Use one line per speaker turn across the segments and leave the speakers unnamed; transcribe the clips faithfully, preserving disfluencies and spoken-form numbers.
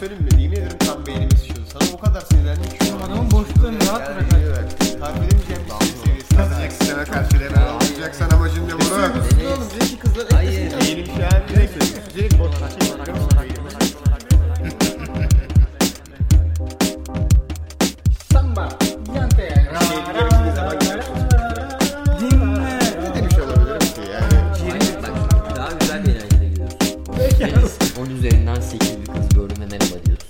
söyleyeyim mi? Yemin ederim tam beynimiz şişiyordu. Sana o kadar sinirlendim ki.
Şu adamın boşluğunu rahat
Yani
bırak.
evet. Tarif edemeyeceğim bir sinir seviyesi. Yazacak sisteme karşı hemen alacaksan amacın ne bunu?
Deniz.
Oğlum direkt kızlar
Hayır.
Benim şu an direkt direkt
Samba. Yante.
Sevgiler ikiniz zaman görüyorsunuz.
Dinle.
Ne demiş olabilirim ki yani?
Hayır, bak, daha güzel bir enerjiyle gidiyorsun. Deniz, on üzerinden sekiz bir kız gördüm ve merhaba diyorsun.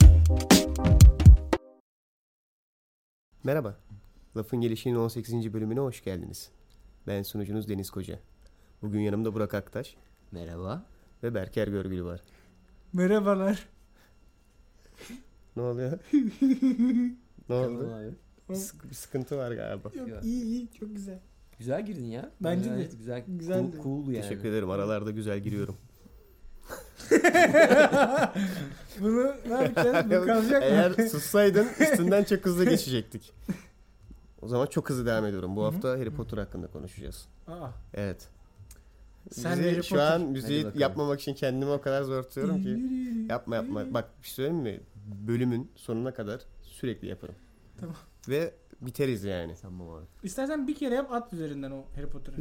Merhaba. Lafın Gelişi'nin on sekizinci bölümüne hoş geldiniz. Ben sunucunuz Deniz Koca. Bugün yanımda Burak Aktaş
Merhaba.
ve Berker Görgülü var.
Merhabalar.
Ne oluyor? Ne oldu?
Tamam abi.
Bir, sık- bir sıkıntı var galiba.
Yok
Ya.
iyi iyi çok güzel.
Güzel girdin ya.
Bence de.
Gayet Güzel.
Güzeldi.
Cool, cool yani.
Teşekkür ederim. Aralarda güzel giriyorum.
Bunu ne yapacağız? Bu kalacak mı?
Eğer sussaydın üstünden çok hızlı geçecektik. O zaman çok hızlı devam ediyorum. Bu hafta Harry Potter hakkında konuşacağız.
Aa,
Evet.
sen
Müziği-
Harry
şu
Potter.
an müziği
bakalım.
yapmamak için kendimi o kadar zor tutuyorum ki. Yapma yapma. Bak bir şey söyleyeyim mi? Bölümün sonuna kadar sürekli yaparım.
Tamam.
Ve biteriz yani.
Tamam abi.
İstersen bir kere yap at üzerinden o Harry Potter'ı.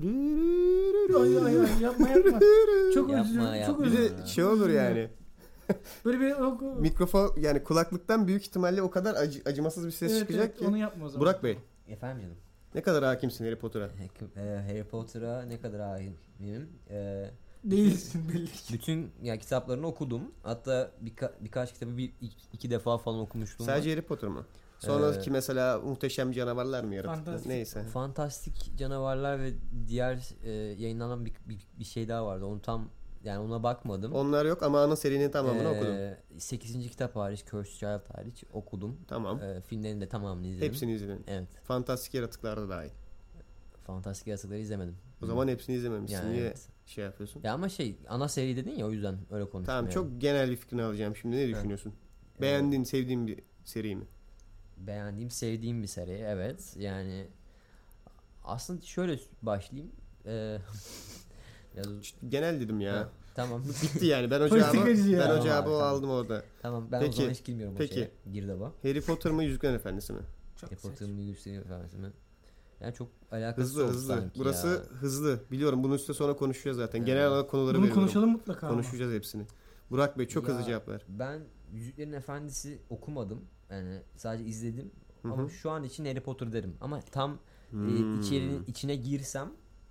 Ay ay ay yapma yapma. Çok
Yapma,
özür dilerim. Çok
yapma.
özür
Bir
dilerim.
de şey olur yani.
Böyle bir o-
Mikrofon yani kulaklıktan büyük ihtimalle o kadar acı, acımasız bir ses
evet,
çıkacak
evet,
ki.
onu yapma o zaman.
Burak Bey,
Efendim canım.
ne kadar hakimsin Harry Potter'a?
Ee, Harry Potter'a ne kadar hakimim? Ee,
Değilsin belli ki.
bütün ya kitaplarını okudum. Hatta birka- birkaç kitabı bir iki, iki defa falan okumuştum.
Sadece Harry Potter mı? Sonraki
Ee,
mesela muhteşem canavarlar mı yaratıklar?
Fantastik.
Neyse.
Fantastik canavarlar ve diğer e, yayınlanan bir, bir, bir şey daha vardı. Onu tam yani ona bakmadım.
Onlar yok ama ana serinin tamamını
Ee,
okudum.
sekizinci kitap hariç, Cursed Child hariç okudum.
Tamam.
Ee, filmlerin de tamamını izledim.
Hepsini izledin.
Evet.
Fantastik yaratıklar da dahil.
Fantastik yaratıkları izlemedim.
O zaman hepsini izlememişsin.
Yani
Niye
evet.
şey yapıyorsun?
Ya ama şey ana seri dedin ya o yüzden öyle konuştum.
Tamam
yani.
çok genel bir fikrini alacağım şimdi. Ne düşünüyorsun? Beğendiğin, sevdiğin bir seri mi?
Beğendiğim, sevdiğim bir seri. Evet. Yani aslında şöyle başlayayım. Ee, biraz
Genel dedim ya.
Ha, tamam.
Bitti yani. Ben o cevabı,
Politikacı ya.
ben o
Tamam
cevabı
abi, tamam.
aldım orada.
Tamam ben
Peki,
o zaman hiç girmiyorum
peki.
o şeye. Girdaba.
Harry Potter mı Yüzüklerin Efendisi mi?
Çok
Harry
saçma.
Potter'ın Yüzüklerin Efendisi mi? Yani çok alakasız
Hızlı
oldu
hızlı.
sanki
Burası
ya.
hızlı. Biliyorum bunun üstüne sonra konuşacağız zaten.
Evet.
Genel olarak konuları
Bunu
veriyorum.
konuşalım mutlaka ama.
Konuşacağız hepsini. Burak Bey çok
Ya,
hızlı cevap ver.
Ben Yüzüklerin Efendisi okumadım. Yani sadece izledim.
Hı hı.
Ama şu an için Harry Potter derim. Ama tam
Hmm.
e, içerinin içine girsem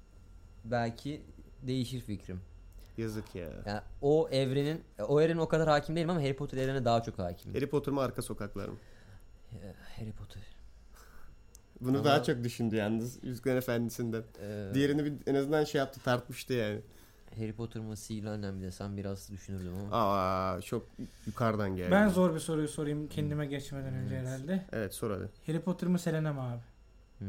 belki değişir fikrim.
Yazık ya.
Yani o evrenin o evrenin o kadar hakim değilim ama Harry Potter evrene daha çok hakimim.
Harry Potter mı Arka Sokaklar mı?
Ee, Harry Potter.
Bunu
Ama-
daha çok düşündü yalnız Yüzüklerin Efendisi'nden.
Ee,
Diğerini bir, en azından şey yaptı, tartmıştı yani.
Harry Potter mı Sihirli Annem mi desem biraz düşünürdüm ama.
Aa çok yukarıdan geldi.
Ben zor bir soruyu sorayım kendime geçmeden önce
Evet.
herhalde.
Evet sor hadi.
Harry Potter mı Selena mı abi?
Hmm.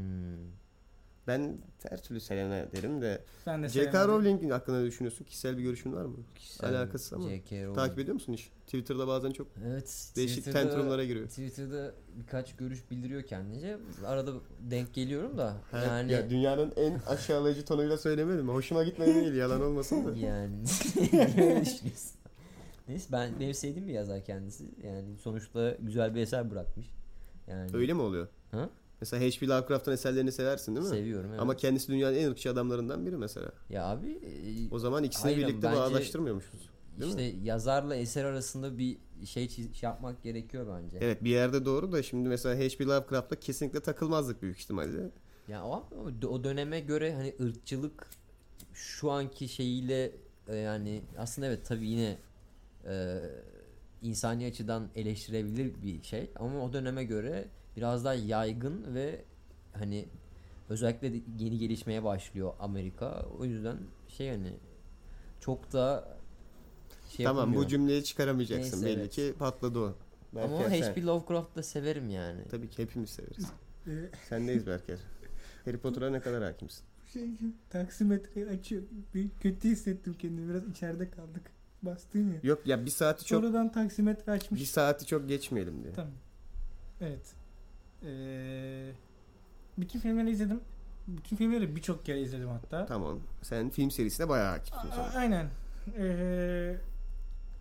Ben her türlü Selena derim de.
Ben de
J K.
Selena.
Rowling hakkında ne düşünüyorsun? Kişisel bir görüşün var mı?
Kişisel
Alakası ama.
J K. Rowling.
Takip ediyor musun hiç? Twitter'da bazen çok
Evet.
değişik
Twitter'da-
tentrumlara giriyor.
Twitter'da birkaç görüş bildiriyor kendince. Arada denk geliyorum da.
Ha,
yani
Ya dünyanın en aşağılayıcı tonuyla söylemedim mi? Hoşuma gitmedi değil, yalan olmasın da.
yani ne düşünüyorsun? Neyse ben benim sevdiğim bir yazar kendisi. Yani sonuçta güzel bir eser bırakmış. Yani
Öyle mi oluyor?
Ha?
Mesela H P. Lovecraft'ın eserlerini seversin değil mi?
Seviyorum evet.
Ama kendisi dünyanın en ırkçı adamlarından biri mesela.
Ya abi e,
O zaman ikisini
aynen,
birlikte
bence
bağdaştırmıyormuşuz. Değil
işte
mi?
yazarla eser arasında bir şey, çiz- şey yapmak gerekiyor bence.
Evet bir yerde doğru da şimdi mesela H P. Lovecraft'ta kesinlikle takılmazdık büyük ihtimalle.
Ya o, o döneme göre hani ırkçılık şu anki şeyiyle e, yani aslında evet tabii yine e, insani açıdan eleştirebilir bir şey ama o döneme göre biraz daha yaygın ve hani özellikle de yeni gelişmeye başlıyor Amerika. O yüzden şey hani çok da şey
Tamam
yapılmıyor.
bu cümleyi çıkaramayacaksın
Neyse,
belli
evet.
ki patladı o.
Ama
Berker,
H
sen-
P. Lovecraft'ı da severim yani.
Tabii ki hepimiz severiz.
Ee,
Sendeyiz Berker. Harry Potter'a ne kadar hakimsin?
şey, taksimetreyi açıyor. Bir kötü hissettim kendimi. Biraz içeride kaldık. Bastın ya.
Yok ya bir saati çok
Sonradan taksimetre açmış.
bir saati çok geçmeyelim diye.
Tamam. Evet. Ee, bütün filmleri izledim. Bütün filmleri birçok kere izledim hatta.
Tamam. Sen film serisine bayağı hakimsin.
A-
sonra.
aynen. Ee,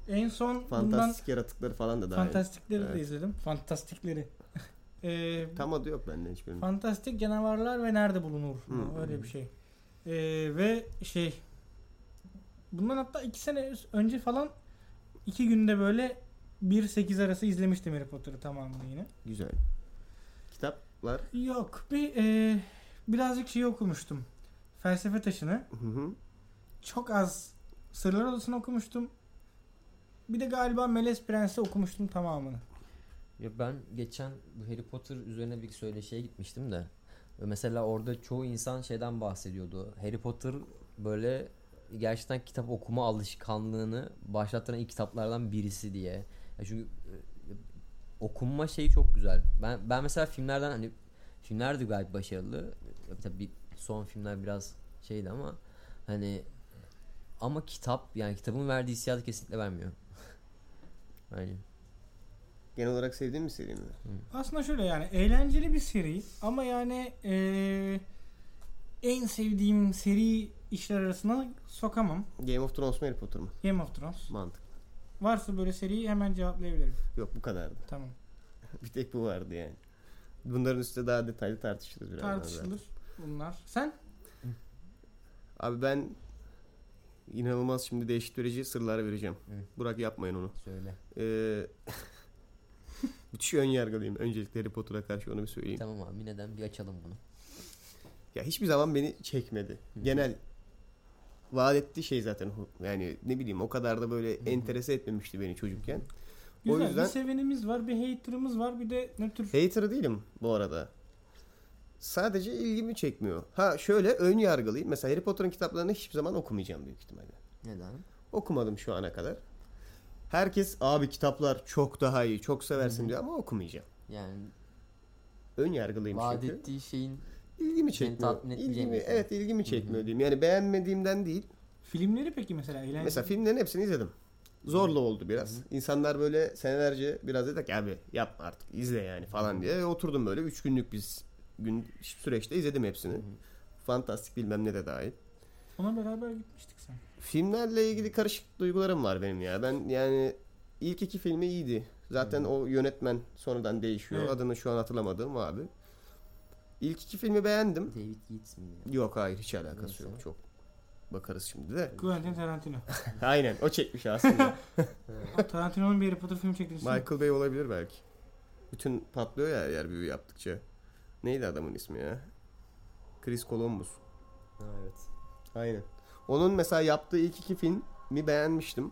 En son bundan
Fantastik yaratıkları falan da dahil.
Fantastikleri
Evet.
de izledim. Fantastikleri. Ee,
Tam adı yok bende hiçbirinin.
Fantastik canavarlar ve nerede bulunur?
Hı.
Öyle bir şey. Ee, ve şey bundan hatta iki sene önce falan iki günde böyle bir sekiz arası izlemiştim Harry Potter'ı tamamını yine.
Güzel. Kitaplar.
Yok bir e, birazcık şey okumuştum. Felsefe Taşı'nı.
Hı hı.
Çok az Sırlar Odası'nı okumuştum. Bir de galiba Melez Prens'i okumuştum tamamını.
Ya ben geçen bu Harry Potter üzerine bir söyleşiye gitmiştim de. Ve mesela orada çoğu insan şeyden bahsediyordu. Harry Potter böyle gerçekten kitap okuma alışkanlığını başlattıran ilk kitaplardan birisi diye. Ya çünkü e, okunma şeyi çok güzel. Ben ben mesela filmlerden hani filmler de gayet başarılı. Tabii son filmler biraz şeydi ama hani ama kitap yani kitabın verdiği hissiyatı kesinlikle vermiyor. Yani
Genel olarak sevdiğin bir seri mi?
Aslında şöyle yani eğlenceli bir seri ama yani eee, en sevdiğim seri işler arasına sokamam.
Game of Thrones mu Harry Potter mı?
Game of Thrones.
Mantık.
Varsa böyle seriyi hemen cevaplayabilirim.
Yok bu kadardı.
Tamam.
Bir tek bu vardı yani. Bunların üstüne daha detaylı tartışırız biraz.
Tartışılır bunlar. Sen?
Abi ben inanılmaz şimdi değişik verici sırlar vereceğim.
Hı.
Burak yapmayın onu.
söyle.
Ee, müthiş ön yargılıyım. Öncelikle Harry Potter'a karşı onu bir söyleyeyim.
Tamam abi neden bir açalım bunu.
Ya hiçbir zaman beni çekmedi.
Hı.
Genel vaat ettiği şey zaten yani ne bileyim o kadar da böyle enterese etmemişti beni çocukken.
Güzel.
O yüzden
Bir sevenimiz var, bir hater'ımız var, bir de ne tür...
hater değilim bu arada. Sadece ilgimi çekmiyor. Ha şöyle ön yargılıyım. Mesela Harry Potter'ın kitaplarını hiçbir zaman okumayacağım büyük ihtimalle.
Neden?
Okumadım şu ana kadar. Herkes abi kitaplar çok daha iyi, çok seversin
Hı hı.
diyor ama okumayacağım.
Yani
Ön yargılıyım
vaat
çünkü.
ettiği şeyin
İlgimi
seni
çekmiyor.
tatmin etmeyeceğini
İlgimi,
düşünüyorum.
evet ilgimi çekmiyor
Hı hı.
diyeyim. Yani beğenmediğimden değil.
Filmleri peki mesela eğlenceli.
Mesela filmlerin hepsini izledim. Zorla oldu biraz.
Hı hı.
İnsanlar böyle senelerce biraz dedik ki abi yapma artık izle yani falan diye. Oturdum böyle üç günlük biz gün süreçte izledim hepsini.
Hı hı.
Fantastik bilmem ne de dahil.
Ona beraber gitmiştik sen.
Filmlerle ilgili karışık duygularım var benim ya. Ben yani ilk iki filmi iyiydi. Zaten
Hı.
o yönetmen sonradan değişiyor.
Evet.
Adını şu an hatırlamadığım abi. İlk iki filmi beğendim.
David Yates miydi? ya?
Yok hayır hiç alakası
Neyse.
yok. Çok bakarız şimdi de.
Quentin Tarantino.
Aynen o çekmiş aslında.
Tarantino'nun bir Harry Potter filmi çektiğini
Michael Bay olabilir belki. Bütün patlıyor ya yer büyü yaptıkça. Neydi adamın ismi ya? Chris Columbus.
Ha, evet.
Aynen. Onun mesela yaptığı ilk iki filmi beğenmiştim.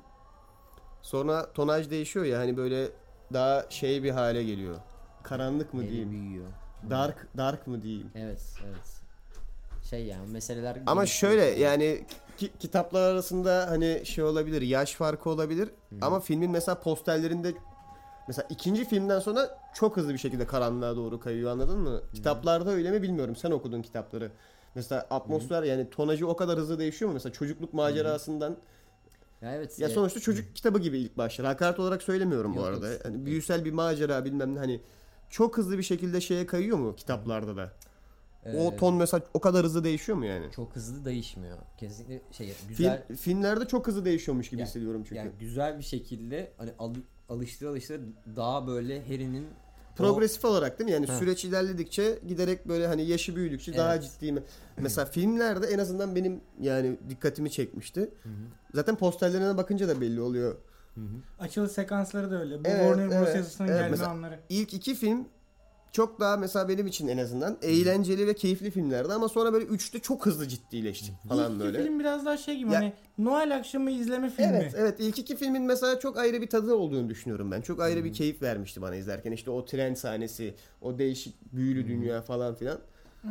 Sonra tonaj değişiyor ya hani böyle daha şey bir hale geliyor. Karanlık mı
Eli
diyeyim?
büyüyor.
Dark dark mı diyeyim?
Evet, evet. Şey yani meseleler
Ama
gelişiyor.
şöyle yani ki, kitaplar arasında hani şey olabilir, yaş farkı olabilir.
Hı.
Ama filmin mesela posterlerinde mesela ikinci filmden sonra çok hızlı bir şekilde karanlığa doğru kayıyor anladın mı? Kitaplarda öyle mi bilmiyorum. Sen okudun kitapları. Mesela atmosfer yani tonajı o kadar hızlı değişiyor mu? Mesela çocukluk macerasından
Ya evet.
ya
e,
sonuçta çocuk kitabı gibi ilk başlar. Hakaret olarak söylemiyorum bu
Yok,
arada.
yok.
Hani büyüsel bir macera bilmem ne hani çok hızlı bir şekilde şeye kayıyor mu kitaplarda da?
e,
O ton mesela o kadar hızlı değişiyor mu yani?
çok hızlı değişmiyor. Kesinlikle şey güzel
Film, filmlerde çok hızlı değişiyormuş gibi
Ya-
hissediyorum çünkü.
yani güzel bir şekilde hani al, alıştıra alıştıra daha böyle Harry'nin
Progresif olarak değil mi? Yani
Ha.
süreç ilerledikçe giderek böyle hani yaşı büyüdükçe daha
Evet.
ciddi mi? Mesela filmlerde en azından benim yani dikkatimi çekmişti.
Hı hı.
Zaten posterlerine bakınca da belli oluyor.
Hı hı.
Açılış sekansları da öyle. Bu
Evet,
Warner Bros.
evet,
yazısının
evet.
gelme
Mesela-
anları.
İlk iki film çok daha mesela benim için en azından eğlenceli ve keyifli filmlerdi ama sonra böyle üçte çok hızlı ciddileştik falan
İlk
böyle.
iki film biraz daha şey gibi
Ya-
hani Noel akşamı izleme filmi.
Evet, evet. İlk iki filmin mesela çok ayrı bir tadı olduğunu düşünüyorum ben. Çok ayrı
Hı.
bir keyif vermişti bana izlerken. İşte o tren sahnesi, o değişik büyülü
Hı.
dünya falan filan.
Evet.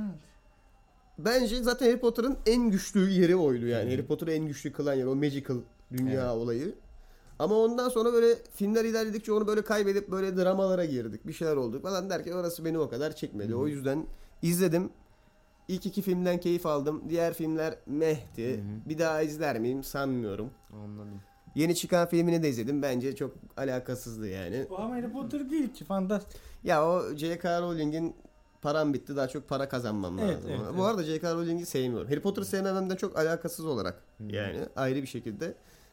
Bence zaten Harry Potter'ın en güçlü yeri oydu yani.
Hı.
Harry Potter'ı en güçlü kılan yer o magical dünya
Evet.
olayı. Ama ondan sonra böyle filmler ilerledikçe onu böyle kaybedip böyle dramalara girdik. Bir şeyler olduk falan derken orası beni o kadar çekmedi.
Hı.
O yüzden izledim. İlk iki filmden keyif aldım. Diğer filmler mehti.
Hı hı.
Bir daha izler miyim sanmıyorum.
Anladım.
Yeni çıkan filmini de izledim. Bence çok alakasızdı yani.
O ama Harry Potter değil ki. Fantastik.
Ya o J K. Rowling'in param bitti daha çok para kazanmam
Evet,
lazım.
evet,
Bu
evet.
arada J K. Rowling'i sevmiyorum. Harry Potter'ı sevmememden çok alakasız olarak
Hı.
yani ayrı bir şekilde.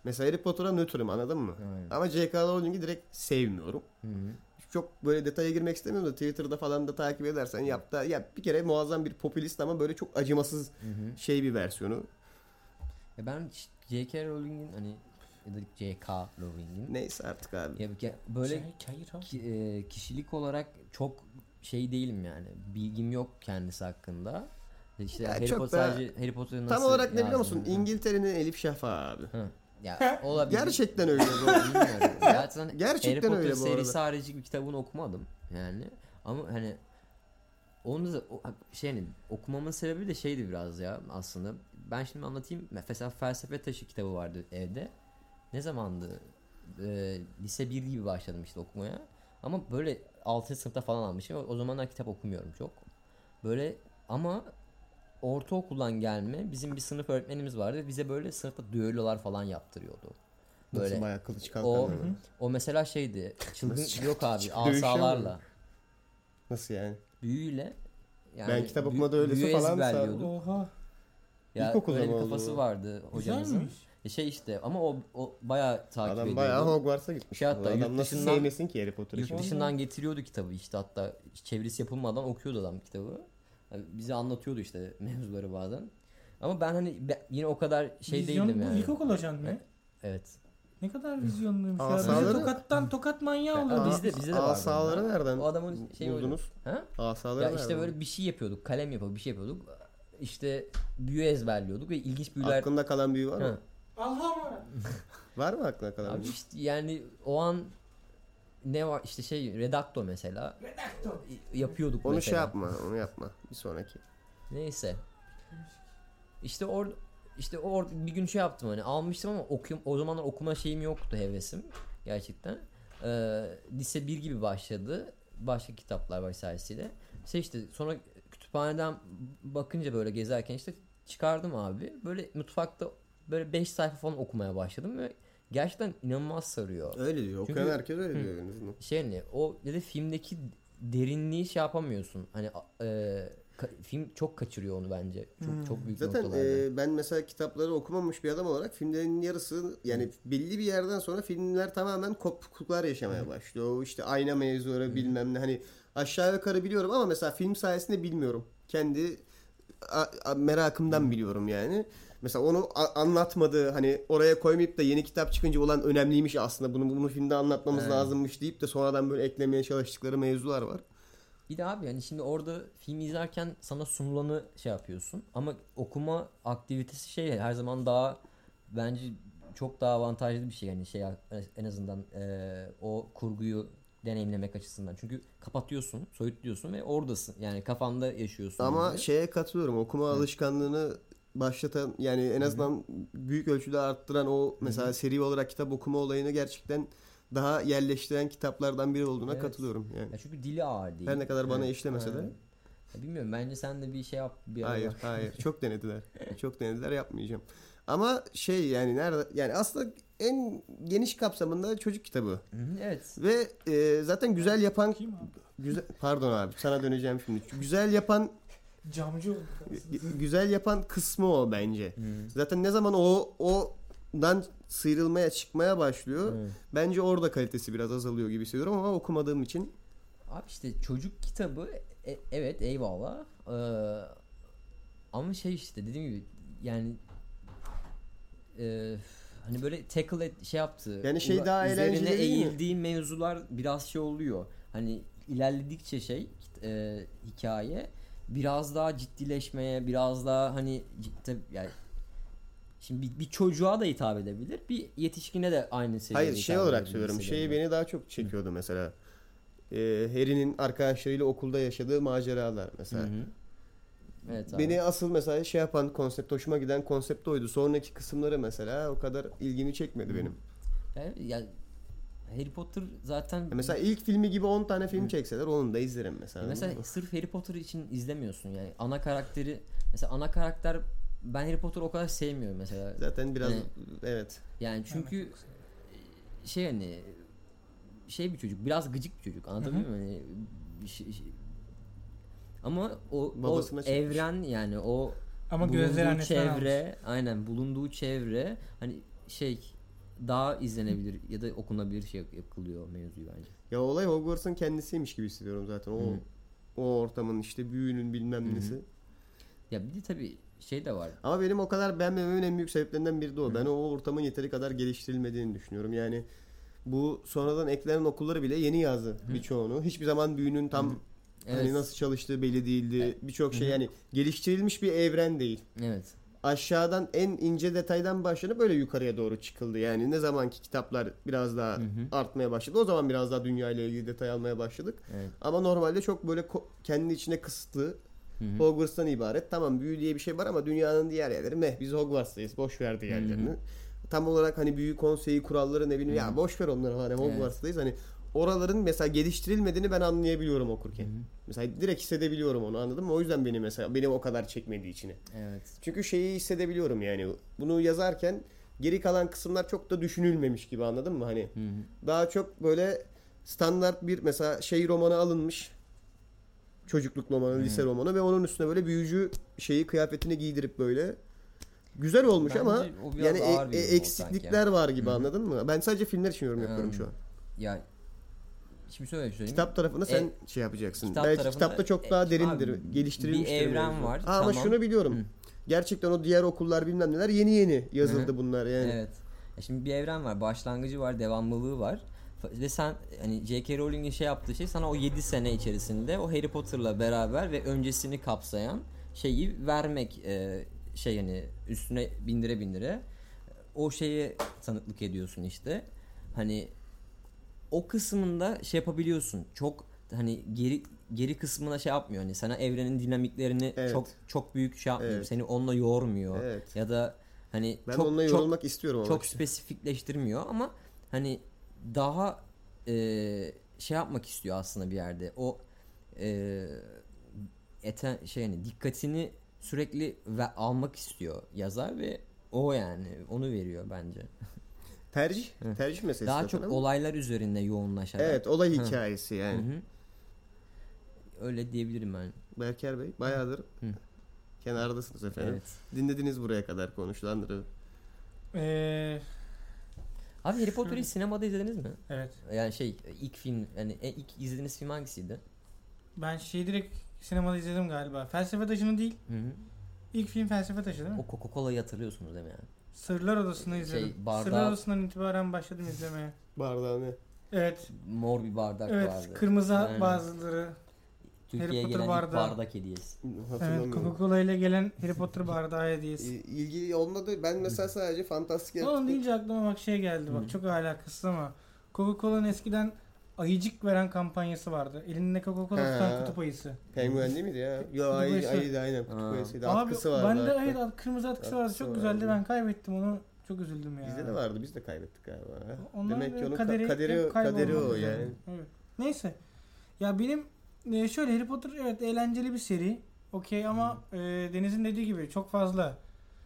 Mesela Harry Potter'a nötrüm, anladın mı?
Aynen.
Ama J K. Rowling'i direkt sevmiyorum.
Hı hı.
Çok böyle detaya girmek istemiyorum da Twitter'da falan da takip edersen yaptı. Ya bir kere muazzam bir popülist ama böyle çok acımasız
Hı hı.
şey bir versiyonu.
Ya ben J K. Rowling'in hani ya da J K. Rowling'in
Neyse artık abi.
ya ya böyle
Şey, hayır abi.
ki- e, kişilik olarak çok şey değilim yani. Bilgim yok kendisi hakkında. İşte
Ya
Harry
çok
Potter
da-
sadece Harry Potter'ı nasıl
Tam olarak ne biliyor musun?
yazdığını-
İngiltere'nin Elif Şafak abi.
Hı. Ya olabilir.
Gerçekten öyle bu.
Bilmiyorum. Gerçekten,
Gerçekten
Harry Potter
öyle bu arada.
serisi harici bir kitabını okumadım yani. Ama hani onu da o- şey hani okumamın sebebi de şeydi biraz ya aslında. Ben şimdi anlatayım. Mesela Felsefe Taşı kitabı vardı evde. Ne zamandı? Ee, lise bir gibi başladım işte okumaya. Ama böyle altıncı sınıfta falan almışım. O zamanlar kitap okumuyorum çok. Böyle ama ortaokuldan gelme bizim bir sınıf öğretmenimiz vardı. Bize böyle sınıfta düellolar falan yaptırıyordu.
Böyle.
Böyle
Bayağı kılıç
o,
kalkanlar var.
o mesela şeydi. Çılgın
Nasıl?
yok abi
Dövüşüyor
asalarla.
Nasıl yani?
Büyüyle yani
Ben kitap
büyü-
okumada öylesi
büyü
falan
ezberliyorduk.
Oha.
Ya
İlkokulda
öyle bir
mı oldu
kafası
bu?
vardı hocamızın.
Güzelmiş.
E Şey işte ama o, o bayağı takip
Adam
ediyordu.
bayağı Hogwarts'a gitmiş.
Şey hatta
Bu
yurt
adam nasıl
dışından-
sevmesin ki Harry Potter'ı
Yurt
şimdi?
dışından getiriyordu kitabı işte hatta çevirisi yapılmadan okuyordu adam kitabı. Yani bize anlatıyordu işte mevzuları bazen. Ama ben hani ben yine o kadar şey
Vizyon,
değildim
bu
yani.
ilkokul hocan mı?
Evet.
Ne kadar vizyonluymuş ya.
Asaları-
Bize tokattan tokat manyağı
Ya,
oluyor.
bizde- bizde de vardı
Asaları
onlar.
nereden
O adamın şeyi oydu.
buldunuz?
Ha?
Asaları
Ya
nereden
işte böyle
buldunuz?
bir şey yapıyorduk. Kalem yapıyorduk, bir şey yapıyorduk. İşte büyü ezberliyorduk ve ilginç büyüler.
Aklında kalan büyü var mı?
Ha.
Allah'ım.
Var mı aklında kalan
Abi
büyü?
işte yani o an ne var işte şey redakto mesela
Redakto.
yapıyorduk
Onu
mesela.
şey yapma, onu yapma. Bir sonraki.
Neyse. İşte or işte or bir gün şey yaptım hani almıştım ama okuyum o zamanlar okuma şeyim yoktu hevesim gerçekten. Ee, lise bir gibi başladı. Başka kitaplar vesairesiyle. İşte işte sonra kütüphaneden bakınca böyle gezerken işte çıkardım abi. Böyle mutfakta böyle beş sayfa falan okumaya başladım ve gerçekten inanılmaz sarıyor.
Öyle diyor.
Çünkü-
Okuyan herkes öyle
Hı.
diyor en azından.
Şey ne o ya da filmdeki derinliği şey yapamıyorsun. Hani a- e, ka- film çok kaçırıyor onu bence. Çok
Hmm.
çok büyük
Zaten
noktalarda.
e, ben mesela kitapları okumamış bir adam olarak filmlerin yarısı yani belli bir yerden sonra filmler tamamen kopukluklar yaşamaya başlıyor. O işte ayna mevzuları bilmem ne hani aşağı yukarı biliyorum ama mesela film sayesinde bilmiyorum. Kendi a- a- merakımdan biliyorum yani. Mesela onu a- anlatmadı hani oraya koymayıp da yeni kitap çıkınca olan önemliymiş aslında bunu bunu filmde anlatmamız
Evet.
lazımmış deyip de sonradan böyle eklemeye çalıştıkları mevzular var.
Bir de abi yani şimdi orada film izlerken sana sunulanı şey yapıyorsun ama okuma aktivitesi şey her zaman daha bence çok daha avantajlı bir şey yani şey en azından e, o kurguyu deneyimlemek açısından. Çünkü kapatıyorsun, soyutluyorsun ve oradasın. Yani kafanda yaşıyorsun.
Ama
gibi.
şeye katılıyorum. Okuma alışkanlığını başlatan yani en azından büyük ölçüde arttıran o mesela seri olarak kitap okuma olayını gerçekten daha yerleştiren kitaplardan biri olduğuna
Evet.
katılıyorum yani.
Ya çünkü dili ağır değil.
Her ne kadar bana
Evet.
işlemese de.
Ha. Ya bilmiyorum bence sen de bir şey yap bir ara
Hayır,
bak.
hayır. Çok denediler. Çok denediler, yapmayacağım. Ama şey yani nerede yani aslında en geniş kapsamında çocuk kitabı.
Hı hı, evet.
Ve e, zaten güzel yapan
Kim abi?
güzel pardon abi sana döneceğim şimdi. Güzel yapan
Camcı oldu.
G- güzel yapan kısmı o bence.
Hı.
Zaten ne zaman o odan sıyrılmaya çıkmaya başlıyor.
Hı.
Bence orada kalitesi biraz azalıyor gibi hissediyorum ama okumadığım için.
Abi işte çocuk kitabı e- evet eyvallah. Ee, ama şey işte dediğim gibi yani e, hani böyle tackle et, şey yaptı.
Yani şey
Ula-
daha
üzerine
eğlenceli değil mi?
eğildiği mevzular biraz şey oluyor. Hani ilerledikçe şey e, hikaye biraz daha ciddileşmeye, biraz daha hani ciddi yani şimdi bir, bir çocuğa da hitap edebilir. Bir yetişkine de aynı seviyede
Hayır
hitap
şey olarak
edebilir
söylüyorum.
hissediyorum
Şey
ben.
beni daha çok çekiyordu mesela. Ee, Harry'nin arkadaşlarıyla okulda yaşadığı maceralar mesela.
Hı hı. Evet abi.
Beni asıl mesela şey yapan konsept, hoşuma giden konsept oydu. Sonraki kısımları mesela o kadar ilgimi çekmedi benim.
Yani, yani Harry Potter zaten
Ya mesela ilk filmi gibi on tane film çekseler onu da izlerim mesela.
Ya mesela
anladın mı?
sırf Harry Potter için izlemiyorsun yani ana karakteri mesela ana karakter ben Harry Potter'ı o kadar sevmiyorum mesela
Zaten biraz
Hani-
evet.
yani çünkü şey hani şey bir çocuk biraz gıcık bir çocuk anlatabiliyor muyum hani bir şey, şey- ama o,
Babasına
o
çekmiş.
evren yani o
Ama
bulunduğu
gözleri annesinden almış.
çevre aynen bulunduğu çevre hani şey daha izlenebilir ya da okunabilir şey yapılıyor mevzuyu bence.
Ya olay Hogwarts'ın kendisiymiş gibi hissediyorum zaten. O
Hı.
o ortamın işte büyünün bilmem
Hı hı.
nesi.
Ya bir de tabii şey de var.
Ama benim o kadar beğenmememin en büyük sebeplerinden biri de o.
Hı.
Ben o ortamın yeteri kadar geliştirilmediğini düşünüyorum. Yani bu sonradan eklenen okulları bile yeni yazdı
Hı.
birçoğunu. Hiçbir zaman büyünün tam
Hı. Evet.
hani nasıl çalıştığı belli değildi. Birçok şey
Hı hı.
yani geliştirilmiş bir evren değil.
Evet.
Aşağıdan en ince detaydan başlanıp böyle yukarıya doğru çıkıldı. Yani ne zamanki kitaplar biraz daha
Hı hı.
artmaya başladı. O zaman biraz daha dünya ile ilgili detay almaya başladık.
Evet.
Ama normalde çok böyle ko- kendi içine kısıtlı
Hı hı.
Hogwarts'tan ibaret. Tamam büyü diye bir şey var ama dünyanın diğer yerleri meh biz Hogwarts'tayız. Boş ver diğerlerini.
Hı hı.
Tam olarak hani büyü konseyi kuralları ne bileyim
Hı hı.
ya boş ver onları hani Hogwarts'tayız. Hani oraların mesela geliştirilmediğini ben anlayabiliyorum okurken.
Hı hı.
Mesela direkt hissedebiliyorum onu, anladın mı? O yüzden beni mesela benim o kadar çekmediği içine.
Evet.
Çünkü şeyi hissedebiliyorum yani. Bunu yazarken geri kalan kısımlar çok da düşünülmemiş gibi, anladın mı? Hani
Hı hı.
daha çok böyle standart bir mesela şey romanı alınmış. Çocukluk romanı,
Hı.
lise romanı ve onun üstüne böyle büyücü şeyi kıyafetini giydirip böyle güzel olmuş
Bence
ama
o biraz
yani
ağır
e-
bir
e-
yorum o
eksiklikler
sanki.
var gibi,
Hı hı.
anladın mı? Ben sadece filmler için yorum yapıyorum
Hmm.
şu an.
Ya şimdi şöyle söyleyeyim.
Kitap tarafını sen
E,
şey yapacaksın.
kitap
Belki
tarafında-
kitapta çok daha
e,
derindir,
abi,
geliştirilmiştir.
bir evren
mevzu.
var,
Ha, ama
tamam.
şunu biliyorum.
Hı.
Gerçekten o diğer okullar bilmem neler yeni yeni yazıldı
Hı hı.
bunlar yani.
Evet. Ya şimdi bir evren var, başlangıcı var, devamlılığı var. Fa- Ve sen hani J K. Rowling'in şey yaptığı şey sana o yedi sene içerisinde o Harry Potter'la beraber ve öncesini kapsayan şeyi vermek, e, şey hani üstüne bindire bindire o şeye tanıklık ediyorsun işte. Hani o kısmında şey yapabiliyorsun. Çok hani geri geri kısmına şey yapmıyor. Hani sana evrenin dinamiklerini
Evet.
çok çok büyük şey yapmıyor.
Evet.
Seni onunla yormuyor.
Evet.
Ya da hani
Ben
çok
onunla
çok
yorulmak istiyorum ama.
çok
işte.
spesifikleştirmiyor ama hani daha e, şey yapmak istiyor aslında bir yerde. O e, eten şey hani dikkatini sürekli ve almak istiyor yazar ve o yani onu veriyor bence.
Tercih.
Hı.
Tercih meselesi
Daha
zaten
çok
ama.
olaylar üzerinde yoğunlaşarak.
Evet, olay
Hı.
hikayesi
Hı
yani.
hı. Öyle diyebilirim ben.
Berker Bey bayağıdır
Hı.
kenardasınız efendim.
Evet.
Dinlediniz buraya kadar konuşulanları.
Ee,
Abi Harry Potter'ı hiç sinemada izlediniz mi?
evet.
Yani şey ilk film yani e, ilk izlediğiniz film hangisiydi?
Ben şey direkt sinemada izledim galiba. Felsefe Taşı'nı değil.
Hı hı.
İlk film Felsefe Taşı değil mi?
O Coca-Cola'yı hatırlıyorsunuz değil mi yani?
Sırlar Odası'nı
Şey,
izledim.
bardağı-
Sırlar Odası'ndan itibaren başladım izlemeye.
Bardağını.
Evet.
Mor bir bardak
Evet.
vardı.
Kırmızı
Aynen.
bazıları.
Türkiye'ye
Potter
gelen ilk
bardağı.
bardak hediyesi.
Evet.
Hatırlamıyorum.
Coca-Cola ile gelen Harry Potter bardağı
İ-
hediyesi.
İlgi olmadı. Ben mesela sadece fantastik
Onun deyince aklıma bak şey geldi bak
Hı.
çok alakasız ama Coca-Cola'nın eskiden ayıcık veren kampanyası vardı. Elinde Coca-Cola tutan
Ha.
kutup ayısı.
Penguen değil miydi ya? Yo
Kutup
ayı,
ayısı.
ayıydı aynen. Kutup
Aa.
ayısıydı.
Abi
Atkısı vardı.
bende
hatta.
evet at- kırmızı atkısı vardı.
Atkısı
Çok
vardı.
güzeldi. Ben kaybettim onu. Çok üzüldüm ya.
Bizde de vardı. Biz de kaybettik galiba.
Onlar
Demek ki
da
onun
kaderi,
kaderi, kaderi,
hep kaybolmak
kaderi o
üzere.
yani.
Evet. Neyse. Ya benim e, şöyle Harry Potter evet eğlenceli bir seri. Okey ama e, Deniz'in dediği gibi çok fazla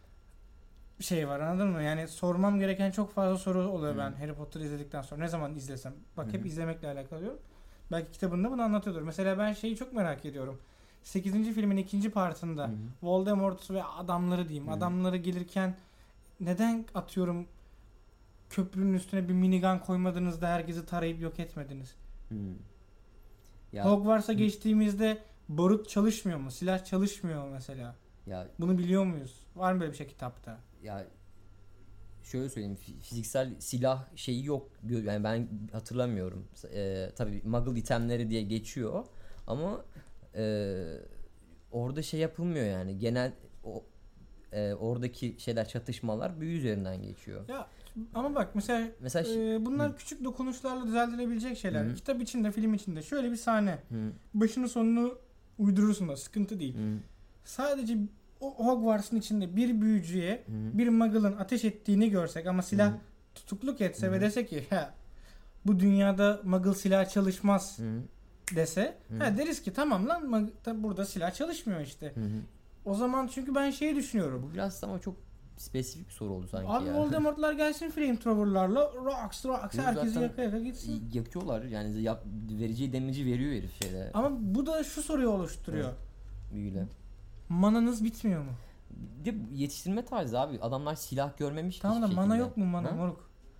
şey var, anladın mı? Yani sormam gereken çok fazla soru oluyor
Hı.
ben Harry Potter izledikten sonra. Ne zaman izlesem. Bak
Hı
hep
hı.
izlemekle alakalı diyorum. Belki kitabında bunu anlatıyordur. Mesela ben şeyi çok merak ediyorum. sekizinci filmin ikinci partında
Hı hı.
Voldemort ve adamları diyeyim.
Hı.
Adamları gelirken neden atıyorum köprünün üstüne bir minigun koymadınız da herkesi tarayıp yok etmediniz?
Hı. Ya,
Hogwarts'a geçtiğimizde barut çalışmıyor mu? Silah çalışmıyor mu mesela?
ya
Bunu biliyor muyuz? Var mı böyle bir şey kitapta?
ya şöyle söyleyeyim fi- fiziksel silah şeyi yok diyor yani ben hatırlamıyorum. Ee, tabii Muggle itemleri diye geçiyor ama e, orada şey yapılmıyor yani genel o e, oradaki şeyler çatışmalar büyü üzerinden geçiyor.
Ya ama bak mesela
Mesela şi-
e, bunlar
Hı.
küçük dokunuşlarla düzeltilebilecek şeyler.
Hı.
Kitap içinde, film içinde şöyle bir sahne.
Hı,
Başını sonunu uydurursun da sıkıntı değil.
hı,
Sadece o Hogwarts'ın içinde bir büyücüye
hı,
bir Muggle'ın ateş ettiğini görsek ama silah
Hı.
tutukluk etse
Hı.
ve dese ki ya bu dünyada Muggle silah çalışmaz
hı,
dese
Hı.
ha deriz ki tamam lan Mug- ta- burada silah çalışmıyor işte.
hı, hı.
O zaman çünkü ben şeyi düşünüyorum.
Bu biraz ama çok spesifik bir soru oldu sanki
Abi
ya.
Voldemort'lar gelsin flamethrower'larla rocks rocks
Yok
herkesi
zaten-
yaka yaka gitsin.
Yakıyorlar yani yap, vereceği damage'i veriyor herif şeyde
Ama bu da şu soruyu oluşturuyor.
büyüyle.
Mananız bitmiyor mu?
Bir de yetiştirme tarzı abi. Adamlar silah görmemiş ki
Tamam da
hiçbir
mana
şekilde.
yok mu mana
Ha?
moruk?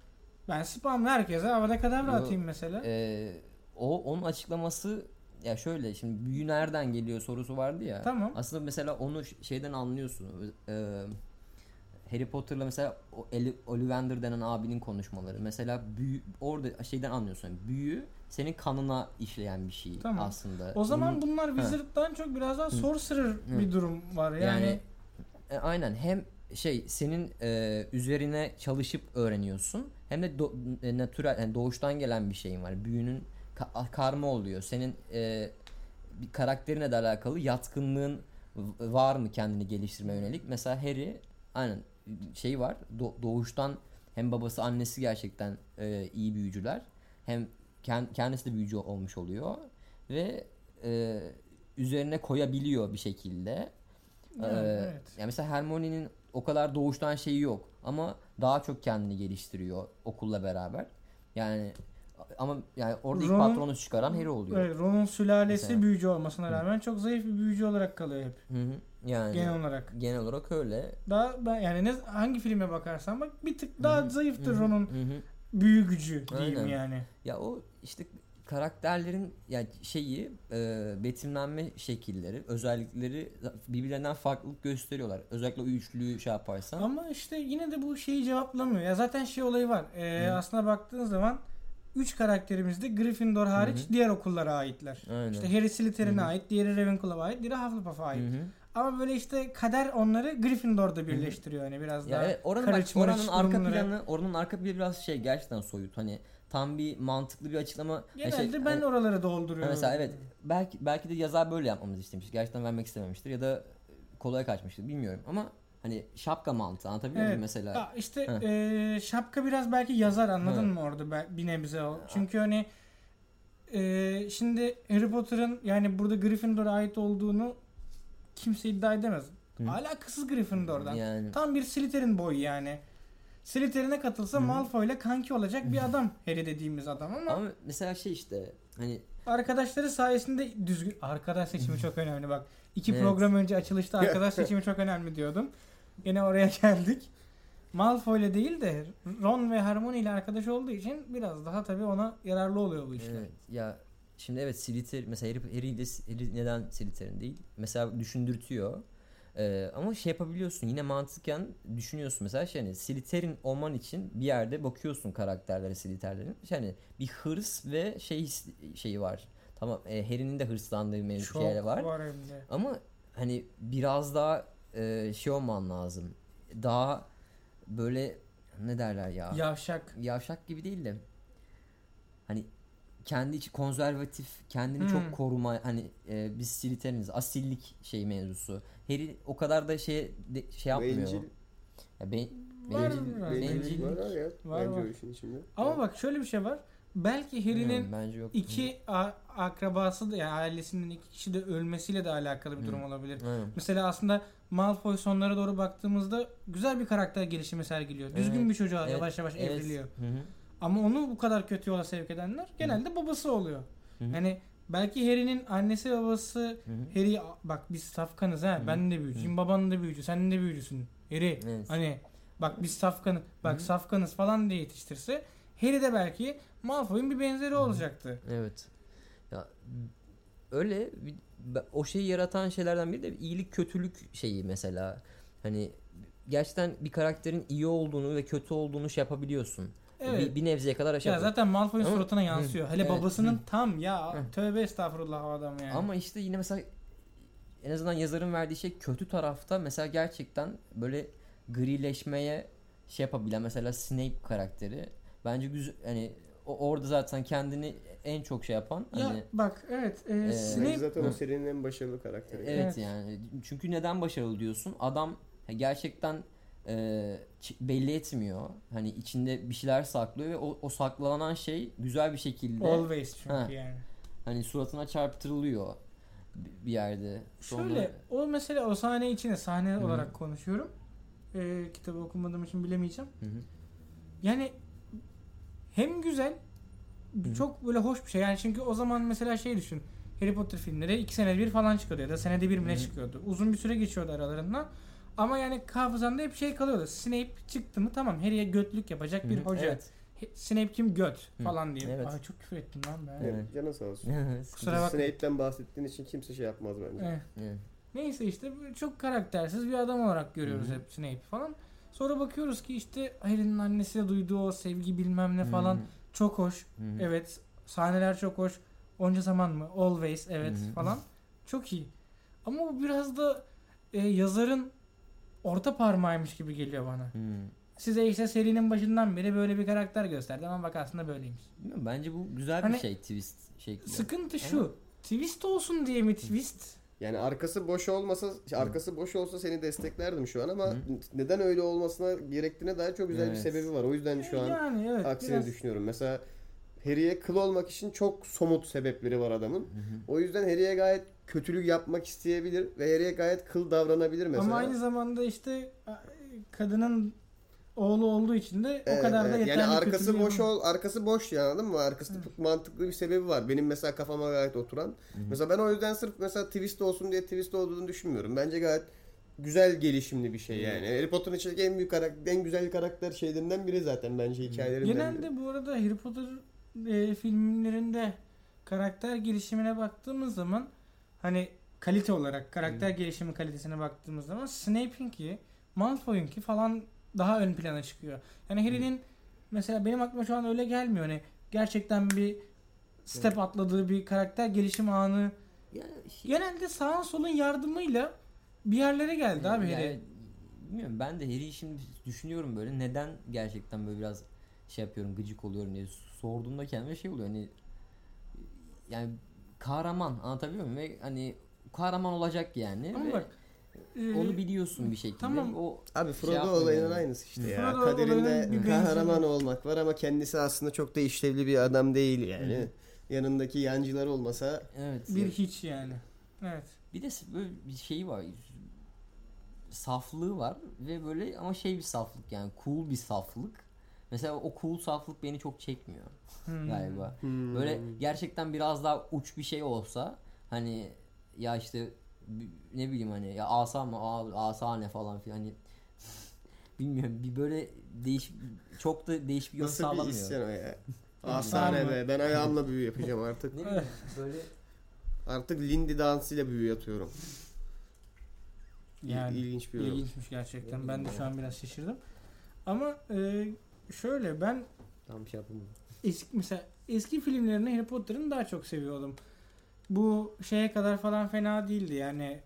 Ben spamla herkese havada kadavra
Yo,
atayım mesela.
Ee, o onun açıklaması ya şöyle, şimdi büyü nereden geliyor sorusu vardı ya.
Tamam.
Aslında mesela onu ş- şeyden anlıyorsun. Ee, Harry Potter'la mesela o Eli- Ollivander denen abinin konuşmaları. Mesela büyü orada şeyden anlıyorsun. Yani büyü senin kanına işleyen bir şey
Tamam.
aslında.
O zaman
Bunun-
bunlar Wizard'dan çok biraz daha sorcerer
Hı.
bir durum var. Yani,
Yani E, aynen, hem şey senin e, üzerine çalışıp öğreniyorsun, hem de do, e, natürel, yani doğuştan gelen bir şeyin var. Büyünün ka- karma oluyor. Senin e, bir karakterinle de alakalı yatkınlığın v- var mı kendini geliştirmeye yönelik? Mesela Harry aynen şey var. do- doğuştan hem babası annesi gerçekten e, iyi büyücüler, hem kend- kendisi de büyücü olmuş oluyor ve e, üzerine koyabiliyor bir şekilde.
yani
Ee,
evet.
Yani mesela Hermione'nin o kadar doğuştan şeyi yok ama daha çok kendini geliştiriyor okulla beraber. Yani ama yani orada ilk
Ron-
patronu çıkaran Harry oluyor.
Evet, Ron'un sülalesi
Mesela.
büyücü olmasına rağmen çok zayıf bir büyücü olarak kalıyor hep.
Hı hı. Yani
Genel olarak.
genel olarak öyle.
Daha ben yani ne hangi filme bakarsan bak bir tık daha
Hı hı.
zayıftır
Hı hı.
Ron'un
Hı hı.
büyü gücü diyeyim
Aynen.
yani.
Ya o işte karakterlerin yani şeyi e, betimlenme şekilleri, özellikleri birbirlerinden farklılık gösteriyorlar. Özellikle o üçlüyü şey yaparsan.
Ama işte yine de bu şeyi cevaplamıyor. Ya zaten şey olayı var. Ee,
Hı.
aslında baktığın zaman üç karakterimiz de Gryffindor hariç
Hı hı.
diğer okullara aitler.
Aynen.
İşte Harry Slytherin'e
Hı hı.
ait, diğeri Ravenclaw'a ait, diğeri Hufflepuff'a ait.
Hı hı.
Ama böyle işte kader onları Gryffindor'da birleştiriyor yani biraz
Ya
daha.
evet, oranın,
karış
bak,
marış
oranın arka
durumları.
planı, oranın arka planı biraz şey gerçekten soyut. Hani tam bir mantıklı bir açıklama. Ya
Genelde
şey,
ben
hani-
oraları dolduruyorum.
ha mesela evet, belki belki de yazar böyle yapmamızı istemiştir. Gerçekten vermek istememiştir ya da kolay kaçmıştır, bilmiyorum ama hani şapka mantığı, anlatabiliyor
Evet.
muyum mesela?
Ya işte
Heh.
eee, şapka biraz belki yazar, anladın
Hı.
mı orada be- bir nebze o. Çünkü hani eee, şimdi Harry Potter'ın yani burada Gryffindor'a ait olduğunu kimse iddia edemez.
Hı.
Alakasız Gryffindor'dan.
Yani
Tam bir Slytherin boy yani. Slytherin'e katılsa
Hı hı.
Malfoy'la kanki olacak bir adam Harry dediğimiz adam ama,
ama mesela şey işte hani
arkadaşları sayesinde düzgün arkadaş seçimi çok önemli bak. İki
Evet.
program önce açılışta arkadaş seçimi çok önemli diyordum. Yine oraya geldik. Malfoy'la değil de Ron ve Hermione ile arkadaş olduğu için biraz daha tabii ona yararlı oluyor bu işler.
evet, ya şimdi evet Slytherin mesela Harry, Harry, de, Harry neden Slytherin değil? Mesela düşündürtüyor. Ee, ama şey yapabiliyorsun yine mantıken düşünüyorsun mesela şey hani Slytherin olman için bir yerde bakıyorsun karakterlere Slytherin'lerin. Yani bir hırs ve şey his- şeyi var. Tamam, e, Harry'nin de hırslandığı mevzu
Çok
şeyler var.
var hem de.
Ama hani biraz daha e, şey olman lazım. Daha böyle ne derler ya?
Yavşak.
Yavşak gibi değil de hani kendi içi konservatif, kendini
Hmm.
çok koruma, hani e, biz Slytheriniz, asillik şey mevzusu. Harry o kadar da şey de, şey yapmıyor.
Bencil.
Ya ben,
Var
bencil,
biraz
bencil,
Bencillik var var ya.
Var,
bence
var.
o işin içinde.
Ama
Evet.
bak şöyle bir şey var. Belki Harry'nin
bilmiyorum, bence yok.
iki a- akrabası da yani ailesinin iki kişi de ölmesiyle de alakalı bir durum olabilir.
Aynen.
Mesela aslında Malfoy sonlara doğru baktığımızda güzel bir karakter gelişimi sergiliyor. Düzgün
Evet,
bir çocuğa
evet,
yavaş yavaş
evet.
evriliyor.
Hı hı.
Ama onu bu kadar kötü yola sevk edenler genelde babası oluyor.
Hı hı.
Yani belki Harry'nin annesi babası
Hı hı.
Harry bak biz safkanız ha,
Hı.
ben de büyücüyüm, baban da büyücü, sen de büyücüsün. Harry
Evet.
hani bak biz safkanız, bak
Hı.
safkanız falan diye yetiştirse Harry de belki Malfoy'un bir benzeri olacaktı.
Evet. Ya öyle bir- be- o şeyi yaratan şeylerden biri de iyilik kötülük şeyi mesela. Hani gerçekten bir karakterin iyi olduğunu ve kötü olduğunu şey yapabiliyorsun.
Evet.
Bir, bir nevzeye kadar aşağı.
Ya zaten Malfoy'un
Ama-
suratına yansıyor. Hele
Evet.
babasının
Hı.
tam ya
Hı.
tövbe estağfurullah o adam yani.
Ama işte yine mesela en azından yazarın verdiği şey kötü tarafta mesela gerçekten böyle grileşmeye şey yapabilen mesela Snape karakteri bence güzel, hani o orada zaten kendini en çok şey yapan
ya
hani
bak evet e,
Ee,
Snape
Bence zaten
Hı.
o serinin en başarılı karakteri.
evet,
Evet.
yani çünkü neden başarılı diyorsun? Adam gerçekten e, ç- belli etmiyor. Hani içinde bir şeyler saklıyor ve o, o saklanan şey güzel bir şekilde
always çünkü
Ha.
yani.
hani suratına çarptırılıyor bir bir yerde. Sonra-
Şöyle o mesela o sahne içine sahne
Hı.
olarak konuşuyorum. E, kitabı okumadığım için bilemeyeceğim.
Hı hı.
Yani hem güzel
Hı.
çok böyle hoş bir şey. Yani çünkü o zaman mesela şey düşün. Harry Potter filmleri iki senede bir falan çıkıyordu ya da senede bir mi ne
Hı.
çıkıyordu. Uzun bir süre geçiyordu aralarından. Ama yani hafızamda hep şey kalıyordu. Snape çıktı mı tamam Harry'e götlük yapacak bir
Hı hı.
hoca.
Evet.
He- Snape kim göt
Hı,
falan diye.
evet.
Ay çok küfür ettim lan ben.
Evet.
Canın sağ olsun.
Kusura bakma.
Snape'den bahsettiğin için kimse şey yapmaz bence.
Evet.
Evet.
Neyse işte böyle çok karaktersiz bir adam olarak görüyoruz
Hı hı.
hep Snape falan. Sonra bakıyoruz ki işte Harry'nin annesiyle duyduğu o sevgi bilmem ne falan
Hı hı.
çok hoş.
Hı hı.
Evet. Sahneler çok hoş. Onca zaman mı? Always. Evet
Hı hı.
falan. Çok iyi. Ama bu biraz da e, yazarın orta parmağıymış gibi geliyor bana.
Hı.
Size işte serinin başından beri böyle bir karakter gösterdi ama bak aslında böyleymiş.
Bilmiyorum, bence bu güzel
Hani
bir şey, twist şekli.
Sıkıntı şu.
Ama-
Twist olsun diye mi twist?
Yani arkası boş olmasa, arkası boş olsa seni desteklerdim şu an ama
Hı.
neden öyle olmasına gerektiğine dair çok güzel bir
Evet.
sebebi var. O yüzden şu an
yani evet.
aksini
biraz-
düşünüyorum. Mesela Harry'e kıl olmak için çok somut sebepleri var adamın.
Hı hı.
O yüzden Harry'e gayet kötülük yapmak isteyebilir ve Harry'e gayet kıl davranabilir mesela.
Ama aynı zamanda işte kadının oğlu olduğu için de o
Evet,
kadar da
evet.
yeterli
Yani arkası
kötülüğü
boş
yok.
ol, arkası boş yani, anladın mı? Arkasında
Hı.
çok mantıklı bir sebebi var. Benim mesela kafama gayet oturan.
Hı hı.
Mesela ben o yüzden sırf mesela twist olsun diye twist olduğunu düşünmüyorum. Bence gayet güzel gelişimli bir şey yani. Harry Potter'ın içindeki en büyük karakter, en güzel karakter şeylerinden biri zaten bence hikayelerinden biri.
Genelde bu arada Harry Potter e, filmlerinde karakter gelişimine baktığımız zaman hani kalite olarak karakter gelişimi kalitesine baktığımız zaman Snape'inki, Malfoy'unki falan daha ön plana çıkıyor. Yani Harry'nin mesela benim aklıma şu an öyle gelmiyor. Hani gerçekten bir step atladığı bir karakter gelişim anı.
Ya, şey-
Genelde sağın solun yardımıyla bir yerlere geldi abi
Yani,
Harry.
bilmiyorum, ben de Harry'i şimdi düşünüyorum böyle, neden gerçekten böyle biraz şey yapıyorum, gıcık oluyorum diye sorduğumda kendime şey oluyor, hani yani kahraman, anlatabiliyor muyum, ve hani kahraman olacak yani.
Ama
ve
bak e,
onu biliyorsun bir şekilde.
tamam.
O
Abi
şey
Frodo
yapmıyor
olayının
yani.
aynısı işte
Hı.
ya.
Frodo
Kaderinde
olayının bir
kahraman
benzeri.
olmak var ama kendisi aslında çok da işlevli bir adam değil yani. Yanındaki yancılar olmasa
evet.
bir hiç yani. Evet.
Bir de böyle bir şey var. Saflığı var ve böyle, ama şey bir saflık, yani cool bir saflık. Mesela o cool saflık beni çok çekmiyor
Hmm.
galiba.
hmm,
Böyle gerçekten biraz daha uç bir şey olsa, hani ya işte b- ne bileyim, hani ya asa mı, a- asa ne falan filan, hani bilmiyorum, bir böyle değiş çok da değişik bir yol
nasıl bir
sağlamıyor.
isyan o ya.
Tamam
Asane
mı?
be. Ben ayağımla büyü yapacağım artık.
Ne bileyim böyle
Artık Lindy dansıyla büyü atıyorum. İl-
Yani
İlginç bir yorum.
ilginçmiş gerçekten.
Ne
Ben de
bileyim
şu
ya.
an biraz şaşırdım. Ama e, şöyle ben
tam şey yapılmıyor.
eski mesela eski filmlerini Harry Potter'ın daha çok seviyordum. Bu şeye kadar falan fena değildi yani.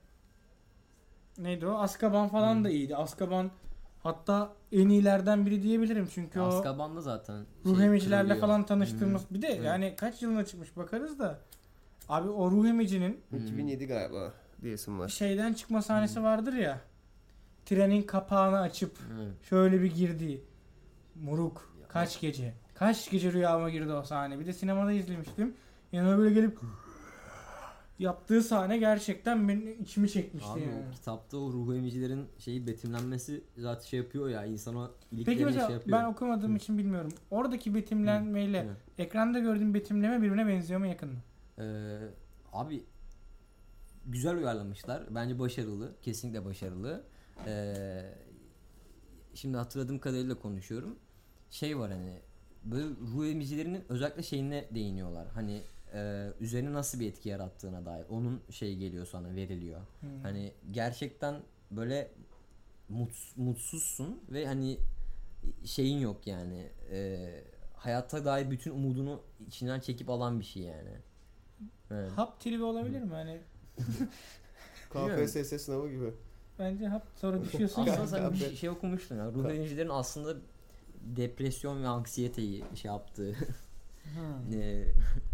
Neydi o? Azkaban falan
Hmm.
da iyiydi. Azkaban hatta en iyilerden biri diyebilirim çünkü o
Azkaban'da zaten
ruh
şey
emicilerle
kırılıyor.
falan tanıştığımız.
Hmm.
Bir de
Evet.
yani kaç yılına çıkmış bakarız da. Abi o ruh emicinin
Hmm.
iki bin yedi galiba diyesim var.
şeyden çıkma sahnesi vardır ya. Trenin kapağını açıp
Evet.
şöyle bir girdi. Moruk kaç gece. Kaç gece rüyama girdi o sahne. Bir de sinemada izlemiştim. Yanına böyle gelip yaptığı sahne gerçekten benim içimi çekmişti
Abi
yani.
o kitapta o ruh emicilerin şeyi betimlenmesi zaten şey yapıyor ya, insana
Peki
iliklerini
mesela
şey yapıyor.
ben okumadığım
Hı.
için bilmiyorum. Oradaki betimlenmeyle
Hı.
ekranda gördüğüm betimleme birbirine benziyor mu, yakın mı?
Ee, abi güzel uyarlamışlar. Bence başarılı. Kesinlikle başarılı. Ee, şimdi hatırladığım kadarıyla konuşuyorum. Şey var, hani böyle ruh emicilerinin özellikle şeyine değiniyorlar. Hani e, üzerine nasıl bir etki yarattığına dair. Onun şey geliyor, sana veriliyor.
Hmm.
Hani gerçekten böyle muts- mutsuzsun ve hani şeyin yok yani. E, hayata dair bütün umudunu içinden çekip alan bir şey yani. Evet.
Hap tribi olabilir mi? Hani
K P S S sınavı gibi.
bence hap sonra düşüyorsun ya.
Aslında sen bir şey, şey okumuştun ya. Ruh emicilerin aslında depresyon ve anksiyeteyi şey yaptığı,
Hmm.
e,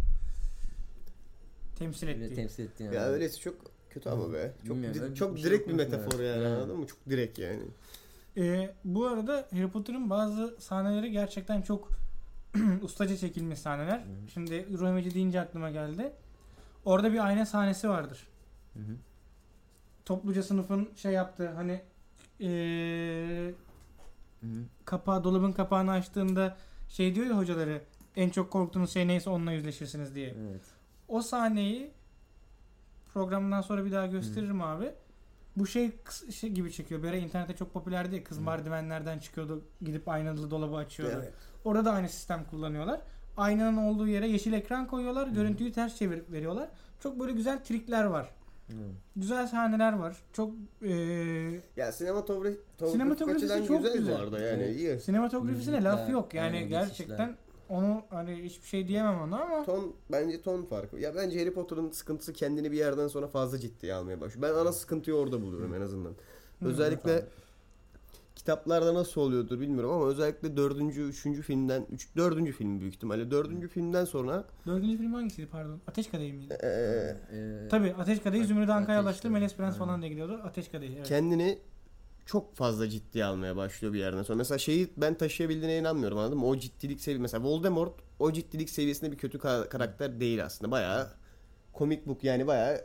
Temsil
öyle
ettiği.
temsil ettiği.
Ya
yani.
öylesi çok kötü ama be. Çok
Bilmiyorum,
di-
öyle
çok
bir şey
direkt bir
okumuştum,
metafor
evet.
yani,
Evet.
anladın mı? Çok direkt yani.
Ee, bu arada Harry Potter'ın bazı sahneleri gerçekten çok ustaca çekilmiş sahneler.
Hı.
Şimdi ruh emici deyince aklıma geldi. Orada bir ayna sahnesi vardır.
Hı hı.
Topluca sınıfın şey yaptığı hani ee,
Hı hı.
kapağı, dolabın kapağını açtığında şey diyor ya hocaları, en çok korktuğunuz şey neyse onunla yüzleşirsiniz diye.
Evet.
O sahneyi programdan sonra bir daha gösteririm abi. Bu şey, kıs- şey gibi çekiyor. Böyle internette çok popülerdi ya, kız
Hı.
merdivenlerden çıkıyordu, gidip aynalı dolabı açıyordu.
Evet.
Orada da aynı sistem kullanıyorlar. Aynanın olduğu yere yeşil ekran koyuyorlar. Görüntüyü ters çevirip veriyorlar. Çok böyle güzel trikler var.
Hı.
Güzel sahneler var. Çok e,
Ya sinematografi
Sinematografisi
açıdan
çok
güzel,
güzel.
bu arada yani
Evet.
iyi.
sinematografisine
Müzikler,
laf yok. Yani
aynen,
gerçekten
geçişler.
onu hani hiçbir şey diyemem ona ama
Ton bence ton farkı. Ya bence Harry Potter'ın sıkıntısı kendini bir yerden sonra fazla ciddiye almaya başlıyor. Ben ana sıkıntıyı orada buluyorum en azından. Özellikle
evet
kitaplarda nasıl oluyordur bilmiyorum ama özellikle dördüncü, üçüncü filmden, üç, dördüncü film büyük ihtimalle. Dördüncü filmden sonra
dördüncü film hangisiydi pardon? Ateş Kadehi miydi?
eee,
Ee,
Tabii Ateş Kadehi Zümrüt Anka'ya
Ateş
ulaştı.
Kadehi.
Melez Prens
Aynen.
falan diye gidiyordu. Ateş Kadehi evet.
kendini çok fazla ciddiye almaya başlıyor bir yerden sonra. Mesela şeyi ben taşıyabildiğine inanmıyorum, anladın mı? O ciddilik seviyesi. Mesela Voldemort o ciddilik seviyesinde bir kötü ka- karakter değil aslında. Bayağı komik book yani bayağı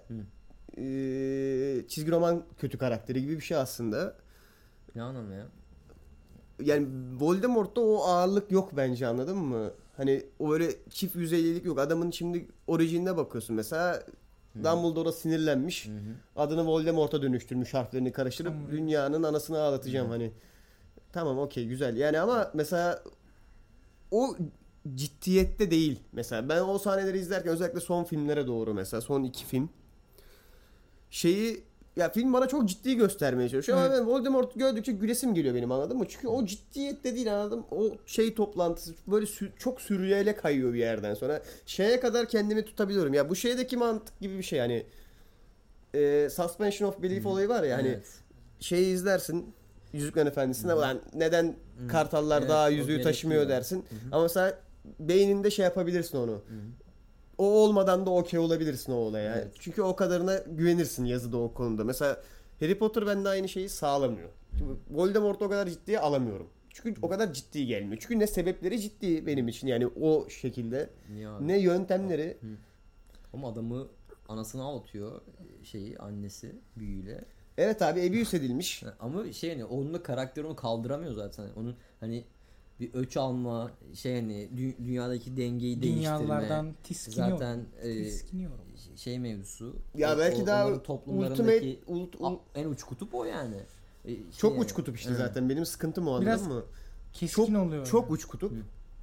eee, çizgi roman kötü karakteri gibi bir şey aslında.
Ne anlamı ya?
Yani Voldemort'ta o ağırlık yok bence, anladın mı? Hani o öyle çift yüzeylilik yok. Adamın şimdi orijinine bakıyorsun mesela. Dumbledore'a sinirlenmiş.
Hı hı.
Adını Voldemort'a dönüştürmüş, harflerini karıştırıp
Tamam.
dünyanın anasını ağlatacağım hani. Tamam, okey, güzel. Yani ama mesela o ciddiyette değil. Mesela ben o sahneleri izlerken özellikle son filmlere doğru, mesela son iki film şeyi, ya film bana çok ciddi göstermeye çalışıyor. Ama
Evet.
ben Voldemort gördükçe gülesim geliyor benim, anladın mı? Çünkü o ciddiyette değil, anladım. O şey toplantısı böyle sü- çok sürreale kayıyor bir yerden sonra. Şeye kadar kendimi tutabiliyorum. Ya bu şeydeki mantık gibi bir şey hani. E, suspension of belief olayı var ya hani,
Evet.
şeyi izlersin, Yüzüklerin Efendisi'nde, lan neden
Hı.
kartallar
Evet,
daha
o
yüzüğü
gerekiyor.
taşımıyor dersin.
Hı hı.
Ama mesela beyninde şey yapabilirsin onu.
Hı hı.
O olmadan da okey olabilirsin o olaya.
Evet.
Çünkü o kadarına güvenirsin yazıda o konuda. Mesela Harry Potter bende aynı şeyi sağlamıyor. Çünkü Voldemort'u o kadar ciddiye alamıyorum. Çünkü o kadar ciddi gelmiyor. Çünkü ne sebepleri ciddi benim için yani o şekilde,
Niye abi?
ne yöntemleri.
Ama adamı anasını ağlatıyor şeyi annesi büyüyle.
Evet abi, abuse edilmiş.
Ama şey hani onun da karakteri onu kaldıramıyor zaten. Onun hani bir öç alma şey hani dü- dünyadaki dengeyi değiştirme.
Dünyalardan tiskiniyor.
Zaten e,
Tiskiniyorum.
şey mevzusu.
Ya
o-
belki
o-
daha
onların toplumlarındaki
ultimate ult- ul-
a- en uç kutup o yani. E, şey
çok
yani,
uç kutup işte
evet.
zaten benim sıkıntım o, anladın
Biraz
mı?
Keskin
Çok
oluyor.
çok
yani.
uç kutup.
Hı.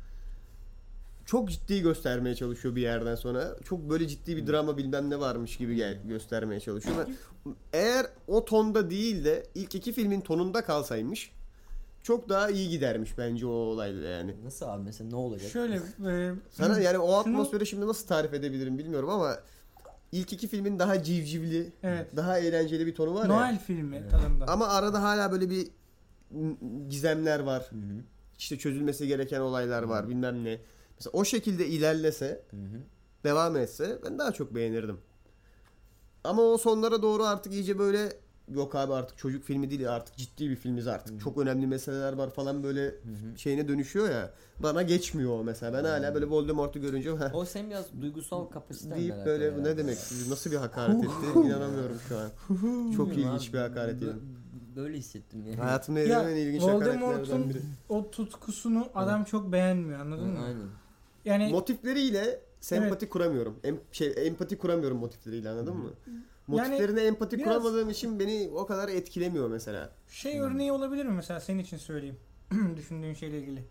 Çok ciddi göstermeye çalışıyor bir yerden sonra. Çok böyle ciddi bir drama bilmem ne varmış gibi gel- göstermeye çalışıyor. Ben- Eğer o tonda değil de ilk iki filmin tonunda kalsaymış çok daha iyi gidermiş bence o olayda yani.
Nasıl abi mesela ne olacak?
Şöyle e,
Sana yani o
şunu-
atmosferi şimdi nasıl tarif edebilirim bilmiyorum ama ilk iki filmin daha civcivli,
Evet.
daha eğlenceli bir tonu var ya.
Noel filmi tadında.
Ama arada hala böyle bir m- gizemler var.
Hı hı.
İşte çözülmesi gereken olaylar var, bilmem ne. Mesela o şekilde ilerlese,
Hı hı.
devam etse ben daha çok beğenirdim. Ama o sonlara doğru artık iyice böyle, yok abi artık çocuk filmi değil, artık ciddi bir filmiz artık. Çok önemli meseleler var falan böyle şeyine dönüşüyor ya. Bana geçmiyor o mesela. Ben hala böyle Voldemort'u görünce "Heh,"
O senin biraz duygusal kapasiten
deyip böyle bu ne demek? Nasıl bir hakaret etti? İnanamıyorum şu an. Çok ilginç bir hakaret yedim.
Böyle hissettim yani.
Hayatımda
Ya,
yediğim en ilginç hakaretlerden
Voldemort'un
biri.
o tutkusunu adam çok beğenmiyor, anladın mı?
Aynen.
Yani
Motifleriyle sempati kuramıyorum. Em, şey empati kuramıyorum motifleriyle, anladın mı? Motiflerine empati
biraz-
kuramadığım için beni o kadar etkilemiyor mesela.
şey örneği olabilir mi mesela senin için söyleyeyim. Düşündüğün şeyle ilgili.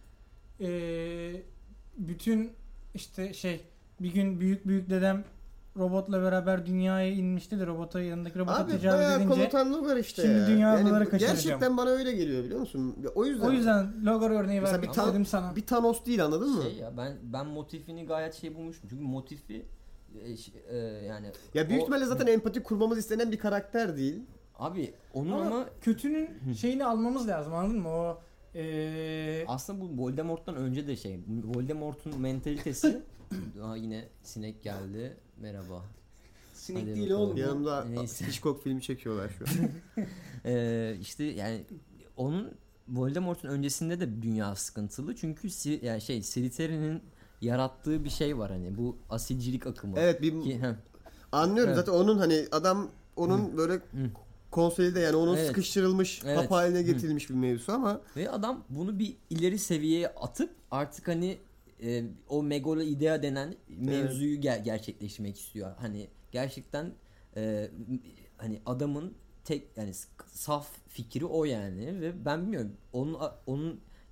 Ee, bütün işte şey bir gün büyük büyük dedem robotla beraber dünyaya inmişti de robota yanındaki robota
Abi
tecavüz
bayağı
edince
komutanlık var işte
şimdi
ya.
dünya
Yani
bunları
bu-
kaçıracağım.
gerçekten bana öyle geliyor, biliyor musun? O yüzden
o yüzden Logar örneği
mesela
vermek
bir, tan-
istedim sana.
bir Thanos değil, anladın mı?
Şey ya ben ben motifini gayet şey bulmuştum. Çünkü motifi e, ş- e, yani
Ya büyük
o-
ihtimalle zaten empati kurmamız istenen bir karakter değil.
abi onun
Ama,
ama
kötünün şeyini almamız lazım, anladın mı? O ee,
aslında bu Voldemort'tan önce de şey Voldemort'un mentalitesi daha yine sinek geldi. Merhaba.
sinek
Hadi
değil
bakalım.
oğlum.
Yanımda
Neyse.
Hitchcock filmi çekiyorlar şu an.
Ee, işte yani onun Voldemort'un öncesinde de dünya sıkıntılı. Çünkü si- yani şey Slytherin'in yarattığı bir şey var hani bu asilcilik akımı.
Evet, bir
Ki, heh,
anlıyorum
Evet.
zaten onun hani adam onun böyle konsolide, yani onun
Evet.
sıkıştırılmış,
Evet.
hap haline
Hı.
getirilmiş bir mevzu ama
ve adam bunu bir ileri seviyeye atıp artık hani e, o megalo idea denen mevzuyu ger- gerçekleştirmek istiyor. Hani gerçekten e, hani adamın tek yani s- saf fikri o yani ve ben bilmiyorum onun onun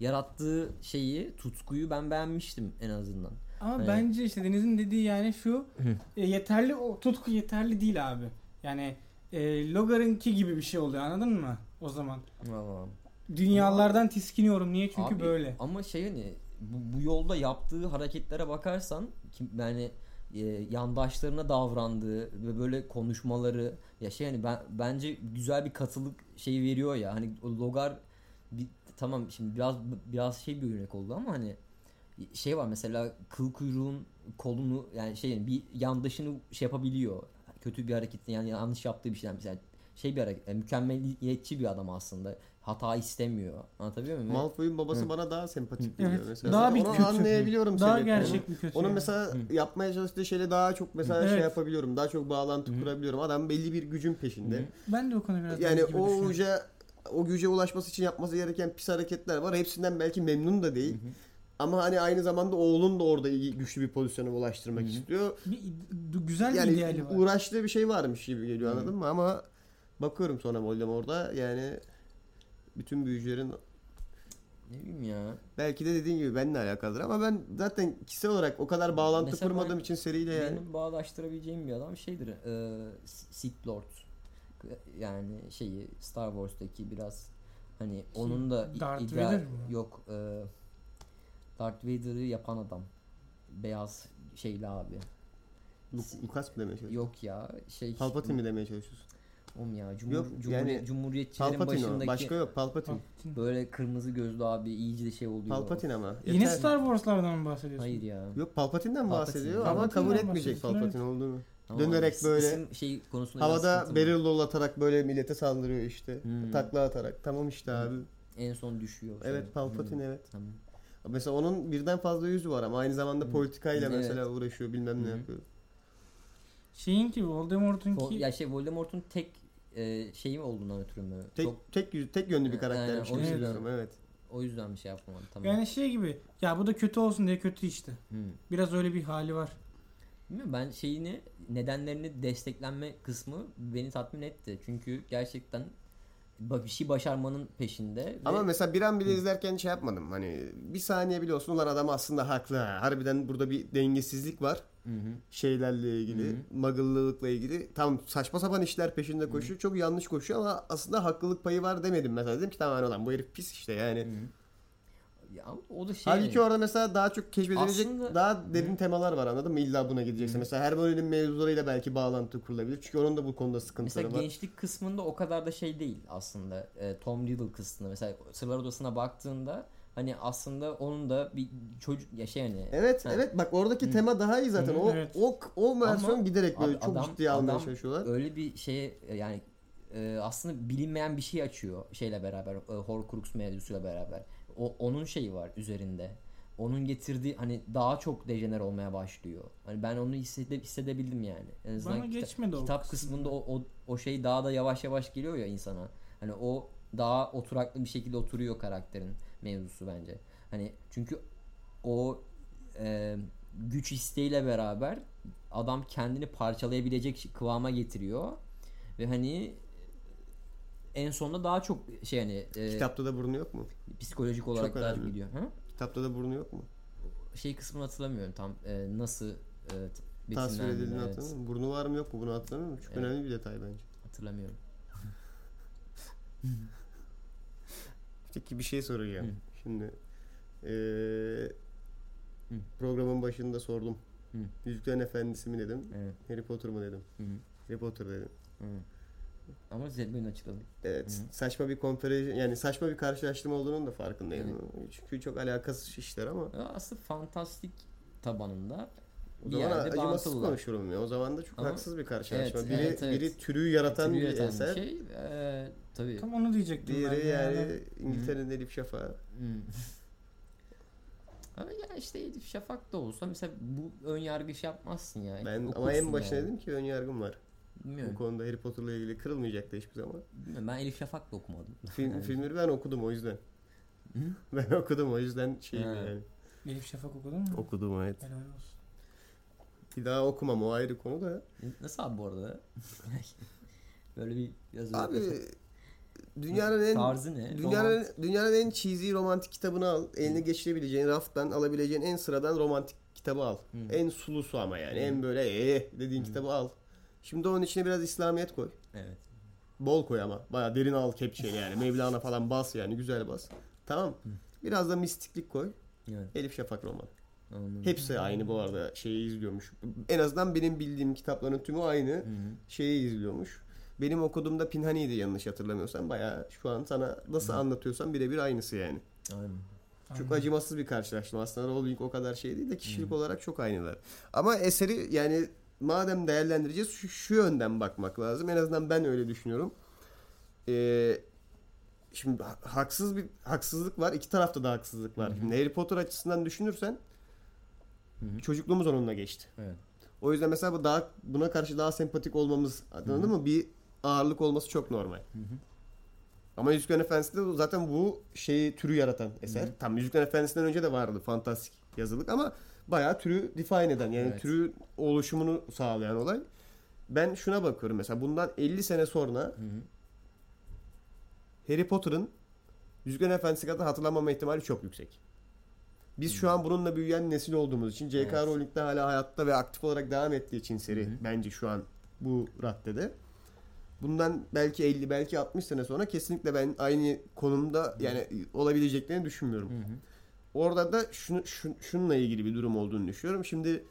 yarattığı şeyi, tutkuyu ben beğenmiştim en azından.
Ama
Evet.
bence işte Deniz'in dediği yani şu e, yeterli, o tutku yeterli değil abi. Yani e, Logar'ınki gibi bir şey oluyor, anladın mı o zaman?
Aa.
Dünyalardan tiskiniyorum, niye? Çünkü
Abi,
böyle.
Ama şey hani bu, bu yolda yaptığı hareketlere bakarsan kim, yani e, yandaşlarına davrandığı ve böyle konuşmaları ya şey hani ben bence güzel bir katılık şey veriyor ya hani o Logar bir, tamam şimdi biraz biraz şey bir örnek oldu ama hani şey var mesela kıl kuyruğun kolunu yani şey yani bir yandaşını şey yapabiliyor, kötü bir hareket yani yanlış yaptığı bir şeyden mesela şey bir hareket, yani mükemmeliyetçi bir adam aslında, hata istemiyor, anlatabiliyor muyum?
Malfoy'un babası
Hı.
bana daha sempatik
Evet.
geliyor mesela.
Daha bir
Onu
kötü.
anlayabiliyorum
Daha
sebeplerini.
gerçek bir kötü.
Onun
yani.
mesela
Hı.
yapmaya çalıştığı şeyle daha çok mesela
Hı.
şey
Evet.
yapabiliyorum. Daha çok bağlantı
Hı.
kurabiliyorum. Adam belli bir gücün peşinde.
Hı.
Ben de o konuda biraz
Yani
Deniz gibi
o
düşünüyorum.
güce o güce ulaşması için yapması gereken pis hareketler var. Hepsinden belki memnun da değil.
Hı hı.
Ama hani aynı zamanda oğlun da orada iyi, güçlü bir pozisyona ulaştırmak
Hı hı.
istiyor.
Bir id- güzel bir
Yani
ideali var.
uğraştığı bir şey varmış gibi geliyor,
Hı.
anladın mı? Ama bakıyorum sonra Voldemort'da yani bütün büyücülerin
Ne bileyim ya.
belki de dediğin gibi benimle alakalıdır ama ben zaten kişisel olarak o kadar bağlantı
Mesela
kurmadığım
ben-
için seriyle yani.
Benim bağdaştırabileceğim bir adam şeydir. E, Sith Lord. Yani şeyi Star Wars'taki biraz hani onun da i-
Darth
ideal
Vader mi?
yok. E, Darth Vader'ı yapan adam. Beyaz şeyli abi.
Lu- Lucas mı demeye çalışıyorsun?
Yok ya şey
Palpatine mi demeye çalışıyorsun?
Oğlum ya Cumhur,
Yok,
Cumhuriyet-
yani
Cumhuriyetçilerin
Palpatine o.
başındaki
Başka yok, Palpatine.
Palpatine.
böyle kırmızı gözlü abi iyice de şey oluyor.
Palpatine ama.
Yeni
Yeter.
Star Wars'lardan mı bahsediyorsun?
Hayır ya.
Yok, Palpatine'den
Palpatine.
bahsediyor ama
Palpatine'den
kabul etmeyecek
bahsediyorsun,
Palpatine olduğunu.
Ama
Dönerek
is-
böyle
isim şey konusunda biraz
havada
sıkıntı var.
barrel roll atarak böyle millete saldırıyor işte.
Hmm.
Takla atarak. Tamam işte abi.
En son düşüyor.
Evet, Palpatine
Hmm,
evet.
Tamam.
Mesela onun birden fazla yüzü var ama aynı zamanda
Hı.
politikayla
Evet.
mesela uğraşıyor, bilmem ne
Hı.
yapıyor.
Şeyin ki Voldemort'un
Vol-
ki
ya şey Voldemort'un tek e, şeyi mi olduğundan ötürü mü?
Tek
Çok
tek yüz, tek yönlü bir
Aynen,
karaktermiş
o
gibi
yüzden.
hissediyorum, evet.
o yüzden bir şey yapmadım. Tamam.
yani şey gibi, ya bu da kötü olsun diye kötü işte.
Hmm.
Biraz öyle bir hali var.
Bilmiyorum, ben şeyini nedenlerini desteklenme kısmı beni tatmin etti. Çünkü gerçekten ba- bir şey başarmanın peşinde. ve-
Ama mesela bir an bile izlerken şey yapmadım. Hani bir saniye bile olsun ulan adam aslında haklı ha. Harbiden burada bir dengesizlik var.
Hı hı.
Şeylerle ilgili,
Hı
muggle'lıkla ilgili. Tam saçma sapan işler peşinde koşuyor. Çok yanlış koşuyor ama aslında haklılık payı var demedim mesela. Dedim ki tamam ulan bu herif pis işte yani.
Hı hı. Ya o da şey.
Halbuki orada mesela daha çok keşfedilecek
Aslında-
daha derin
Hı.
temalar var, anladın mı? İlla buna gideceksin.
Hı.
Mesela Hermione'nin mevzularıyla belki bağlantı kurulabilir. Çünkü onun da bu konuda sıkıntıları
Mesela
var.
gençlik kısmında o kadar da şey değil aslında. E, Tom Riddle kısmında mesela Sırlar Odası'na baktığında hani aslında onun da bir çocuk ya şey hani.
Evet
Ha.
evet, bak oradaki
Hı.
tema daha iyi zaten.
Hı,
O
evet.
o o versiyon
Ama
giderek böyle
abi
çok
adam-
ciddiye almaya
adam
çalışıyorlar.
Öyle bir şeye e, yani e, aslında bilinmeyen bir şey açıyor şeyle beraber, e, Horcrux mevzusuyla beraber. O onun şeyi var üzerinde. Onun getirdiği hani daha çok dejener olmaya başlıyor. Hani ben onu hissede, hissedebildim yani. En azından
Bana
kita-
geçmedi o
kitap
kısmı.
kısmında o, o o şey daha da yavaş yavaş geliyor ya insana. Hani o daha oturaklı bir şekilde oturuyor karakterin mevzusu bence. Hani çünkü o e, güç isteğiyle beraber adam kendini parçalayabilecek kıvama getiriyor ve hani en sonunda daha çok şey hani e,
Kitapta da burnu yok mu?
psikolojik olarak daha çok
önemli.
gidiyor. Ha?
Kitapta da burnu yok mu?
Şey kısmını hatırlamıyorum tam e, nasıl e, t-
Tasvir
betimlendiğini,
edildiğini
evet.
hatırlamıyor musun? Burnu var mı yok mu bunu hatırlamıyor musun? Çok
Evet.
önemli bir detay bence.
Hatırlamıyorum.
Peki bir şey soracağım.
Hı.
Şimdi eee,
Hı.
programın başında sordum.
Hı.
Yüzüklerin Efendisi mi dedim.
Evet.
Harry Potter mı dedim.
Hı hı.
Harry Potter dedim.
Hı. Ama Zedbin açıkladı.
Evet,
Hı.
saçma bir comparison, yani saçma bir karşılaştırma olduğunun da farkındayım. Çünkü çok alakasız işler ama
Ya aslında fantastik tabanında
o
bir
zaman
yerde
acımasız
bağıntılı.
konuşurum ya. O zaman da çok
Ama-
haksız bir karşılaşma.
Evet,
biri
evet, evet.
biri türü yaratan
Türü
bir
yaratan
eser.
şey e, tabii.
Tam onu diyecektim ben.
Diğeri
de
yani İngiltere'nin Elif Şafak'ı.
Hmm. Ama ya işte Elif Şafak da olsa mesela bu ön yargı iş yapmazsın ya.
Ben ama
Okursun
en başına
yani.
dedim ki ön yargım var. Bu
Bilmiyorum.
konuda Harry Potter'la ilgili kırılmayacak da hiçbir zaman.
Bilmiyorum. Ben Elif Şafak da okumadım.
Film,
Yani.
filmleri ben okudum o yüzden.
Hı?
Ben okudum o yüzden şey
Ha.
yani.
Elif Şafak okudun mu?
Okudum evet.
Helal olsun.
Bir daha okumam, o ayrı konu da.
Nasıl abi bu arada? Böyle bir yazı.
Abi dünyanın en
Tarzı ne?
dünyanın
Roman-
dünyanın en cheesy romantik kitabını al. Eline geçirebileceğin, raftan alabileceğin en sıradan romantik kitabı al.
Hı.
En sulusu ama yani.
Hı.
En böyle ee dediğin
Hı.
kitabı al. Şimdi onun içine biraz İslamiyet koy.
Evet.
Bol koy ama. Baya derin al kepçeyle yani. Mevlana falan bas yani. Güzel bas. Tamam.
Hı.
Biraz da mistiklik koy.
Evet.
Elif Şafak romanı.
Anladım.
Hepsi aynı bu arada. Şeyi izliyormuş. En azından benim bildiğim kitapların tümü aynı.
Hı hı.
Şeyi izliyormuş. Benim okuduğumda Pinhani'ydi yanlış hatırlamıyorsam. Bayağı şu an sana nasıl
Hı.
anlatıyorsam birebir aynısı yani.
Aynen.
Çok
Aynen.
acımasız bir karşılaştırma. Aslında Rowling o kadar şey değil de kişilik
Hı.
olarak çok aynılar. Ama eseri yani madem değerlendireceğiz şu, şu yönden bakmak lazım. En azından ben öyle düşünüyorum. Ee, şimdi ha- haksız bir haksızlık var. İki tarafta da haksızlık var.
Hı hı.
Şimdi Harry Potter açısından düşünürsen
Hı hı.
çocukluğumuz onunla geçti.
Evet.
O yüzden mesela bu daha buna karşı daha sempatik olmamız, anladın mı? Bir ağırlık olması çok normal.
Hı hı.
Ama Yüzüklerin Efendisi de zaten bu şeyi türü yaratan eser.
Hı hı.
Tam Yüzüklerin Efendisi'nden önce de vardı fantastik yazılık ama bayağı türü define eden yani
Evet.
türü oluşumunu sağlayan olay. Ben şuna bakıyorum mesela bundan elli sene sonra
Hı hı.
Harry Potter'ın Yüzüklerin Efendisi kadar hatırlanmama ihtimali çok yüksek. Biz
Hı.
şu an bununla büyüyen nesil olduğumuz için J K
Evet.
Rowling de hala hayatta ve aktif olarak devam ettiği için seri
Hı hı.
bence şu an bu raddede. Bundan belki elli belki altmış sene sonra kesinlikle ben aynı konumda yani olabileceklerini düşünmüyorum.
Hı hı.
Orada da şunu, şun, şununla ilgili bir durum olduğunu düşünüyorum. Şimdi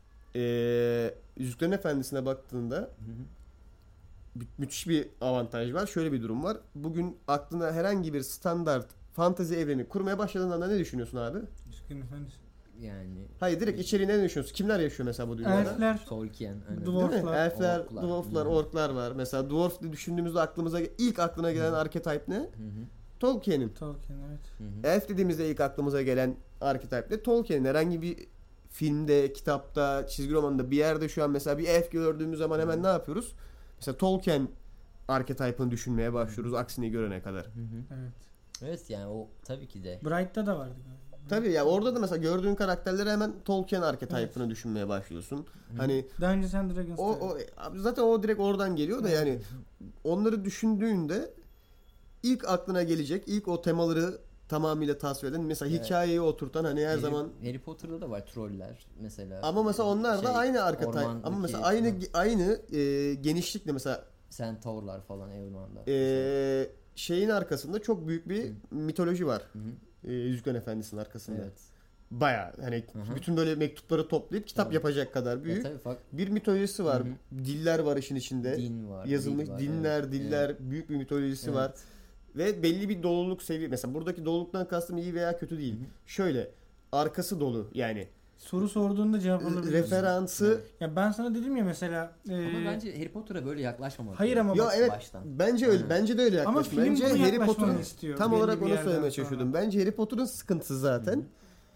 eee Yüzüklerin Efendisi'ne baktığında
Hı hı.
mü- müthiş bir avantaj var. Şöyle bir durum var. Bugün aklına herhangi bir standart fantezi evreni kurmaya başladığın anda ne düşünüyorsun abi?
Yüzüklerin Efendisi.
Yani
Hayır direkt içeriğine ne düşünüyorsun? Kimler yaşıyor mesela bu dünyada?
Elfler.
Tolkien. Aynen.
Dwarf-
Değil mi?
Dwarflar,
Elfler,
orklar.
dwarflar,
Hı hı.
orklar var. Mesela dwarf diye düşündüğümüzde aklımıza ilk aklına gelen
Hı.
arketip ne?
Hı hı.
Tolkien'in.
Tolkien evet.
Hı hı.
Elf dediğimizde ilk aklımıza gelen arketip de Tolkien'in. Herhangi bir filmde, kitapta, çizgi romanında bir yerde şu an mesela bir elf gördüğümüz zaman hemen ne yapıyoruz? Mesela Tolkien arketipini düşünmeye başlıyoruz aksini görene kadar.
Hı hı.
Evet.
Evet yani o tabii ki de.
Bright'ta da vardı galiba.
Tabii ya orada da mesela gördüğün karakterleri hemen Tolkien arketipini düşünmeye başlıyorsun.
Hı.
Hani
Dungeons and Dragons'ta.
o, o abi zaten o direkt oradan geliyor da yani onları düşündüğünde ilk aklına gelecek, ilk o temaları tamamıyla tasvir eden mesela
Evet.
hikayeyi oturtan hani her
Harry,
zaman
Harry Potter'da da var troller mesela.
ama mesela onlar da
Şey,
aynı arketip
ormandaki
ama mesela aynı
falan,
aynı e, genişlikle mesela
Centaurlar falan Elrond'da.
e, şeyin arkasında çok büyük bir
Hı.
mitoloji var.
Hı hı.
E, Yüzüklerin Efendisi'nin arkasında.
Evet.
Baya hani
Hı hı.
bütün böyle mektupları toplayıp kitap
Tabii.
yapacak kadar büyük
Ya tabii fark-
bir mitolojisi var.
Hı
Diller var işin içinde.
din var.
Yazılmış
dil var,
dinler,
evet,
diller,
evet,
büyük bir mitolojisi
evet.
var. Ve belli bir doluluk seviye. Mesela buradaki doluluktan kastım iyi veya kötü değil.
Hı hı.
Şöyle arkası dolu yani
Soru sorduğunda cevap alabiliyorsun.
referansı
Evet.
Ya ben sana dedim ya mesela. e,
Ama bence Harry Potter'a böyle yaklaşmamak.
Hayır ama
ya
bak-
evet
baştan.
bence öyle.
Aynen.
Bence de öyle
ama
yaklaşım.
film
Bence
bunu
Harry
yaklaşmanı
Potter'ın
istiyor.
tam
belli
olarak
bir
onu
yerden
söylemeye
sonra.
çalışıyordum. Bence Harry Potter'ın sıkıntısı zaten.
Hı hı.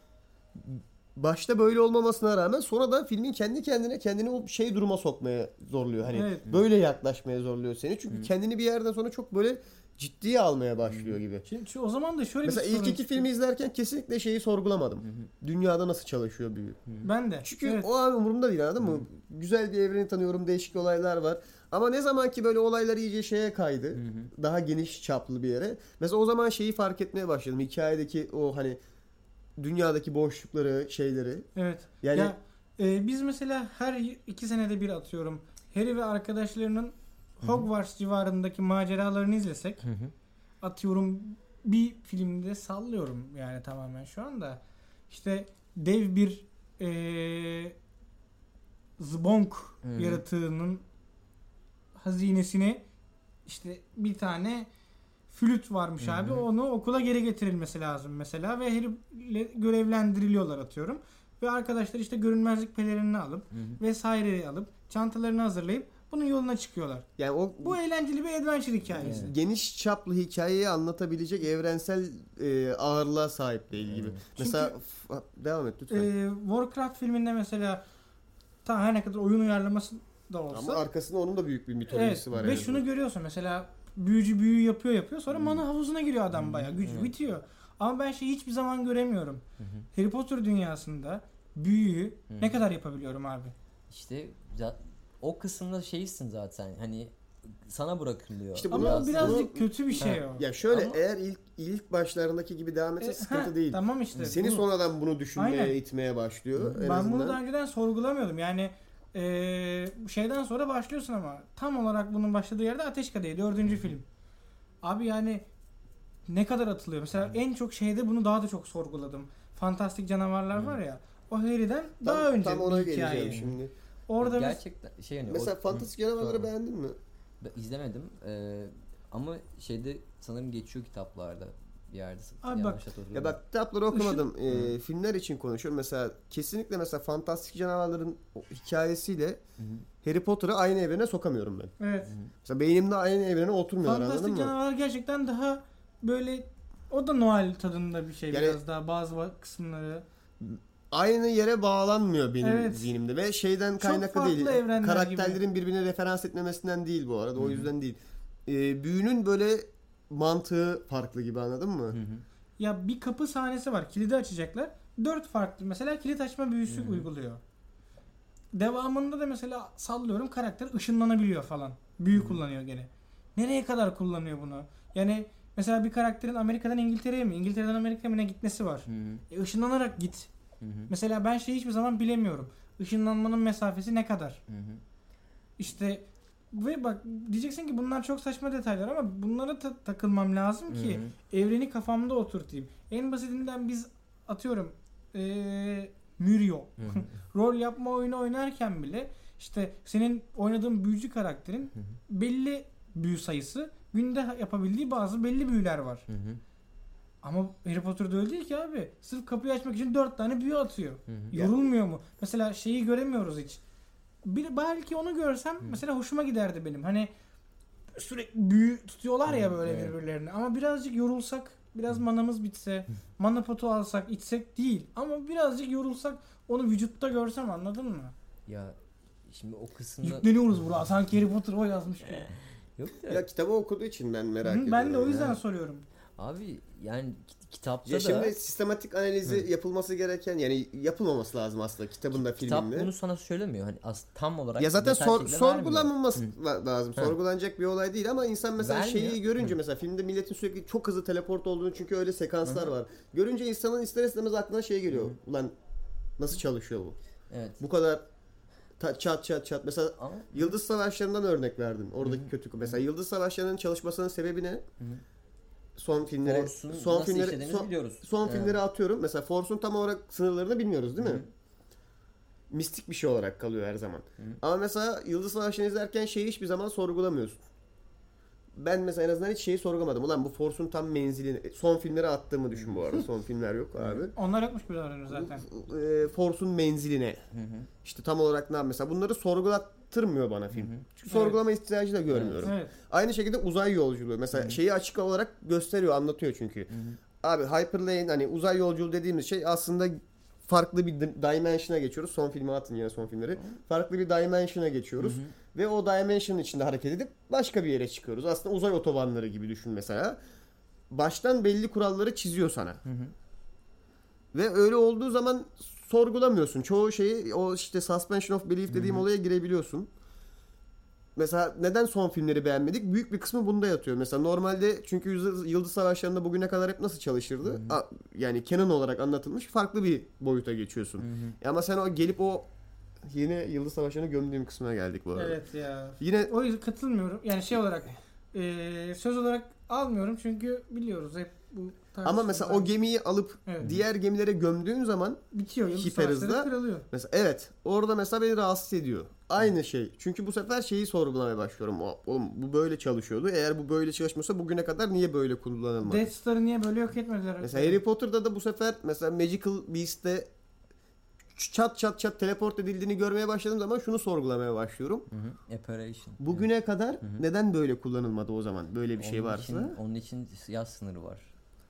Başta böyle olmamasına rağmen sonra da filmin kendi kendine kendini o şey duruma sokmaya zorluyor. Hani
Evet.
böyle yaklaşmaya zorluyor seni. Çünkü
Hı.
kendini bir yerden sonra çok böyle ciddiye almaya başlıyor gibi.
Şimdi şu, o zaman da şöyle
Mesela
bir
ilk
sorun
iki
çıkıyor.
filmi izlerken kesinlikle şeyi sorgulamadım.
Hı hı.
Dünyada nasıl çalışıyor büyü.
Hı hı.
Ben de.
Çünkü
evet.
o an umurumda değil anladın mı?
Hı.
Güzel bir evreni tanıyorum, değişik olaylar var. Ama ne zaman ki böyle olaylar iyice şeye kaydı,
Hı hı.
daha geniş çaplı bir yere. Mesela o zaman şeyi fark etmeye başladım. Hikayedeki o hani dünyadaki boşlukları, şeyleri.
Evet.
Yani
Ya e, biz mesela her iki senede bir atıyorum Harry ve arkadaşlarının Hogwarts civarındaki maceralarını izlesek
Hı hı.
atıyorum bir filmde sallıyorum yani tamamen şu anda işte dev bir e, zbonk
Hı hı.
yaratığının hazinesini işte bir tane flüt varmış
Hı hı.
abi onu okula geri getirilmesi lazım mesela ve Harry ile görevlendiriliyorlar atıyorum ve arkadaşlar işte görünmezlik pelerinini alıp
Hı hı.
vesaireyi alıp çantalarını hazırlayıp bunun yoluna çıkıyorlar.
yani o
Bu eğlenceli bir adventure hikayesi.
Evet.
geniş çaplı hikayeyi anlatabilecek evrensel e, ağırlığa sahip değil gibi.
Evet.
Mesela f- devam et lütfen.
Ee, Warcraft filminde mesela ta her ne kadar oyun uyarlaması da
Ama
olsa
arkasında onun da büyük bir mitolojisi
evet,
var.
ve
yani.
şunu görüyorsun mesela büyücü büyü yapıyor yapıyor sonra
Hmm.
mana havuzuna giriyor adam
Hmm,
bayağı gücü
evet.
bitiyor. Ama ben şeyi hiçbir zaman göremiyorum.
Hı hı.
Harry Potter dünyasında büyüyü
Hı.
ne kadar yapabiliyorum abi?
İşte za- o kısımda şeysin zaten hani sana bırakılıyor.
İşte
Ama
bunu-
o birazcık
bunu-
kötü bir şey
Ha.
o.
Ya şöyle
Ama-
eğer ilk ilk başlarındaki gibi devam etse
E,
sıkıntı
ha,
değil.
Tamam işte.
Seni
Bu-
sonradan bunu düşünmeye
Aynen.
itmeye başlıyor. En
ben
azından.
bunu daha önceden sorgulamıyordum. Yani eee, şeyden sonra başlıyorsun ama tam olarak bunun başladığı yerde Ateş Kadehi dördüncü film. Abi yani ne kadar atılıyor. Mesela en çok şeyde bunu daha da çok sorguladım. Fantastik canavarlar var ya. O Harry'den
tam,
daha önce
tam ona
bir hikaye.
geleceğim şimdi.
Orada mes-
gerçekten şey hani
Mesela
o,
fantastik
Hı,
canavarları
sonra.
beğendin mi?
Ben izlemedim Ee, ama şeyde sanırım geçiyor kitaplarda bir yerde.
Abi
Yanlış
bak-
hatırlamıyorum.
Ya bak kitapları okumadım. Ee, filmler için konuşuyorum. Mesela kesinlikle mesela fantastik canavarların o hikayesiyle
Hı hı.
Harry Potter'ı aynı evrene sokamıyorum ben.
evet.
Mesela beynimde aynı evrene oturmuyorlar, anladın
Fantastik
mı?
canavarlar gerçekten daha böyle o da Noel tadında bir şey
Yani-
biraz daha bazı va- kısımları.
Aynı yere bağlanmıyor benim
Evet.
zihnimde ve şeyden
Çok
kaynaklı
farklı
değil.
evrenler
Karakterlerin birbirine referans etmemesinden değil bu arada. O yüzden değil. Ee, büyünün böyle mantığı farklı gibi, anladın mı?
Hı hı.
Ya bir kapı sahnesi var. Kilidi açacaklar. Dört farklı mesela kilit açma büyüsü
Hı hı.
uyguluyor. Devamında da mesela sallıyorum karakter ışınlanabiliyor falan. Büyü kullanıyor gene. Nereye kadar kullanıyor bunu? Yani mesela bir karakterin Amerika'dan İngiltere'ye mi, İngiltere'den Amerika'ya mı ne gitmesi var.
Hı hı.
E, ışınlanarak git.
Hı hı.
Mesela ben şeyi hiçbir zaman bilemiyorum. Işınlanmanın mesafesi ne kadar?
Hı hı.
İşte ve bak diyeceksin ki bunlar çok saçma detaylar ama bunlara ta- takılmam lazım ki
Hı hı.
evreni kafamda oturtayım. En basitinden biz atıyorum eee Muriel
Hı hı.
rol yapma oyunu oynarken bile işte senin oynadığın büyücü karakterin
Hı hı.
belli büyü sayısı, günde yapabildiği bazı belli büyüler var.
Hı hı.
Ama Harry Potter'da öyle değil ki abi. Sırf kapıyı açmak için dört tane büyü atıyor.
Hı hı.
Yorulmuyor mu? Mesela şeyi göremiyoruz hiç. Bir, belki onu görsem
Hı.
mesela hoşuma giderdi benim. Hani sürekli büyü tutuyorlar ya
Hı,
böyle
evet.
birbirlerini. Ama birazcık yorulsak, biraz manamız bitse, mana potu alsak, içsek değil. Ama birazcık yorulsak onu vücutta görsem, anladın mı?
Ya şimdi o kısımda
Yükleniyoruz burada. Sanki Harry Potter o yazmış gibi.
yok da
Ya kitabı okuduğu için ben merak
Hı,
ediyorum.
ben de o yüzden
ya.
soruyorum.
abi yani kit- kitapta
Ya
da
şimdi sistematik analizi yapılması gereken, yani yapılmaması lazım aslında kitabında,
kitap
filminde.
bunu sana söylemiyor. Hani as, tam olarak
Ya zaten
detay
sor,
şekilde
sorgulanmaması
vermiyor.
la- lazım.
Hı.
Sorgulanacak bir olay değil ama insan mesela
Vermiyor.
şeyi görünce,
Hı.
mesela filmde milletin sürekli çok hızlı teleport olduğunu, çünkü öyle sekanslar
Hı.
var. Görünce insanın ister istemez aklına şey geliyor.
Hı.
Ulan nasıl çalışıyor bu?
Evet.
Bu kadar ta- çat çat çat. Mesela
Ama
Yıldız Savaşları'ndan örnek verdin. Oradaki
Hı.
kötü. Mesela Yıldız Savaşları'nın çalışmasının sebebi ne?
Hı.
Son filmleri
Force'un
son
nasıl
filmleri
işlediğimizi
son,
biliyoruz.
son
Evet.
filmleri atıyorum. Mesela Force'un tam olarak sınırlarını bilmiyoruz değil mi?
Hı.
Mistik bir şey olarak kalıyor her zaman.
Hı.
Ama mesela Yıldız Savaşı'nı izlerken şeyi hiçbir zaman sorgulamıyorsun. Ben mesela en azından hiç şeyi sorgulamadım. Ulan bu Force'un tam menzilini, son filmleri attığımı düşün bu arada. Son filmler yok abi.
Onlar yokmuş bir davranıyor zaten.
E, Force'un menziline.
Hı hı.
İşte tam olarak ne yap- mesela bunları sorgulattırmıyor bana film.
Hı hı.
Çünkü sorgulama ihtiyacı da görmüyorum.
Evet.
Aynı şekilde uzay yolculuğu. Mesela
Hı.
şeyi açık olarak gösteriyor, anlatıyor çünkü.
Hı hı.
Abi Hyperlane, hani uzay yolculuğu dediğimiz şey aslında farklı bir di- dimension'a geçiyoruz. Son filmi atın, yine son filmleri. Farklı bir dimension'a geçiyoruz.
Hı hı.
Ve o dimension'ın içinde hareket edip başka bir yere çıkıyoruz. Aslında uzay otobanları gibi düşün mesela. Baştan belli kuralları çiziyor sana.
Hı hı.
Ve öyle olduğu zaman sorgulamıyorsun. Çoğu şeyi, o işte suspension of belief dediğim
Hı hı.
olaya girebiliyorsun. Mesela neden son filmleri beğenmedik? Büyük bir kısmı bunda yatıyor. Mesela normalde, çünkü Yıldız, Yıldız Savaşları'nda bugüne kadar hep nasıl çalışırdı?
Hı hı.
A- yani canon olarak anlatılmış farklı bir boyuta geçiyorsun.
Hı hı.
Ama sen o gelip o yine Yıldız Savaşları'nı gömdüğüm kısmına geldik bu arada.
Evet ya.
Yine
O yüzden katılmıyorum. Yani şey olarak eee, söz olarak almıyorum çünkü biliyoruz hep bu tarz
ama mesela o
şeyler-
gemiyi alıp
Evet.
diğer gemilere gömdüğün zaman
bitiyor. Yıldız
hiper
Savaşları
hızla-
kırılıyor.
mesela evet, orada mesela beni rahatsız ediyor. Aynı şey. Çünkü bu sefer şeyi sorgulamaya başlıyorum. O- Oğlum bu böyle çalışıyordu. Eğer bu böyle çalışmıyorsa bugüne kadar niye böyle kullanılmadı?
Death Star'ı niye böyle yok etmediler?
Mesela Harry Potter'da da bu sefer mesela Magical Beast'te çat çat çat teleport edildiğini görmeye başladığım zaman şunu sorgulamaya başlıyorum.
Hı hı. Apparition.
Bugüne kadar
hı.
neden böyle kullanılmadı o zaman? Böyle bir şey
Onun
varsa.
için, onun için yaş sınırı var.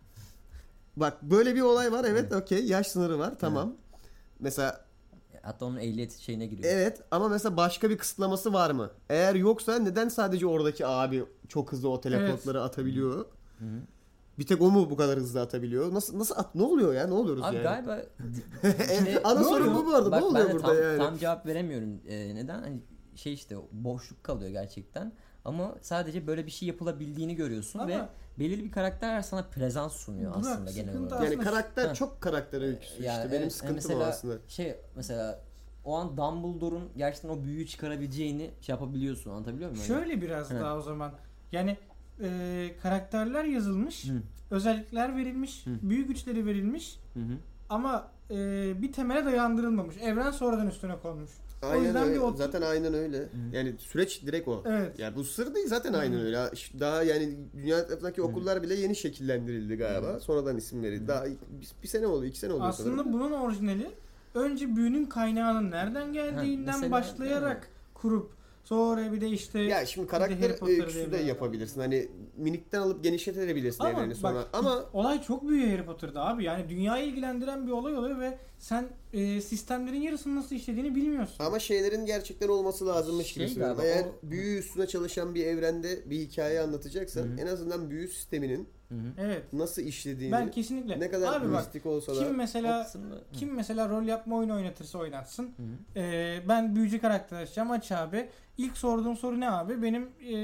Bak böyle bir olay var. Evet, okey. Yaş sınırı var. Tamam. Mesela
Hatta onun ehliyet şeyine giriyor.
evet, ama mesela başka bir kısıtlaması var mı? Eğer yoksa neden sadece oradaki abi çok hızlı o teleportları atabiliyor?
Hı hı.
Bir tek o mu bu kadar hızlı atabiliyor? Nasıl nasıl at? Ne oluyor ya? Ne oluyoruz
Abi
yani?
galiba
E, Ana
Ne
soru
oluyor?
bu bu arada.
Bak,
ne
ben
oluyor
de
burada
tam,
yani?
tam cevap veremiyorum. Ee, neden? Hani şey işte boşluk kalıyor gerçekten. Ama sadece böyle bir şey yapılabildiğini görüyorsun
Ama-
ve belirli bir karakter sana prezans sunuyor
Burak,
aslında genel
sıkıntı
olarak.
Yani
aslında-
karakter
Ha.
çok karakter öyküsü
Yani
işte. Benim
evet,
sıkıntım
mesela
o aslında.
Şey mesela o an Dumbledore'un gerçekten o büyüyü çıkarabileceğini şey yapabiliyorsun, anlatabiliyor muyum? Hani-
Şöyle biraz
Hı.
daha o zaman. Yani e, karakterler yazılmış,
Hı.
özellikler verilmiş,
Hı.
büyü güçleri verilmiş
Hı hı.
ama e, bir temele dayandırılmamış. Evren sonradan üstüne konmuş.
Aynen
yüzden
öyle.
bir otur-
Zaten aynen öyle. Yani süreç direkt o.
Evet.
Yani bu sır değil zaten
Hı.
aynen öyle. Daha yani dünya etrafındaki
Hı.
okullar bile yeni şekillendirildi galiba. Sonradan isim verildi. Daha bir, bir sene oldu, iki sene oldu
Aslında
sanırım.
bunun orijinali önce büyünün kaynağının nereden geldiğinden
mesela-
başlayarak kurup sonra bir de işte
Ya şimdi
bir de
karakter
Harry Potter
öyküsü
diye
de
bir-
yapabilirsin. Hani minikten alıp genişletebilirsin
Ama
evreni sonra.
bak,
Ama
olay çok büyüyor Harry Potter'da abi. Yani dünyayı ilgilendiren bir olay oluyor ve sen e, sistemlerin yarısının nasıl işlediğini bilmiyorsun.
ama şeylerin gerçekten olması lazımmış gibi
Şey
söylüyorum.
galiba,
Eğer
o-
büyü üstüne çalışan bir evrende bir hikaye anlatacaksan
Hı hı.
en azından büyü sisteminin
Hı hı.
Evet.
nasıl işlediğini,
Ben kesinlikle.
ne kadar
abi bak,
mistik olsa
kim
da
O
mesela
kısımda- Hı.
kim mesela rol yapma oyunu oynatırsa oynatsın.
Hı hı.
Ee, ben büyücü karakter açacağım. Aç abi. İlk sorduğum soru ne abi? Benim e,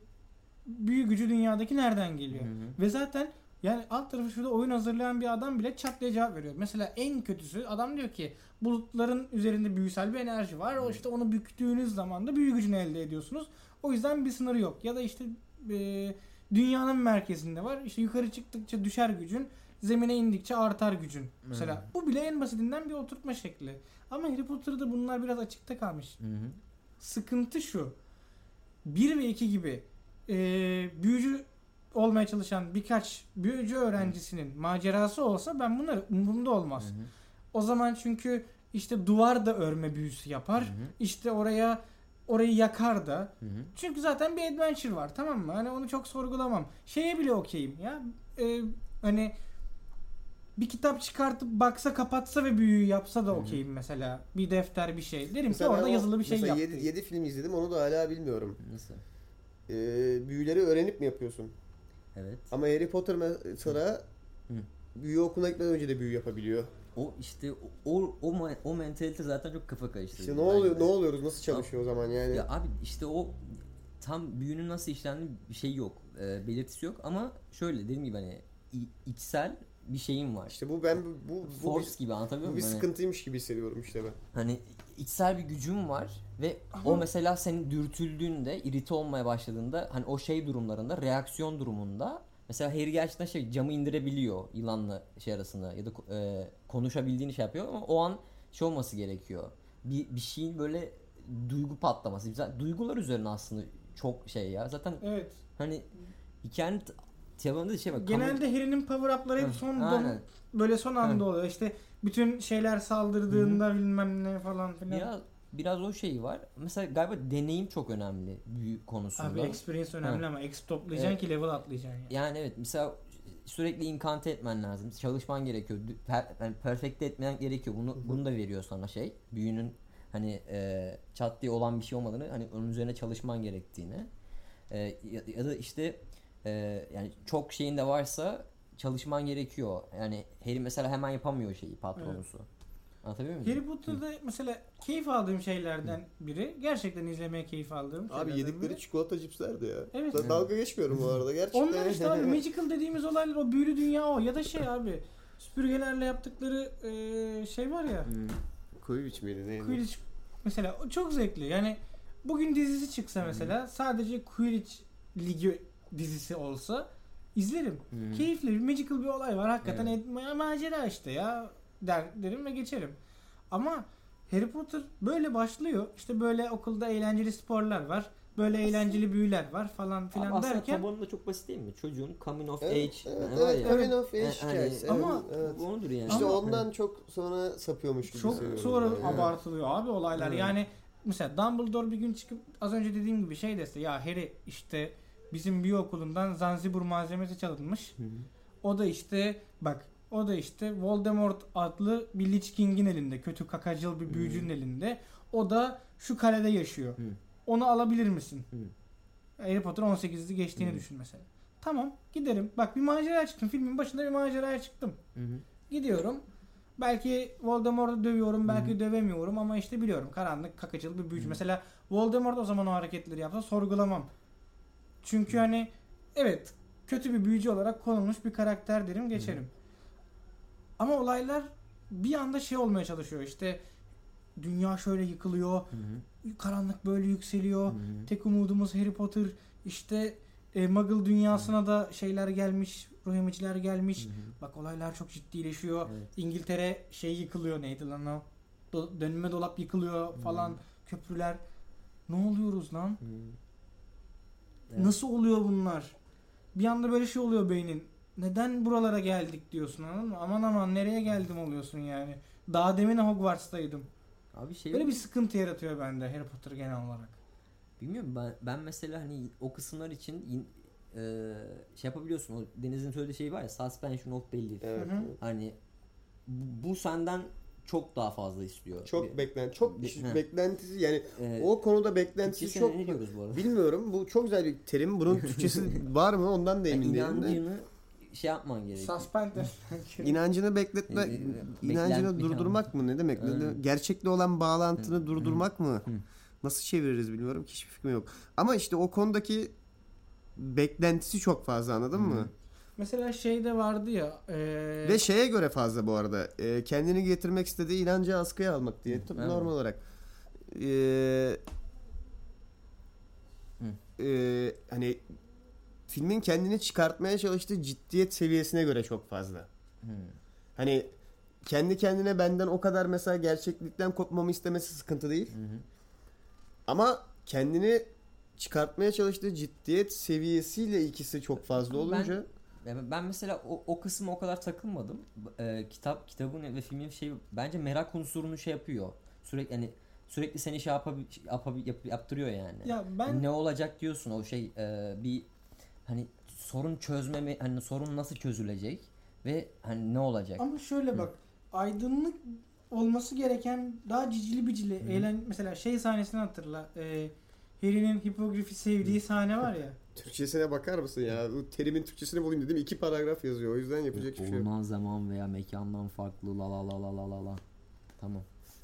büyü gücü dünyadaki nereden geliyor?
Hı hı.
Ve zaten yani alt tarafı şurada oyun hazırlayan bir adam bile çat diye cevap veriyor. Mesela en kötüsü adam diyor ki bulutların üzerinde büyüsel bir enerji var. O işte onu büktüğünüz zaman da büyü gücünü elde ediyorsunuz. O yüzden bir sınırı yok. Ya da işte e, dünyanın merkezinde var. İşte yukarı çıktıkça düşer gücün. Zemine indikçe artar gücün. Mesela
Hmm.
bu bile en basitinden bir oturtma şekli. Ama Harry Potter'da bunlar biraz açıkta kalmış.
Hı hı.
Sıkıntı şu. bir ve iki gibi e, büyücü olmaya çalışan birkaç büyücü öğrencisinin macerası olsa ben bunlar umurumda olmaz.
Hı hı.
O zaman çünkü işte duvar da örme büyüsü yapar.
Hı hı.
İşte oraya orayı yakar da.
Hı hı.
Çünkü zaten bir adventure var, tamam mı? Hani onu çok sorgulamam. Şeye bile okeyim ya. E, hani bir kitap çıkartıp baksa kapatsa ve büyüyü yapsa da
Hı hı.
okeyim mesela. Bir defter bir şey. Derim ki
Mesela
orada
ben o-
yazılı bir şey
mesela
yaptı.
yedi film izledim onu da hala bilmiyorum.
Nasıl?
Ee, büyüleri öğrenip mi yapıyorsun?
Evet.
Ama Harry Potter mesela
Hı.
büyü okuluna gitmeden önce de büyü yapabiliyor.
O işte o o o, ma- o mentalite zaten çok kafa karıştırıcı.
İşte ne
bence.
oluyor, ne oluyoruz, nasıl çalışıyor o zaman yani?
Ya abi işte o tam büyünün nasıl işlendiği bir şey yok. E, belirtisi yok ama şöyle dediğim gibi hani i- içsel bir şeyim var.
İşte bu ben bu bu, bu
Force
bir,
gibi, anlatabiliyor
bu bir
muyum? Hani-
sıkıntıymış gibi hissediyorum işte ben.
Hani içsel bir gücüm var ve
Ama-
o mesela senin dürtüldüğünde, irite olmaya başladığında hani o şey durumlarında, reaksiyon durumunda mesela Harry gerçekten şey camı indirebiliyor yılanla şey arasında ya da e, konuşabildiğini şey yapıyor ama o an şey olması gerekiyor. Bir, bir şeyin böyle duygu patlaması. Zaten duygular üzerine aslında çok şey ya. Zaten
Evet.
hani hikayenin t- temelinde de şey var.
Genelde Harry'nin power up'ları hep
Hı,
son
aynen.
dom- böyle son anda oluyor. İşte bütün şeyler saldırdığında bilmem ne falan filan.
Biraz, biraz o şey var. Mesela galiba deneyim çok önemli büyük konusunda.
Abi experience önemli
Ha.
ama exp toplayacaksın
Evet.
ki level atlayacaksın yani.
Yani evet, mesela sürekli inkante etmen lazım. Çalışman gerekiyor. Dü- Per, yani perfecte etmen gerekiyor. Bunu bunu da veriyor sana şey. Büyünün hani e, çat diye olan bir şey olmadığını, hani onun üzerine çalışman gerektiğini. E, ya, ya da işte e, yani çok şeyin de varsa çalışman gerekiyor. Yani Harry mesela hemen yapamıyor şeyi, patronusu. Anlatabiliyor muyum?
Harry Potter'da mesela keyif aldığım şeylerden biri, gerçekten izlemeye keyif aldığım
Abi
şeylerden
yedikleri
biri.
çikolata cipslerdi ya.
Evet.
Da- Dalga geçmiyorum bu arada gerçekten.
Onlar işte abi magical dediğimiz olaylar, o büyülü dünya o. Ya da şey abi, süpürgelerle yaptıkları eee, şey var ya,
Hmm.
Quidditch miydi neydi?
Quidditch mesela, o çok zevkli. Yani bugün dizisi çıksa mesela, sadece Quidditch ligi dizisi olsa izlerim.
Hı.
Keyifli bir magical bir olay var. Hakikaten
Evet.
et- ma- macera işte ya der, derim ve geçerim. Ama Harry Potter böyle başlıyor. İşte böyle okulda eğlenceli sporlar var. Böyle eğlenceli büyüler var falan filan
Ama aslında
derken,
tabanında çok basit değil mi? Çocuğun coming of
Evet,
age.
evet,
hani var
evet,
ya.
coming of age
Yani
hikayesi.
hani-
Ama-
evet, evet.
Bu onudur yani.
İşte
Ama-
ondan çok sonra sapıyormuş gibi
çok
hissediyorum
sonra
ben. Evet.
abartılıyor abi olaylar.
Evet.
Yani mesela Dumbledore bir gün çıkıp az önce dediğim gibi şey dese, ya Harry işte bizim büyü okulundan Zanzibar malzemesi çalınmış.
Hı hı.
O da işte bak, o da işte Voldemort adlı bir Lich King'in elinde, kötü kakacıl bir büyücünün elinde. O da şu kalede yaşıyor.
Hı.
Onu alabilir misin?
Hı.
Harry Potter on sekizi geçtiğini
Hı.
düşün mesela. Tamam, giderim. Bak, bir maceraya çıktım. Filmin başında bir maceraya çıktım.
Hı hı.
Gidiyorum. Belki Voldemort'u dövüyorum, belki dövemiyorum ama işte biliyorum karanlık kakacılı bir büyücü.
Hı.
Mesela Voldemort o zaman o hareketleri yapsa sorgulamam. Çünkü hani evet kötü bir büyücü olarak konulmuş bir karakter derim geçerim. Hı. Ama olaylar bir anda şey olmaya çalışıyor işte dünya şöyle yıkılıyor, hı hı. karanlık böyle yükseliyor, hı hı. tek umudumuz Harry Potter, işte e, Muggle dünyasına hı hı. da şeyler gelmiş, ruh emiciler gelmiş, hı hı. bak olaylar çok ciddileşiyor, evet. İngiltere şey yıkılıyor neydi lan o, Do- dönme dolap yıkılıyor falan, hı hı. köprüler, ne oluyoruz lan? Hı hı. Evet. Nasıl oluyor bunlar? Bir anda böyle şey oluyor beynin. Neden buralara geldik diyorsun, anladın mı? Aman aman nereye geldim oluyorsun yani. Daha demin Hogwarts'taydım.
Abi şey
böyle bir sıkıntı yaratıyor bende Harry Potter genel olarak.
Bilmiyorum ben ben mesela hani o kısımlar için in, e, şey yapabiliyorsun. O Deniz'in söylediği şey var ya, suspension of belief. Evet. Hani bu, bu senden çok daha fazla istiyor.
Çok
bir,
beklenti çok
bir,
beklentisi yani
ee,
o konuda beklentisi çok
ne diyoruz bu arada?
Bilmiyorum. Bu çok güzel bir terim. Bunun Türkçesi var mı? Ondan da emin
yani
değilim de.
İnancını şey yapman gerekiyor.
Suspension.
İnancını bekletme, inancını durdurmak mı? Ne demek? Evet. Gerçekle olan bağlantını Hı. durdurmak mı? Hı. Nasıl çeviririz bilmiyorum ki, hiçbir fikrim yok. Ama işte o konudaki beklentisi çok fazla, anladın Hı. mı?
Mesela şeyde vardı ya. Ee...
Ve şeye göre fazla bu arada. E, kendini getirmek istediği inancı askıya almak diye. Tabii evet. normal olarak. Eee Ee, hani filmin kendini çıkartmaya çalıştığı ciddiyet seviyesine göre çok fazla. Hmm. Hani kendi kendine benden o kadar mesela gerçeklikten kopmamı istemesi sıkıntı değil. Hmm. Ama kendini çıkartmaya çalıştığı ciddiyet seviyesiyle ikisi çok fazla olunca.
Ben, ben mesela o, o kısmı o kadar takılmadım. Ee, kitap kitabın ve filmin şey bence merak unsurunu şey yapıyor. Sürekli hani sürekli seni şey yapabi, yapabi, yap, yaptırıyor yani.
Ya ben
ne olacak diyorsun, o şey e, bir hani sorun çözmeme, hani sorun nasıl çözülecek ve hani ne olacak?
Ama şöyle Hı. bak, aydınlık olması gereken daha cicili bicili eğlen mesela şey sahnesini hatırla. E, Harry'nin hipogrifi sevdiği Hı. sahne var ya.
Türkçesine bakar mısın ya? Bu terimin Türkçesini bulayım dedim. İki paragraf yazıyor. O yüzden yapacak hiçbir şey yok.
Bulunan zaman veya mekandan farklı la la la la la la la. Tamam.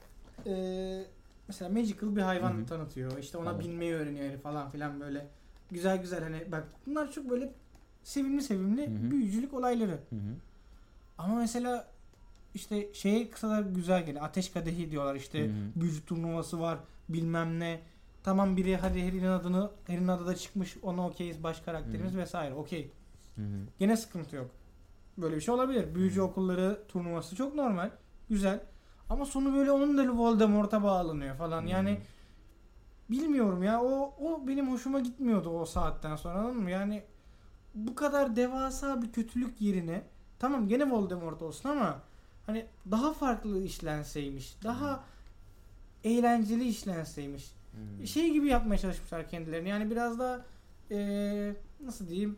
Eee Mesela magical bir hayvan Hı-hı. tanıtıyor. İşte ona tamam. binmeyi öğreniyor falan filan böyle. Güzel güzel hani bak bunlar çok böyle sevimli sevimli Hı-hı. büyücülük olayları. Hı-hı. Ama mesela işte şeye kısalar güzel geliyor. Ateş Kadehi diyorlar işte Hı-hı. büyücü turnuvası var bilmem ne. Tamam biri hadi Harry'nin adını Harry'nin adı da çıkmış, ona okeyiz, baş karakterimiz Hı-hı. vesaire okey. Gene sıkıntı yok. Böyle bir şey olabilir. Büyücü Hı-hı. okulları turnuvası çok normal. Güzel. Ama sonu böyle onun da Voldemort'a bağlanıyor falan. Hmm. Yani bilmiyorum ya, o o benim hoşuma gitmiyordu o saatten sonra, anladın mı? Yani bu kadar devasa bir kötülük yerine tamam gene Voldemort olsun ama hani daha farklı işlenseymiş. Daha hmm. eğlenceli işlenseymiş. Hmm. Şey gibi yapmaya çalışmışlar kendilerini. Yani biraz daha ee, nasıl diyeyim?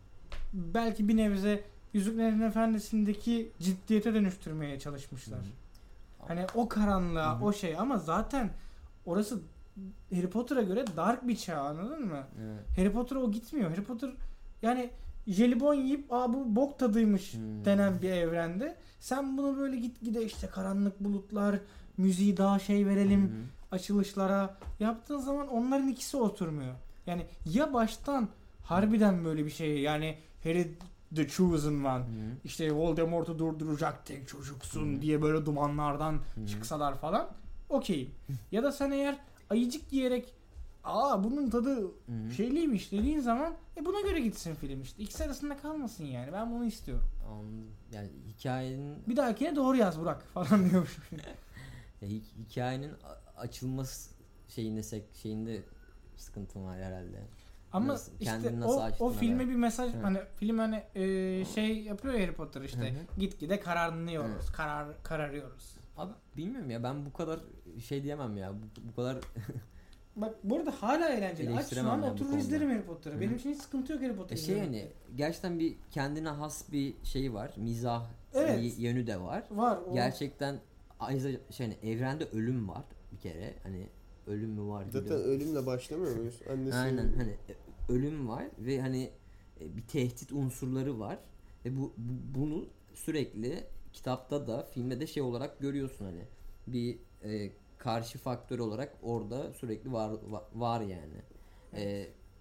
Belki bir nebze Yüzüklerin Efendisi'ndeki ciddiyete dönüştürmeye çalışmışlar. Hmm. Hani o karanlığa, Hı-hı. o şey ama zaten orası Harry Potter'a göre dark bir çağ, anladın mı? Evet. Harry Potter'a o gitmiyor. Harry Potter yani jelibon yiyip aa bu bok tadıymış hmm. denen bir evrende. Sen bunu böyle git gide işte karanlık bulutlar, müziği daha şey verelim, hmm. açılışlara yaptığın zaman onların ikisi oturmuyor. Yani ya baştan harbiden böyle bir şey, yani Harry The Chosen One. Hı-hı. İşte Voldemort'u durduracak tek çocuksun Hı-hı. diye böyle dumanlardan Hı-hı. çıksalar falan. Okey. Ya da sen eğer ayıcık yiyerek aa bunun tadı Hı-hı. şeyliymiş dediğin zaman e buna göre gitsin film işte. İkisi arasında kalmasın yani. Ben bunu istiyorum.
Anladım. Yani hikayenin
bir dahakine doğru yaz Burak falan diyormuş.
ya, hikayenin açılması şeyinde şeyinde sıkıntım var herhalde.
Ama nasıl, işte o, o filme bir mesaj Hı. hani film hani e, şey yapıyor Harry Potter işte Hı-hı. gitgide kararlanıyoruz, Hı. karar kararıyoruz.
Abi bilmiyorum ya, ben bu kadar şey diyemem ya, bu, bu kadar
bak bu arada hala eğlenceli. Aç şu an oturur izlerim Harry Potter'ı. Benim için hiç sıkıntı yok Harry Potter'ı.
E şey hani gerçekten bir kendine has bir şey var, mizah evet. yönü de var.
Var. O.
Gerçekten ayrıca şey hani evrende ölüm var bir kere, hani ölüm mü var gibi.
Zaten ölümle başlamıyor muyuz? Annesi
Aynen hani ölüm var ve hani bir tehdit unsurları var ve bu, bu bunu sürekli kitapta da filmde de şey olarak görüyorsun, hani bir e, karşı faktör olarak orada sürekli var var, var yani. E,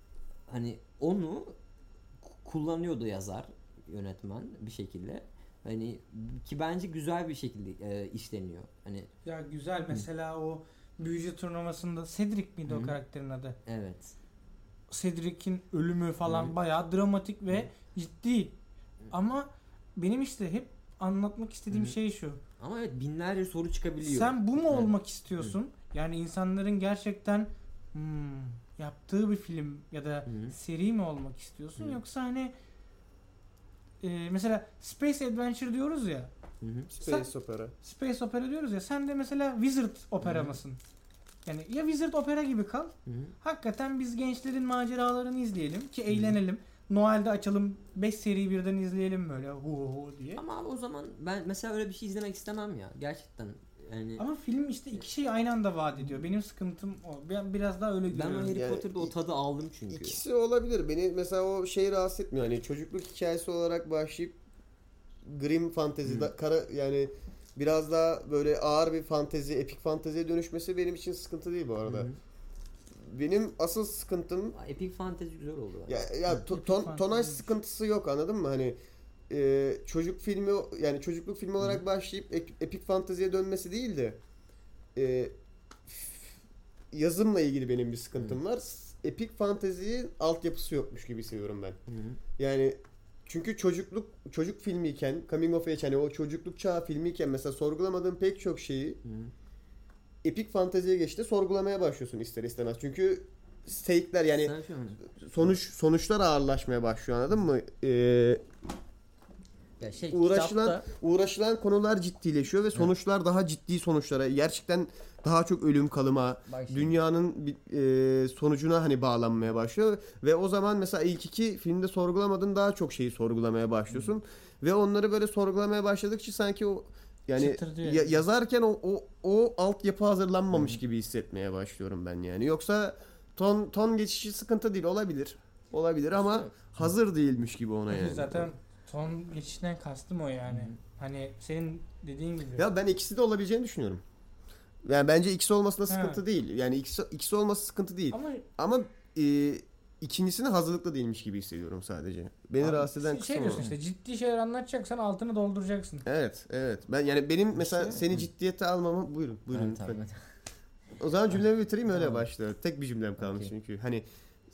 hani onu kullanıyordu yazar, yönetmen bir şekilde. Hani ki bence güzel bir şekilde e, işleniyor. Hani
Ya güzel mesela o büyücü turnuvasında Cedric miydi
Hı.
o karakterin adı?
evet.
Cedric'in ölümü falan
Hı.
bayağı dramatik ve
Hı.
ciddi. Ama benim işte hep anlatmak istediğim
Hı.
şey şu.
Ama evet, binlerce soru çıkabiliyor.
Sen bu mu
Evet.
olmak istiyorsun? Yani insanların gerçekten hmm, yaptığı bir film ya da
Hı.
seri mi olmak istiyorsun?
Hı.
Yoksa hani e, mesela Space Adventure diyoruz ya.
Hı hı.
Space opera.
Space Opera diyoruz ya. Sen de mesela Wizard Opera
Hı.
mısın? Yani ya Wizard Opera gibi kal.
Hı hı.
Hakikaten biz gençlerin maceralarını izleyelim ki eğlenelim. Noel'de açalım beş seri birden izleyelim böyle hu hu hu diye.
Ama abi o zaman ben mesela öyle bir şey izlemek istemem ya. Gerçekten yani
Ama film işte iki şeyi aynı anda vaat ediyor. Benim sıkıntım o. Ben biraz daha öyle
ben o
görüyorum.
Harry
Yani
Potter'da o tadı aldım çünkü.
İkisi olabilir. Beni mesela o şey rahatsız etmiyor. Hani çocukluk hikayesi olarak başlayıp grim fantezi,
Hı.
da, kara yani biraz daha böyle ağır bir fantezi, epik fanteziye dönüşmesi benim için sıkıntı değil bu arada.
Hı hı.
Benim asıl sıkıntım
Epic Fantasy güzel oldu.
ya,
bence.
ya
Hı.
to-
Epik
ton,
fantezi
tonaj
iyiymiş.
sıkıntısı yok, anladın mı? Hani e, çocuk filmi yani çocukluk filmi olarak
Hı.
başlayıp ep- epik fanteziye dönmesi değil de e, yazımla ilgili benim bir sıkıntım
Hı.
var. Epik fanteziyi altyapısı yokmuş gibi hissediyorum ben.
Hı hı.
Yani çünkü çocukluk çocuk filmiyken, coming of age, hani o çocukluk çağı filmiyken mesela sorgulamadığın pek çok şeyi
Hı hı.
epik fanteziye geçti sorgulamaya başlıyorsun ister istemez. Çünkü stake'ler yani
Sen şu an-
sonuç sonuçlar ağırlaşmaya başlıyor, anladın mı? Ee,
ya şey,
uğraşılan
kitapta-
uğraşılan konular ciddileşiyor ve sonuçlar daha ciddi sonuçlara, gerçekten daha çok ölüm kalıma,
Bak şimdi.
dünyanın bir, e, sonucuna hani bağlanmaya başlıyor ve o zaman mesela ilk iki filmde sorgulamadığın daha çok şeyi sorgulamaya başlıyorsun.
Hmm.
Ve onları böyle sorgulamaya başladıkça sanki o yani
Çıtırdıyor
ya-
yani.
yazarken o o o altyapı hazırlanmamış
Hı hı.
gibi hissetmeye başlıyorum ben yani. Yoksa ton ton geçişi sıkıntı değil, olabilir. Olabilir ama
İşte-
hazır değilmiş gibi ona yani.
Zaten son geçişten kastım o yani.
Hı hı.
Hani senin dediğin gibi.
Ya ben ikisi de olabileceğini düşünüyorum. Yani bence ikisi olmasına
Ha.
sıkıntı değil. Yani ikisi ikisi olması sıkıntı değil.
Ama
Ama e, ikincisine hazırlıklı değilmiş gibi hissediyorum sadece. Beni
Abi,
rahatsız eden
şey,
kısım
şey
o.
diyorsun işte ciddi şeyler anlatacaksan altını dolduracaksın.
Evet, evet. Ben yani benim mesela
İşte-
seni
Hı.
ciddiyete almamı buyurun, buyurun
Evet,
lütfen.
tamam.
O zaman cümlemi bitireyim öyle
Tamam.
başla. Tek bir cümlem kalmış
Okey.
çünkü. Hani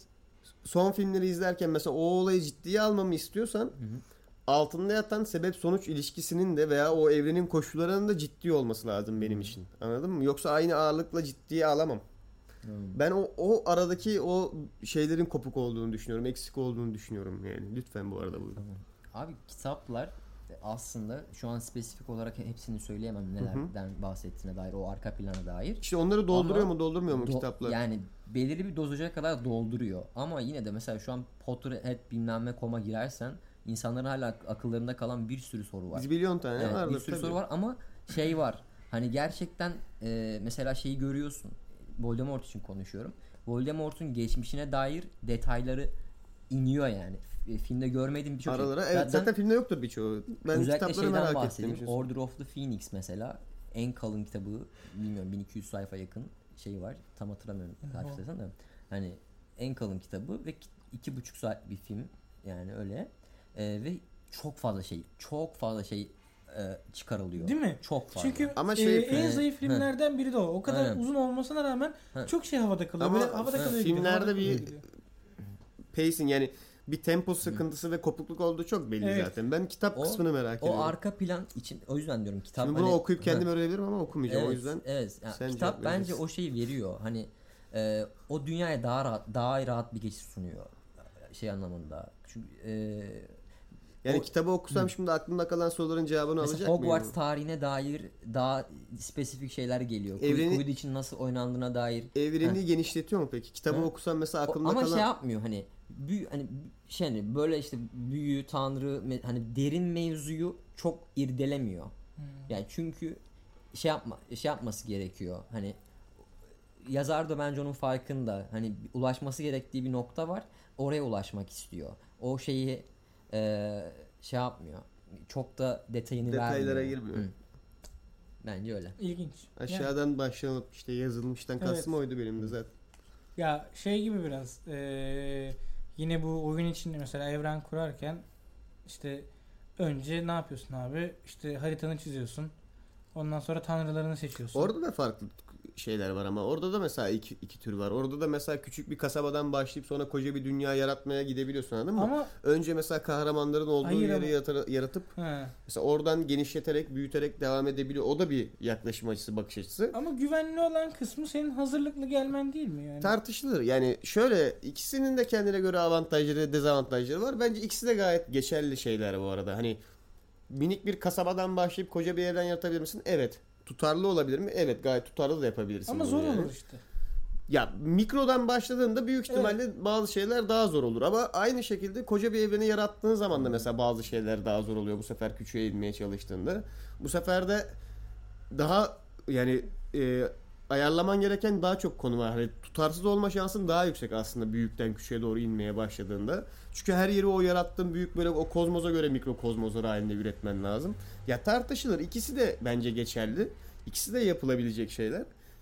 son filmleri izlerken mesela o olayı ciddiye almamı istiyorsan
Hı hı.
altında yatan sebep sonuç ilişkisinin de veya o evrenin koşullarının da ciddi olması lazım benim için. Anladın mı? Yoksa aynı ağırlıkla ciddiye alamam.
Hı.
Ben o o aradaki o şeylerin kopuk olduğunu düşünüyorum, eksik olduğunu düşünüyorum yani. Lütfen bu arada buyurun.
Tamam. Abi kitaplar aslında şu an spesifik olarak hepsini söyleyemem nelerden bahsettiğine dair, o arka plana dair.
İşte onları dolduruyor
Ama
mu, doldurmuyor mu
Do-
kitaplar?
Yani belirli bir dozaja kadar dolduruyor. Ama yine de mesela şu an Potterhead bilmem ne koma girersen insanların hala ak- akıllarında kalan bir sürü soru var.
Zibilyon tane
Evet,
vardır
bir sürü
tabii.
soru var ama şey var. Hani gerçekten e, mesela şeyi görüyorsun. Voldemort için konuşuyorum. Voldemort'un geçmişine dair detayları iniyor yani. F- Filmde görmediğim birçok şey.
Aralara evet zaten, filmde yoktur birçoğu. Ben
özellikle
kitapları
şeyden
merak ettim.
bahsedeyim.
işin
Order of the Phoenix mesela en kalın kitabı, bilmiyorum bin iki yüz sayfa yakın şeyi var. Tam hatırlamıyorum kaç sayfa da. Hani en kalın kitabı ve ki- iki buçuk saat bir film yani öyle. Ee, ve çok fazla şey, çok fazla şey e, çıkarılıyor.
Değil mi?
Çok fazla.
Çünkü
Ama şey-
e, en
Hı.
zayıf filmlerden biri de o. O kadar
Aynen.
uzun olmasına rağmen
Hı.
çok şey havada kalıyor.
Ama
Böyle havada
hı,
kalıyor gidiyor,
filmlerde
havada kalıyor
bir-
gidiyor.
pacing yani bir tempo sıkıntısı ve kopukluk olduğu çok belli
Evet.
zaten. Ben kitap
O-
kısmını merak ediyorum.
O arka plan için o yüzden diyorum kitap.
Şimdi bunu
hani-
okuyup kendim
Hı.
öğrenebilirim ama okumayacağım
Evet,
o yüzden.
evet. Yani
sen
kitap
cevap
bence
vereceksin.
o şeyi veriyor. Hani e, o dünyaya daha rahat, daha rahat bir geçiş sunuyor. Şey anlamında. Çünkü e,
Yani
o-
kitabı okusam şimdi aklımda kalan soruların cevabını
mesela
alacak
Hogwarts
mıyım?
tarihine dair daha spesifik şeyler geliyor.
Evreni-
Evreni... Quidditch'in nasıl oynandığına dair.
Evreni genişletiyor mu peki? Kitabı
Hı.
okusam mesela
O-
aklımda
ama
kalan...
şey yapmıyor hani büyü hani şey hani böyle işte büyü, tanrı me- hani derin mevzuyu çok irdelemiyor.
Hmm.
Yani çünkü şey yapma şey yapması gerekiyor. Hani yazar da bence onun farkında. Hani ulaşması gerektiği bir nokta var. Oraya ulaşmak istiyor. O şeyi e, şey yapmıyor. Çok da detayını
Detaylara
vermiyor.
girmiyor.
Hı. Bence öyle.
İlginç. Yani-
Aşağıdan başlanıp işte yazılmıştan
Evet.
kastım oydu benim de zaten.
Ya şey gibi biraz eee, yine bu oyun içinde mesela evren kurarken işte önce ne yapıyorsun abi? İşte haritanı çiziyorsun. Ondan sonra tanrılarını seçiyorsun.
Orada da farklı şeyler var ama orada da mesela iki, iki tür var. Orada da mesela küçük bir kasabadan başlayıp sonra koca bir dünya yaratmaya gidebiliyorsun, anladın mı?
Ama
Önce mesela kahramanların olduğu
Hayır
yeri
ama-
yatır- yaratıp
he.
mesela oradan genişleterek, büyüterek devam edebiliyor. O da bir yaklaşım açısı, bakış açısı.
Ama güvenli olan kısmı senin hazırlıklı gelmen değil mi yani?
Tartışılır. Yani şöyle, ikisinin de kendine göre avantajları, dezavantajları var. Bence ikisi de gayet geçerli şeyler bu arada. Hani minik bir kasabadan başlayıp koca bir evren yaratabilir misin? Evet. Tutarlı olabilir mi? Evet, gayet tutarlı da yapabilirsin.
Ama
bunu
zor
yani.
olur işte.
Ya mikrodan başladığında büyük ihtimalle bazı şeyler daha zor olur ama aynı şekilde koca bir evreni yarattığın zaman da mesela bazı şeyler daha zor oluyor bu sefer küçüğe inmeye çalıştığında. Bu sefer de daha yani e, ayarlaman gereken daha çok konu var. Hani tutarsız olma şansın daha yüksek aslında büyükten küçüğe doğru inmeye başladığında. Çünkü her yeri o yarattığın büyük böyle o kozmoza göre mikro kozmozlar halinde üretmen lazım. Ya tartışılır. İkisi de bence geçerli. İkisi de yapılabilecek şeyler.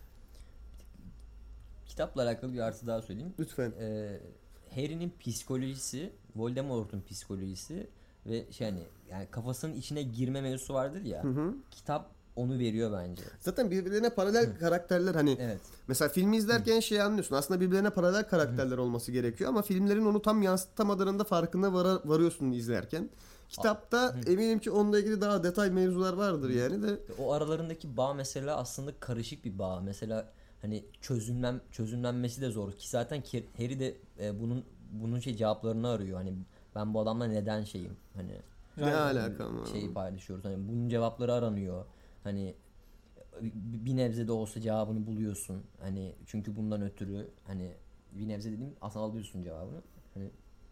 Kitapla alakalı bir artı daha söyleyeyim.
Lütfen.
Ee, Harry'nin psikolojisi, Voldemort'un psikolojisi ve şey hani yani kafasının içine girme mevzusu vardır ya.
Hı hı.
Kitap onu veriyor bence.
Zaten birbirlerine paralel karakterler, hani
Evet.
mesela filmi izlerken şey anlıyorsun. Aslında birbirlerine paralel karakterler olması gerekiyor ama filmlerin onu tam yansıtamadığının da farkına vara- varıyorsun izlerken. Kitapta eminim ki onunla ilgili daha detay mevzular vardır yani de.
O aralarındaki bağ mesela aslında karışık bir bağ. Mesela hani çözümlen çözümlenmesi de zor ki zaten Ki- Harry de e, bunun bunun şey cevaplarını arıyor. Hani ben bu adamla neden şeyim? Hani
Ne
Zaten
alaka mı?
şeyi paylaşıyoruz. Hani bunun cevapları aranıyor. Hani bir nebze de olsa cevabını buluyorsun. Hani çünkü bundan ötürü hani bir nebze dediğim aslında alıyorsun cevabını. Hani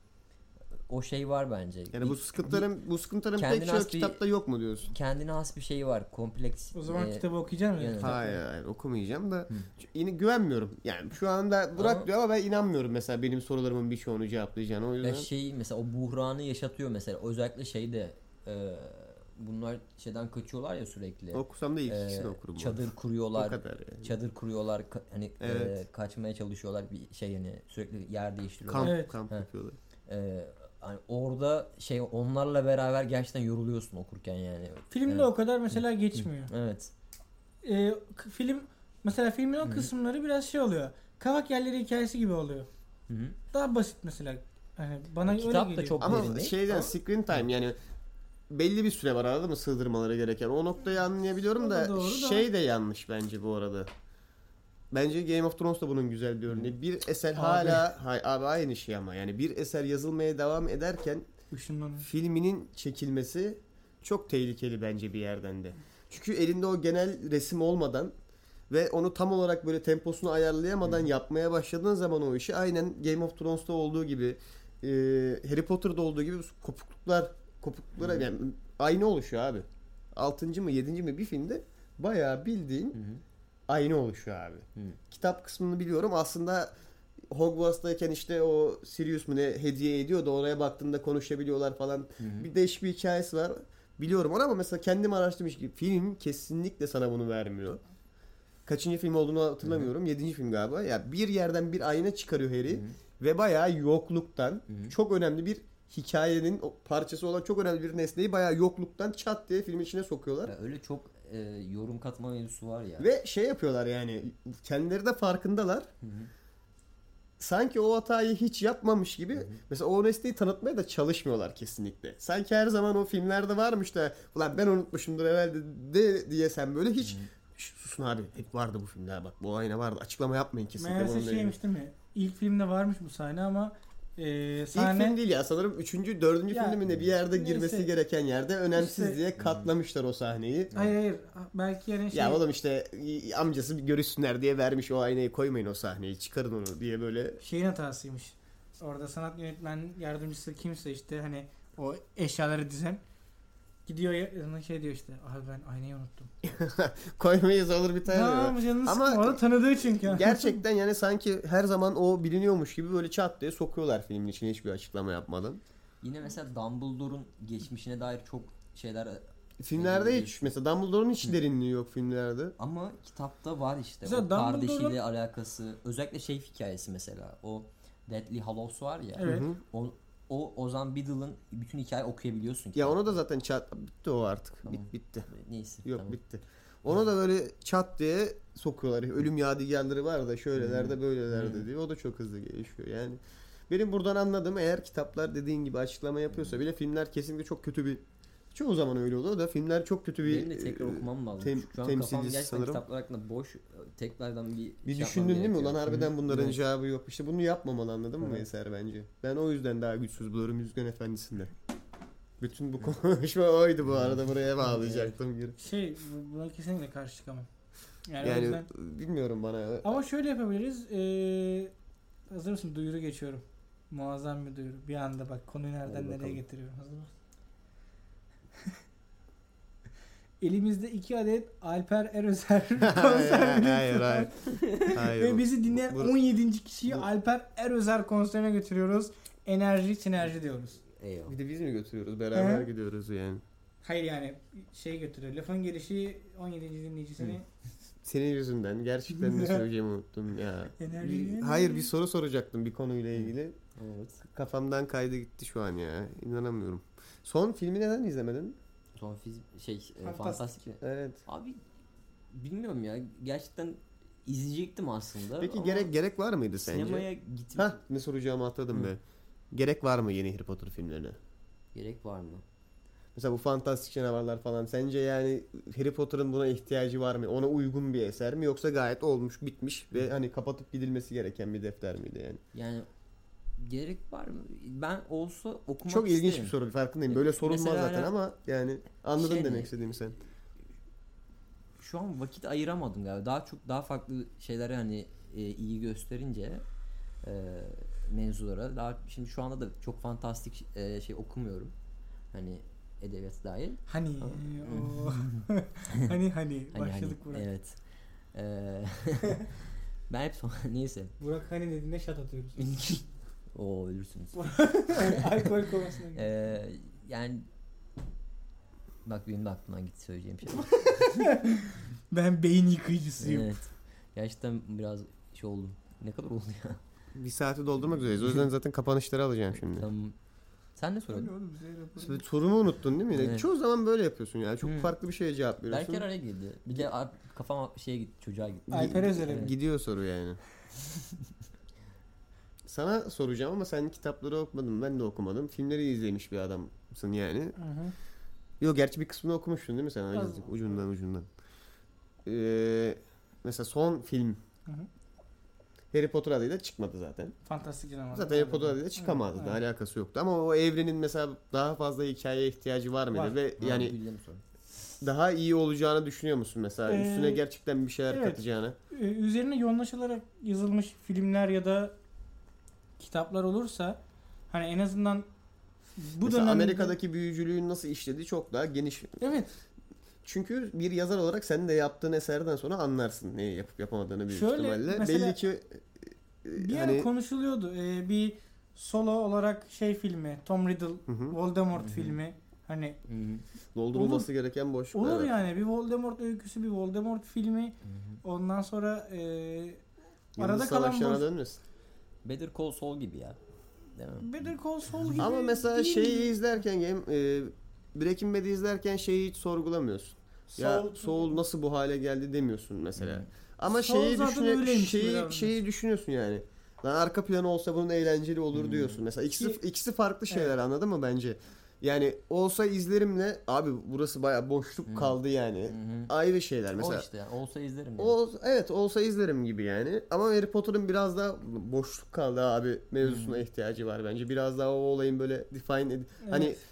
o şey var bence.
Yani bu
Bir-
sıkıntıların bu sıkıntıların
Kendine
pek çoğu
has bir-
kitapta yok mu diyorsun?
kendine has bir şey var. Kompleks.
O zaman
e,
kitabı okuyacak mısın?
yani-
Hayır, hayır okumayacağım da yine güvenmiyorum. Yani şu anda Burak
Ama-
diyor ama ben inanmıyorum mesela benim sorularımın birçoğunu cevaplayacağını, o yüzden.
Ya şey mesela o buhranı yaşatıyor mesela. Özellikle şeyde e, bunlar şeyden kaçıyorlar ya sürekli.
Okusam da ilk
E,
ikisini okurum.
çadır
O
kuruyorlar.
kadar yani.
Çadır kuruyorlar. ka- hani
Evet.
e, kaçmaya çalışıyorlar bir şey hani sürekli yer değiştiriyorlar.
Kamp,
Evet.
kamp
He.
yapıyorlar.
E, hani orada şey onlarla beraber gerçekten yoruluyorsun okurken yani.
Filmde
Evet.
o kadar mesela geçmiyor.
Evet.
Ee, k- film mesela filmin o kısımları biraz şey oluyor. Kavak yerleri hikayesi gibi oluyor.
Hı hı.
Daha basit mesela. Hani bana öyle
Kitap da
geliyor.
çok
Ama
derin değil.
şeyden
Ama-
screen time yani belli bir süre var, anladın mı, sığdırmaları gereken. O noktayı anlayabiliyorum
O
da,
da doğru da.
şey de yanlış bence bu arada. Bence Game of Thrones da bunun güzel bir örneği. Bir eser
Abi.
hala hay, abi aynı şey ama yani bir eser yazılmaya devam ederken
Işınlanıyor.
filminin çekilmesi çok tehlikeli bence bir yerden de. Çünkü elinde o genel resim olmadan ve onu tam olarak böyle temposunu ayarlayamadan yapmaya başladığın zaman o işi aynen Game of Thrones'ta olduğu gibi, e, Harry Potter'da olduğu gibi kopukluklar kopukluklara yani aynı oluşuyor abi. Altıncı mı yedinci mi bir filmde bayağı bildiğin
Hı hı.
aynı oluşuyor abi.
Hı.
Kitap kısmını biliyorum. Aslında Hogwarts'tayken işte o Sirius mu ne hediye ediyor da oraya baktığında konuşabiliyorlar falan.
Hı hı.
Bir değişik bir hikayesi var. Biliyorum onu ama mesela kendim araştırmış gibi film kesinlikle sana bunu vermiyor. Kaçıncı film olduğunu hatırlamıyorum. Yedinci film galiba. Ya bir yerden bir ayna çıkarıyor Harry
Hı hı.
ve bayağı yokluktan
Hı hı.
çok önemli bir hikayenin o parçası olan çok önemli bir nesneyi bayağı yokluktan çat diye filmin içine sokuyorlar.
Ya öyle çok e, yorum katma mevzusu var ya.
Ve şey yapıyorlar yani kendileri de farkındalar.
Hı hı.
Sanki o hatayı hiç yapmamış gibi
Hı hı.
mesela o nesneyi tanıtmaya da çalışmıyorlar kesinlikle. Sanki her zaman o filmlerde varmış da ulan ben unutmuşumdur herhalde de diye sen böyle hiç "Şş, susun abi hep vardı bu filmler bak bu ayna vardı açıklama yapmayın kesinlikle
Meğerse
bununla ilgili."
şeymiş değil mi? İlk filmde varmış bu sahne ama e,
İlk
sahne
film değil ya sanırım üçüncü dördüncü
Ya,
filmde mi ne bir yerde
neyse.
girmesi gereken yerde önemsiz
İşte-
diye katlamışlar o sahneyi.
hayır hayır belki yani şey
Ya oğlum işte amcası bir görüşsünler diye vermiş o aynayı, koymayın o sahneyi çıkarın onu diye böyle.
şeyin hatasıymış. Orada sanat yönetmen yardımcısı kimse işte hani o eşyaları dizen gidiyor yanına şey diyor işte abi ben aynayı unuttum.
Koymayız olur bir tane.
Tamam canını
Ama
sıkma orada tanıdığı çünkü.
gerçekten yani sanki her zaman o biliniyormuş gibi böyle çat diye sokuyorlar filmin içine hiçbir açıklama yapmadan.
Yine mesela Dumbledore'un geçmişine dair çok şeyler
Filmlerde
Belli
hiç mesela Dumbledore'un hiç derinliği yok filmlerde.
ama kitapta var işte.
Mesela
O
Dumbledore'un-
kardeşiyle alakası. Özellikle şey hikayesi mesela. O Deathly Hallows var ya.
Evet.
Hı hı.
O, o Ozan Biddle'ın bütün hikaye okuyabiliyorsun.
Ya
kitapta.
onu da zaten çat bitti o artık.
Tamam.
Bit, bitti.
Neyse.
Yok
tamam.
bitti. Onu da böyle çat diye sokuyorlar. Ölüm yadigarları var da şöylelerde böylelerde
Hmm.
diye. O da çok hızlı gelişiyor. Yani benim buradan anladığım, eğer kitaplar dediğin gibi açıklama yapıyorsa bile filmler kesinlikle çok kötü bir, çoğu zaman öyle oluyor da filmler çok kötü bir
Benim de tekrar okumam lazım.
tem-
Şu an kafam
temsilcisi
gerçekten
sanırım.
kitaplar hakkında boş. Tekrardan bir
Bir
şey yapmam
düşündün değil mi?
gerekiyor.
Ulan harbiden
Hı.
bunların
Evet.
cevabı yok. İşte bunu yapmamalı, anladın mı
Evet.
Eser bence? Ben o yüzden daha güçsüz buluyorum Yüzgen Efendisi'nde. Bütün bu konuşma oydu bu arada. Buraya bağlayacaktım geri.
Şey bu- buna kesinlikle karşı çıkamam. Yani, o
Yani
yüzden...
bilmiyorum bana.
Ama şöyle yapabiliriz. Ee, hazır mısın? Duyuru geçiyorum. Muazzam bir duyuru. Bir anda bak konuyu nereden
Hadi
nereye
bakalım.
getiriyorum. Hazır mısın? Elimizde iki adet Alper Erözer konser bileti
Hayır,
var.
hayır. Hayır.
Ve bizi dinleyen
bu-
on yedinci kişiyi
bu-
Alper Erözer konserine götürüyoruz. Enerji, sinerji diyoruz.
Eyvallah.
Bir de biz mi götürüyoruz? Beraber
Hı.
gidiyoruz yani.
Hayır yani şey götürüyor. Lafın gelişi on yedinci dinleyicisini
Senin yüzünden gerçekten ne söyleyeceğimi unuttum ya.
enerji.
Bir- hayır, bir soru soracaktım bir konuyla ilgili.
Evet.
Kafamdan kaydı gitti şu an ya. İnanamıyorum. Son filmi neden izlemedin?
Son fiz şey e,
Fantastik.
fantastik. mi?
Evet.
Abi bilmiyorum ya. Gerçekten izleyecektim aslında.
Peki
ama
gerek gerek var mıydı sence?
sinemaya gitmek
Hah, ne soracağımı atladım
Hı.
be. Gerek var mı yeni Harry Potter filmlerine?
gerek var mı?
Mesela bu fantastik canavarlar falan, sence yani Harry Potter'ın buna ihtiyacı var mı? Ona uygun bir eser mi, yoksa gayet olmuş bitmiş ve hani kapatıp gidilmesi gereken bir defter miydi yani?
Yani gerek var mı? Ben olsa okumak
Çok ilginç
isterim.
bir soru, farkındayım. Böyle sorulmaz
Mesela
zaten ama yani anladın
şey
demek
ne?
istediğimi sen.
Şu an vakit ayıramadım galiba. Daha çok daha farklı şeylere hani e, iyi gösterince e, mevzulara. Daha şimdi şu anda da çok fantastik e, şey okumuyorum. Hani edebiyat dahil.
Hani
Ha.
o hani hani
Hani
başladık
hani,
Burak.
evet. E, ben hep son neyse.
Burak hani dediğinde şat atıyoruz.
O ölürsünüz.
Alkol komasına gidiyor.
E, yani bak benim de aklımdan gitti söyleyeceğim şey.
Ben beyin yıkayıcısıyım.
Evet. Gerçekten biraz şey oldu. Ne kadar oldu ya?
Bir saati doldurmak üzereyiz. O yüzden zaten kapanışları alacağım şimdi.
Tamam. Sen ne soruyordun?
Oğlum, bize yapalım.
Şimdi sorumu unuttun değil mi?
Evet.
Çoğu zaman böyle yapıyorsun ya. Çok
Hı.
farklı bir şeye cevap veriyorsun.
Berker araya girdi. Bir de abi kafam şeye gitti, çocuğa gitti.
Alper Özer'e
Evet.
Gidiyor soru yani. Sana soracağım ama sen kitapları okumadın, ben de okumadım. Filmleri izlemiş bir adamsın yani.
Hı hı.
Yok, gerçi bir kısmını okumuştun değil mi sen?
Az.
Azıcık ucundan ucundan. Ee, mesela son film
Hı hı.
Harry Potter adıyla çıkmadı zaten.
Fantastik canavar.
Zaten Harry Potter adıyla çıkamazdı.
Evet,
Da,
evet.
alakası yoktu. Ama o evrenin mesela daha fazla hikayeye ihtiyacı var mıydı?
Var.
Ve
Ha,
yani
bildiğim soru.
daha iyi olacağını düşünüyor musun mesela?
Ee,
Üstüne gerçekten bir şeyler
evet.
katacağını.
Ee, üzerine yoğunlaşılarak yazılmış filmler ya da kitaplar olursa hani en azından bu
Mesela
dönemde
Amerika'daki büyücülüğün nasıl işlediği çok daha geniş.
evet
Çünkü bir yazar olarak sen de yaptığın eserden sonra anlarsın neyi yapıp yapamadığını büyük
Şöyle,
ihtimalle.
mesela
Belli ki e,
bir
hani
ara konuşuluyordu. Ee, bir solo olarak şey filmi Tom Riddle
Hı hı.
Voldemort
Hı hı.
filmi hani
Hı hı.
doldurulması gereken boşluklar.
olur
var.
yani bir Voldemort öyküsü bir Voldemort filmi
Hı hı.
ondan sonra e,
Yıldız
arada kalan
Savaşları'na
boş
dönmesin.
Better Call Saul gibi ya. Değil mi?
Better Call Saul gibi
Ama mesela
değil.
şeyi izlerken game, e, Breaking Bad'i izlerken şeyi hiç sorgulamıyorsun. Ya
Saul-
Saul nasıl bu hale geldi demiyorsun mesela.
Hı.
Ama
Saul
şeyi
zaten
düşüne,
öyleymiş
şeyi
biraz.
şeyi düşünüyorsun yani. Lan arka planı olsa bunun eğlenceli olur
Hmm.
diyorsun. Mesela ikisi
Ki-
ikisi farklı şeyler,
Evet.
anladın mı bence? Yani olsa izlerimle abi burası baya boşluk
Hmm.
kaldı yani.
Hı hı.
Ayrı şeyler mesela.
O işte yani. Olsa izlerim. Yani.
O evet olsa izlerim gibi yani. Ama Harry Potter'ın biraz daha boşluk kaldı abi mevzusuna
Hmm.
ihtiyacı var bence. Biraz daha o olayın böyle define ed- hani
Evet.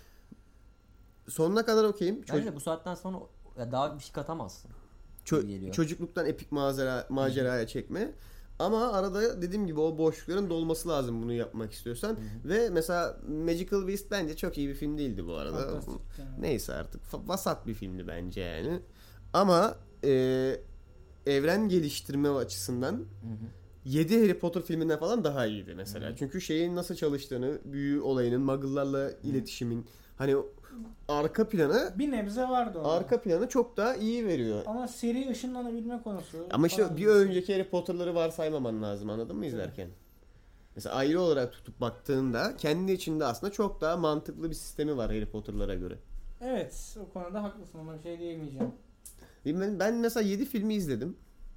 sonuna kadar okeyim.
Bence
Çocuk,
bu saatten sonra ya daha bir şey katamazsın.
ço-
gibi geliyor.
çocukluktan epik macera maceraya çekme. Ama arada dediğim gibi o boşlukların dolması lazım bunu yapmak istiyorsan.
Hı hı.
Ve mesela Magical Beast bence çok iyi bir film değildi bu arada.
Fantastik yani.
Neyse artık fa- vasat bir filmdi bence yani. Ama e, evren geliştirme açısından
Hı hı.
yedi Harry Potter filminden falan daha iyiydi mesela.
Hı.
Çünkü şeyin nasıl çalıştığını, büyü olayının, muggle'larla iletişimin hani arka planı
Bir nebze vardı orada.
arka planı çok daha iyi veriyor.
Ama seri ışınlanabilme konusu.
Ama işte
falan.
bir önceki Harry Potter'ları varsaymaman lazım, anladın mı izlerken? mesela ayrı olarak tutup baktığında kendi içinde aslında çok daha mantıklı bir sistemi var Harry Potter'lara göre.
Evet, o konuda haklısın, ona bir şey diyemeyeceğim.
Ben, ben mesela yedi filmi izledim.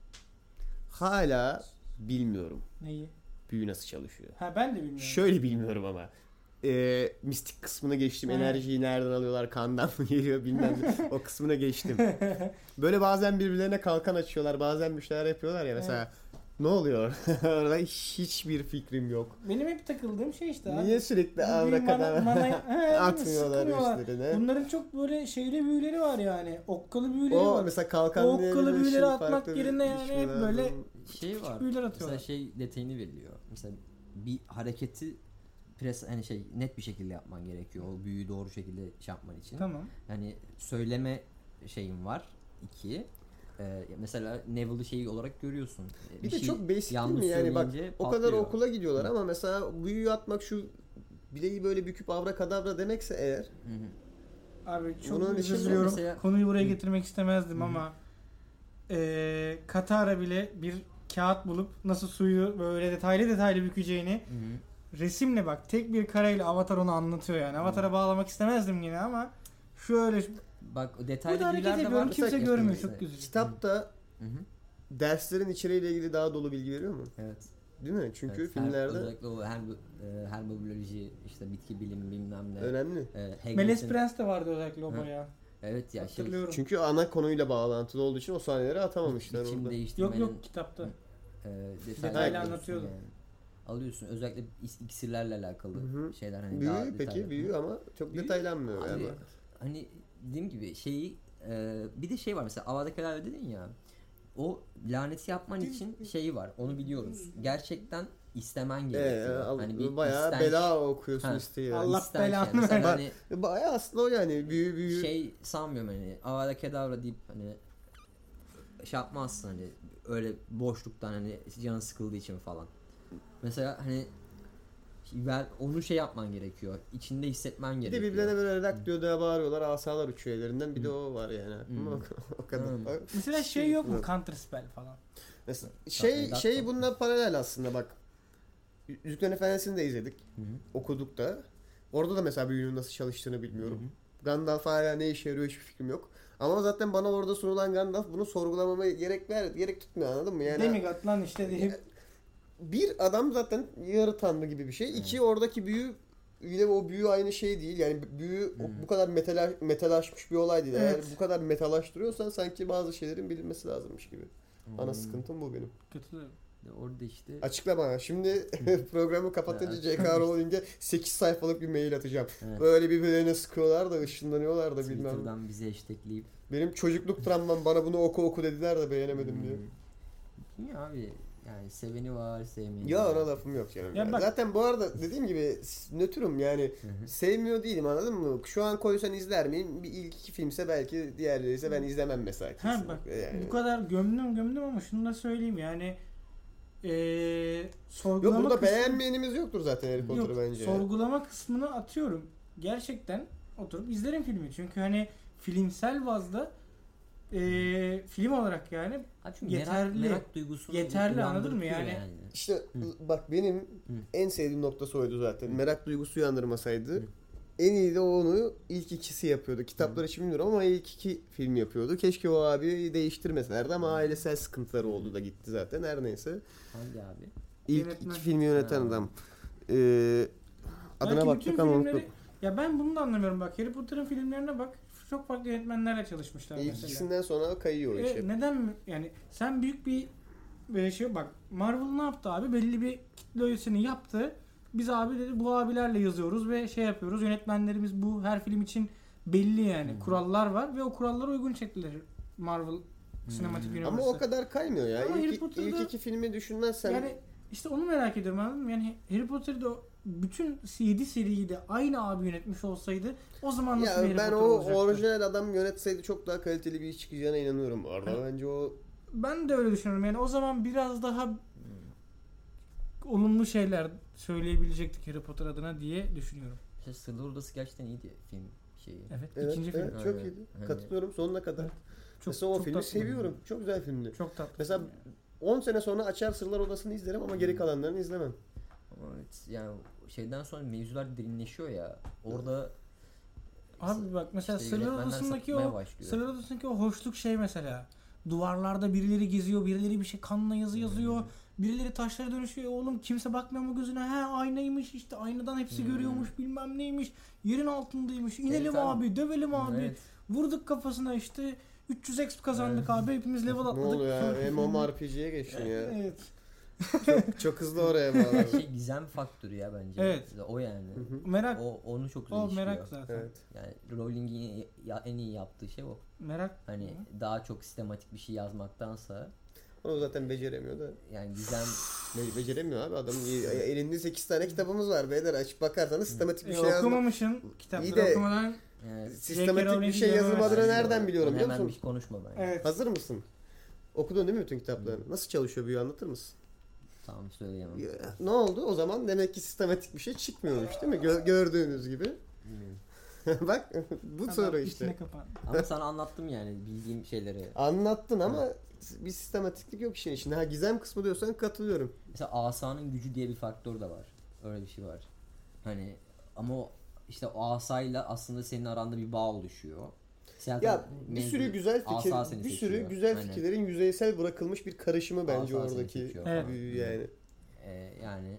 Hala bilmiyorum
Neyi?
büyü nasıl çalışıyor.
Ha ben de bilmiyorum.
Şöyle bilmiyorum ama. Ee, mistik kısmını geçtim.
Evet.
Enerjiyi nereden alıyorlar? Kandan mı geliyor bilmem ne. O kısmına geçtim. Böyle bazen birbirlerine kalkan açıyorlar. Bazen bir şeyler yapıyorlar ya mesela. Ne oluyor? Orada hiçbir fikrim yok.
Benim hep takıldığım şey işte abi.
Niye sürekli
Bu
avra
büyü
kadar
mana- mana- He,
atmıyorlar
sıkmıyorlar.
üstlerine?
Bunların çok böyle şeyli büyüleri var yani. Okkalı büyüleri
O
var.
mesela kalkan
O
diye
okkalı
bir
büyüleri
şey
atmak
farklı bir
yerine yani
şey
hep
lazım.
böyle
Şey var.
büyüler
Mesela
atıyorlar.
şey detayını veriliyor. Mesela bir hareketi pres hani şey net bir şekilde yapman gerekiyor. O büyüyü doğru şekilde şey yapman için.
Tamam.
Yani söyleme şeyin var. İki. Ee, mesela Neville'ı şey olarak görüyorsun. Ee,
Bir
şey
de çok basic değil
yanlış
mi yani bak
söyleyince
o kadar
patlıyor.
okula gidiyorlar ama mesela büyüyü atmak şu bileği böyle büküp avra kadavra demekse eğer
Hı hı.
Abi çok
Bunun
özür
için
diliyorum.
mesela-
Konuyu buraya
Hı.
getirmek istemezdim
Hı hı.
ama eee Katara bile bir kağıt bulup nasıl suyu böyle detaylı detaylı bükeceğini
Hı hı.
resimle bak tek bir kareyle Avatar onu anlatıyor yani. Avatar'a bağlamak istemezdim yine ama şöyle
Bak o
burada
detaylı
hareket
bilgiler de
ediyorum
var.
kimse
Mesela-
görmüyor
Mesela-
çok güzel.
kitapta
Hı hı.
derslerin içeriğiyle ilgili daha dolu bilgi veriyor mu?
Evet.
Değil mi? Çünkü
Evet, her-
filmlerde
özellikle o herbo, e, herboloji işte bitki bilimi bilmem ne.
önemli.
E, Hagrid'in-
Meles Prens de vardı özellikle o
Hı.
bayağı.
Evet ya şey
Hatırlıyorum.
Çünkü ana konuyla bağlantılı olduğu için o sahneleri atamamışlar
biçim
orada.
değiştirmenin
Yok yok kitapta.
e,
Detaylı
detaylı
anlatıyordu.
yani. Alıyorsun özellikle is- iksirlerle alakalı
Hı hı.
şeyler hani daha
Büyü peki
detaylı.
büyü ama çok
Büyü-
detaylanmıyor
Abi,
galiba.
hani dediğim gibi şeyi e, bir de şey var mesela Avada Kedavra dedin ya o laneti yapman için şeyi var onu biliyoruz. Gerçekten istemen
Ee,
gerekiyor.
al-
hani bir
bayağı
istenç-
bela okuyorsun
Ha.
isteği.
Allah
istenç yani.
belanı
Mesela
versin.
hani
Bayağı aslında o yani büyü büyü.
şey sanmıyorum hani Avada Kedavra deyip hani şey yapmazsın hani öyle boşluktan hani canın sıkıldığı için falan. Mesela hani ver, onu şey yapman gerekiyor. İçinde hissetmen
Bir de
gerekiyor.
birbirlerine böyle rak diyor diye bağırıyorlar. Asalar uçuyor ellerinden. Bir de o var yani. Ama o kadar.
Hmm.
Mesela şey yok mu? Counter Spell falan.
Mesela şey
Dakika.
şey bununla paralel aslında bak. Yüzüklerin Efendisi'ni de izledik.
Hı hı.
Okuduk da. Orada da mesela büyünün nasıl çalıştığını bilmiyorum. Gandalf hala ne işe yarıyor hiçbir fikrim yok. Ama zaten bana orada sunulan Gandalf bunu sorgulamama gerek ver, gerek tutmuyor anladın mı? Yani
Demigod lan işte deyip
bir adam zaten yarı tanrı gibi bir şey. İki oradaki büyü yine o büyü aynı şey değil. Yani büyü o- bu kadar metal metalaşmış bir olay değil. Eğer
Evet.
bu kadar metalaştırıyorsan sanki bazı şeylerin bilinmesi lazımmış gibi. Ana
Hmm.
sıkıntım bu benim.
kötü.
Orada işte
Açıkla bana. Şimdi programı kapatınca J K Rowling'e sekiz sayfalık bir mail atacağım.
Evet.
Böyle birbirlerine sıkıyorlar da ışınlanıyorlar da bilmem. ne.
Twitter'dan bizi hashtagleyip
Benim çocukluk travmam bana bunu oku oku dediler de beğenemedim diye.
Hmm. Ya abi yani seveni var sevmeyeni
Ya
var.
ona lafım yok canım.
Ya
ya.
bak-
Zaten bu arada dediğim gibi nötrüm yani
Hı hı.
sevmiyor değilim anladın mı? Şu an koysan izler miyim? Bir ilk iki filmse belki diğerleri ise ben izlemem mesela.
Ha
kesinlikle
bak
yani.
bu kadar gömdüm gömdüm ama şunu da söyleyeyim yani eee
Yok
sorgulama
burada
kısmı-
beğenmeyenimiz yoktur zaten Harry Potter'ı
Yok,
bence.
sorgulama kısmını atıyorum. Gerçekten oturup izlerim filmi. Çünkü hani filmsel bazda eee, film olarak yani
Abi çünkü merak,
yeterli.
merak duygusunu
Yeterli, anladın mı?
uyandırtıyor
Yani-
İşte bak benim en sevdiğim noktası oydu zaten. Merak duygusu uyandırmasaydı.
Hı.
En iyi de onu ilk ikisi yapıyordu. Kitaplar için bilmiyorum ama ilk iki film yapıyordu. Keşke o abi değiştirmeselerdi ama ailesel sıkıntıları oldu da gitti zaten. Her neyse.
Hangi abi?
İlk
Yönetmen.
iki filmi yöneten
Ha.
adam. Ee, adına
belki
baktık
bütün
ama
filmleri-
unuttum.
ya ben bunu da anlamıyorum bak. Harry Potter'ın filmlerine bak. Çok farklı yönetmenlerle çalışmışlar
İlk
mesela.
ikisinden sonra kayıyor o
E,
iş.
neden mi- yani sen büyük bir böyle şey bak Marvel ne yaptı abi belli bir kitle öğesini yaptı. Biz abi dedi bu abilerle yazıyoruz ve şey yapıyoruz. Yönetmenlerimiz bu her film için belli yani
Hı.
kurallar var ve o kurallara uygun çektiler Marvel sinematik
Hı.
universe'ı.
Ama o kadar kaymıyor ya.
Ama Harry
İlk,
Potter'da-
ilk iki filmi düşünmezsen
Yani işte onu merak ediyorum anladın mı? Yani Harry Potter'da o bütün yedi seriyi de aynı abi yönetmiş olsaydı o zaman nasıl bir
ya
Harry
ben
Potter
o
olacaktı?
orijinal adam yönetseydi çok daha kaliteli bir iş çıkacağına inanıyorum bu arada.
Evet.
Bence o
Ben de öyle düşünüyorum. Yani o zaman biraz daha olumlu şeyler söyleyebilecektik Harry Potter adına diye düşünüyorum.
İşte Sırlar Odası gerçekten iyiydi film şeyi.
Evet,
evet,
ikinci
evet,
film.
çok
Aynen.
iyiydi.
Hani-
Katılıyorum sonuna kadar.
Çok,
Mesela o
çok
filmi
tatlı.
seviyorum. Çok güzel filmdi.
Çok tatlı.
Mesela on sene sonra açar Sırlar Odası'nı izlerim ama geri kalanlarını izlemem.
Ama evet, yani şeyden sonra mevzular derinleşiyor ya. Orada
Abi bak mesela
işte
Sırlar
yönetmenler
Odası'ndaki
sapmaya
o
başlıyor.
Sırlar Odası'ndaki o hoşluk şey mesela. Duvarlarda birileri geziyor, birileri bir şey kanla yazı yazıyor.
Hmm.
Birileri taşlara dönüşüyor. Oğlum kimse bakmıyor mu gözüne? He aynaymış işte aynadan hepsi
Hmm.
görüyormuş bilmem neymiş. Yerin altındaymış. İnelim
Herif
abi, dövelim abi.
Evet.
Vurduk kafasına işte üç yüz X P kazandık abi. Hepimiz level
Ne
atladık.
oluyor ya? MMORPG'ye geçtin ya.
Evet.
Çok, çok hızlı oraya bağladın.
Şey gizem faktörü ya bence.
Evet.
O yani.
Hı hı.
Merak.
O onu çok güzel
O
işliyor.
merak zaten.
Evet.
Yani Rowling'in ya- en iyi yaptığı şey o.
Merak.
Hani daha çok sistematik bir şey yazmaktansa
Onu zaten beceremiyor da.
yani gizem
Be- beceremiyor abi adam. Elinde sekiz tane kitabımız var beyler. Açıp bakarsanız sistematik bir
E,
şey yazmak.
okumamışsın.
İyi
Kitapları
de-
okumadan.
yani
Sistematik bir
Rowling
şey
yazamaz.
yazılmadığını nereden
Onu
biliyorum biliyor
hemen
musun?
bir konuşma ben.
Evet.
Hazır mısın? Okudun değil mi bütün kitaplarını? Nasıl çalışıyor büyü anlatır mısın?
Tamam söyleyemem.
Ya, ne oldu? O zaman demek ki sistematik bir şey çıkmıyormuş değil mi? Gö- gördüğünüz gibi.
Bilmiyorum.
Bak bu
Adam
soru
içine
işte.
kapan.
Ama sana anlattım yani bildiğim şeyleri.
Anlattın ama bir sistematiklik yok işin içinde. Ha gizem kısmı diyorsan katılıyorum.
Mesela asanın gücü diye bir faktör de var. Öyle bir şey var. Hani ama o işte o asayla aslında senin aranda bir bağ oluşuyor. Zaten
Ya bir
mevzu-
sürü güzel fikir,
asa seni
bir sürü
seçiyor.
güzel
Hani,
fikirlerin yüzeysel bırakılmış bir karışımı bence
Asa seni
oradaki
seçiyor
Evet.
büyü yani.
e, yani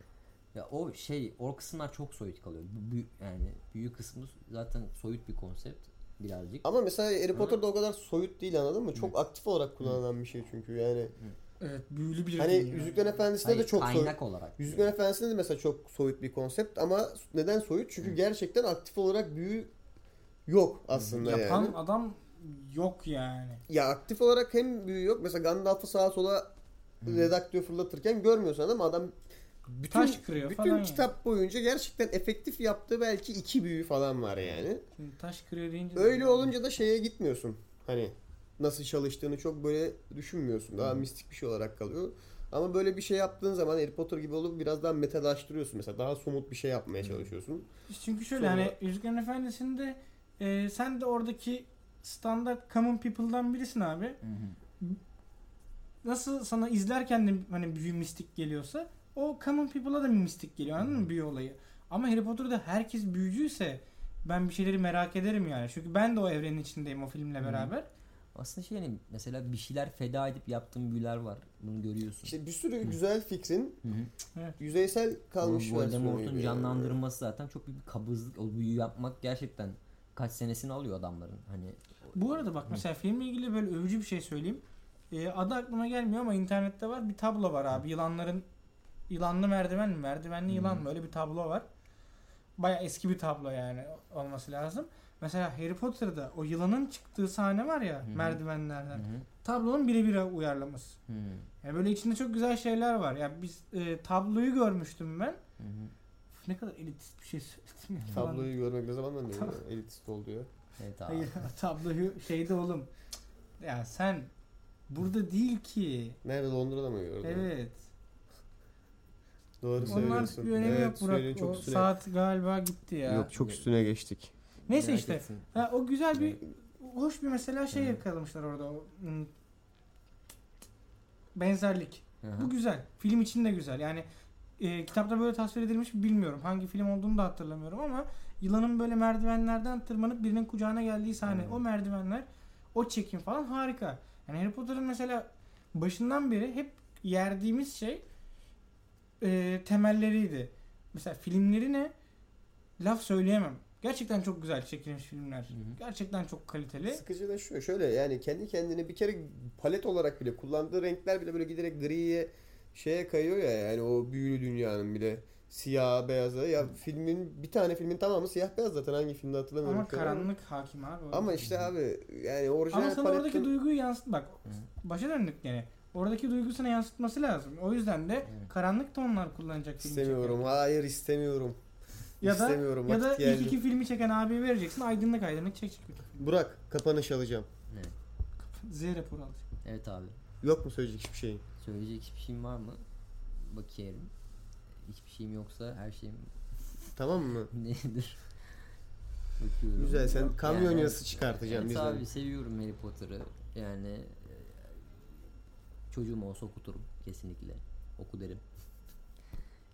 ya o şey o kısımlar çok soyut kalıyor. Bu, bu- yani büyü kısmı zaten soyut bir konsept birazcık.
Ama mesela Harry Potter'da o kadar soyut değil anladın mı? Çok aktif olarak kullanılan bir şey çünkü yani.
Evet büyülü bir
Hani
dünya.
Yüzüklerin Efendisi'nde
Hayır,
de çok soyut.
kaynak olarak.
Yüzüklerin Efendisi'nde de mesela çok soyut bir konsept ama neden soyut? Çünkü
Hı.
gerçekten aktif olarak büyü yok aslında
Yapan
yani.
adam yok yani.
Ya aktif olarak hem büyü yok. Mesela Gandalf'ı sağa sola redaktör fırlatırken görmüyorsun ama adam bütün,
Taş kırıyor
bütün
falan
kitap boyunca gerçekten efektif yaptığı belki iki büyü falan var yani.
Şimdi taş kırıyor deyince de-
Öyle olunca da şeye gitmiyorsun. Hani nasıl çalıştığını çok böyle düşünmüyorsun. Daha
Hı.
mistik bir şey olarak kalıyor. Ama böyle bir şey yaptığın zaman Harry Potter gibi olup biraz daha metalaştırıyorsun. Mesela daha somut bir şey yapmaya çalışıyorsun.
Çünkü şöyle
Sonra-
hani Yüzüklerin Efendisi'nde e, sen de oradaki standart common people'dan birisin abi.
Hı hı.
Nasıl sana izlerken de hani büyü mistik geliyorsa o common people'a da bir mistik geliyor anladın mı büyü olayı. Ama Harry Potter'da herkes büyücüyse ben bir şeyleri merak ederim yani. Çünkü ben de o evrenin içindeyim o filmle
Hı.
beraber.
Aslında şey yani mesela bir şeyler feda edip yaptığın büyüler var. Bunu görüyorsun.
İşte bir sürü güzel fikrin
Hı hı.
yüzeysel kalmış
Ama
versiyonu
Voldemort'un
gibi.
canlandırılması zaten çok büyük bir kabızlık. O büyüyü yapmak gerçekten kaç senesini alıyor adamların. Hani
Bu arada bak mesela filmle ilgili böyle övücü bir şey söyleyeyim. Ee, adı aklıma gelmiyor ama internette var. Bir tablo var abi. Yılanların yılanlı merdiven mi? Merdivenli yılan
Hı.
mı? Öyle bir tablo var. Baya eski bir tablo yani olması lazım. Mesela Harry Potter'da o yılanın çıktığı sahne var ya
Hı hı.
merdivenlerden.
Hı hı.
Tablonun birebir uyarlaması.
Hı.
Yani böyle içinde çok güzel şeyler var. Ya biz e, tabloyu görmüştüm ben.
Hı hı.
Ne kadar elitist bir şey söyledim ya falan.
Tabloyu görmek ne zaman da elitist oldu ya.
Evet abi.
Hayır tabloyu şeyde oğlum. Ya sen burada değil ki.
Nerede Londra'da mı gördün?
Evet.
Doğru
Onlar
söylüyorsun.
bir önemi
Evet,
yok Burak.
söylediğin çok
O
üstüne.
saat galiba gitti ya.
Yok çok üstüne geçtik.
Neyse
Merak
işte.
etsin.
Ha, o güzel bir hoş bir mesela şey
Hı.
yakalamışlar orada. O, hmm, benzerlik.
Hı hı.
Bu güzel. Film için de güzel. Yani e, kitapta böyle tasvir edilmiş mi bilmiyorum. Hangi film olduğunu da hatırlamıyorum ama yılanın böyle merdivenlerden tırmanıp birinin kucağına geldiği sahne,
Hmm.
o merdivenler, o çekim falan harika. Yani Harry Potter'ın mesela başından beri hep yerdiğimiz şey e, temelleriydi. Mesela filmlerine laf söyleyemem. Gerçekten çok güzel çekilmiş filmler.
Hı hı.
Gerçekten çok kaliteli.
Sıkıcılaşıyor. Şöyle yani kendi kendine bir kere palet olarak bile kullandığı renkler bile böyle giderek griye şeye kayıyor ya yani o büyülü dünyanın bile siyah beyaza ya filmin bir tane filmin tamamı siyah beyaz zaten hangi filmde hatırlamıyorum.
Ama karanlık hakim abi. o
Ama
yüzden.
işte abi yani orijinal
Ama sana
paletin
oradaki duyguyu yansıt bak.
Hı.
Başa döndük gene. Oradaki duygu sana yansıtması lazım. O yüzden de
Evet.
karanlık tonlar kullanacak film
istemiyorum.
çekerken.
Hayır istemiyorum.
Ya da
istemiyorum.
ya da
Vakit
ilk
geldi.
iki filmi çeken abiye vereceksin. Aydınlık aydınlık çekecek bütün film.
Burak kapanış alacağım.
Evet.
Z raporu alacak.
Evet abi.
Yok mu söyleyecek hiçbir şeyin?
Söyleyecek hiçbir şeyim var mı? Bakıyorum. Hiçbir şeyim yoksa her şeyim
Tamam mı?
nedir? Bakıyorum.
Güzel sen kamyon
Yani-
yazısı çıkartacaksın
Evet
bizden.
abi seviyorum Harry Potter'ı. Yani e, çocuğum olsa okuturum kesinlikle. Oku derim.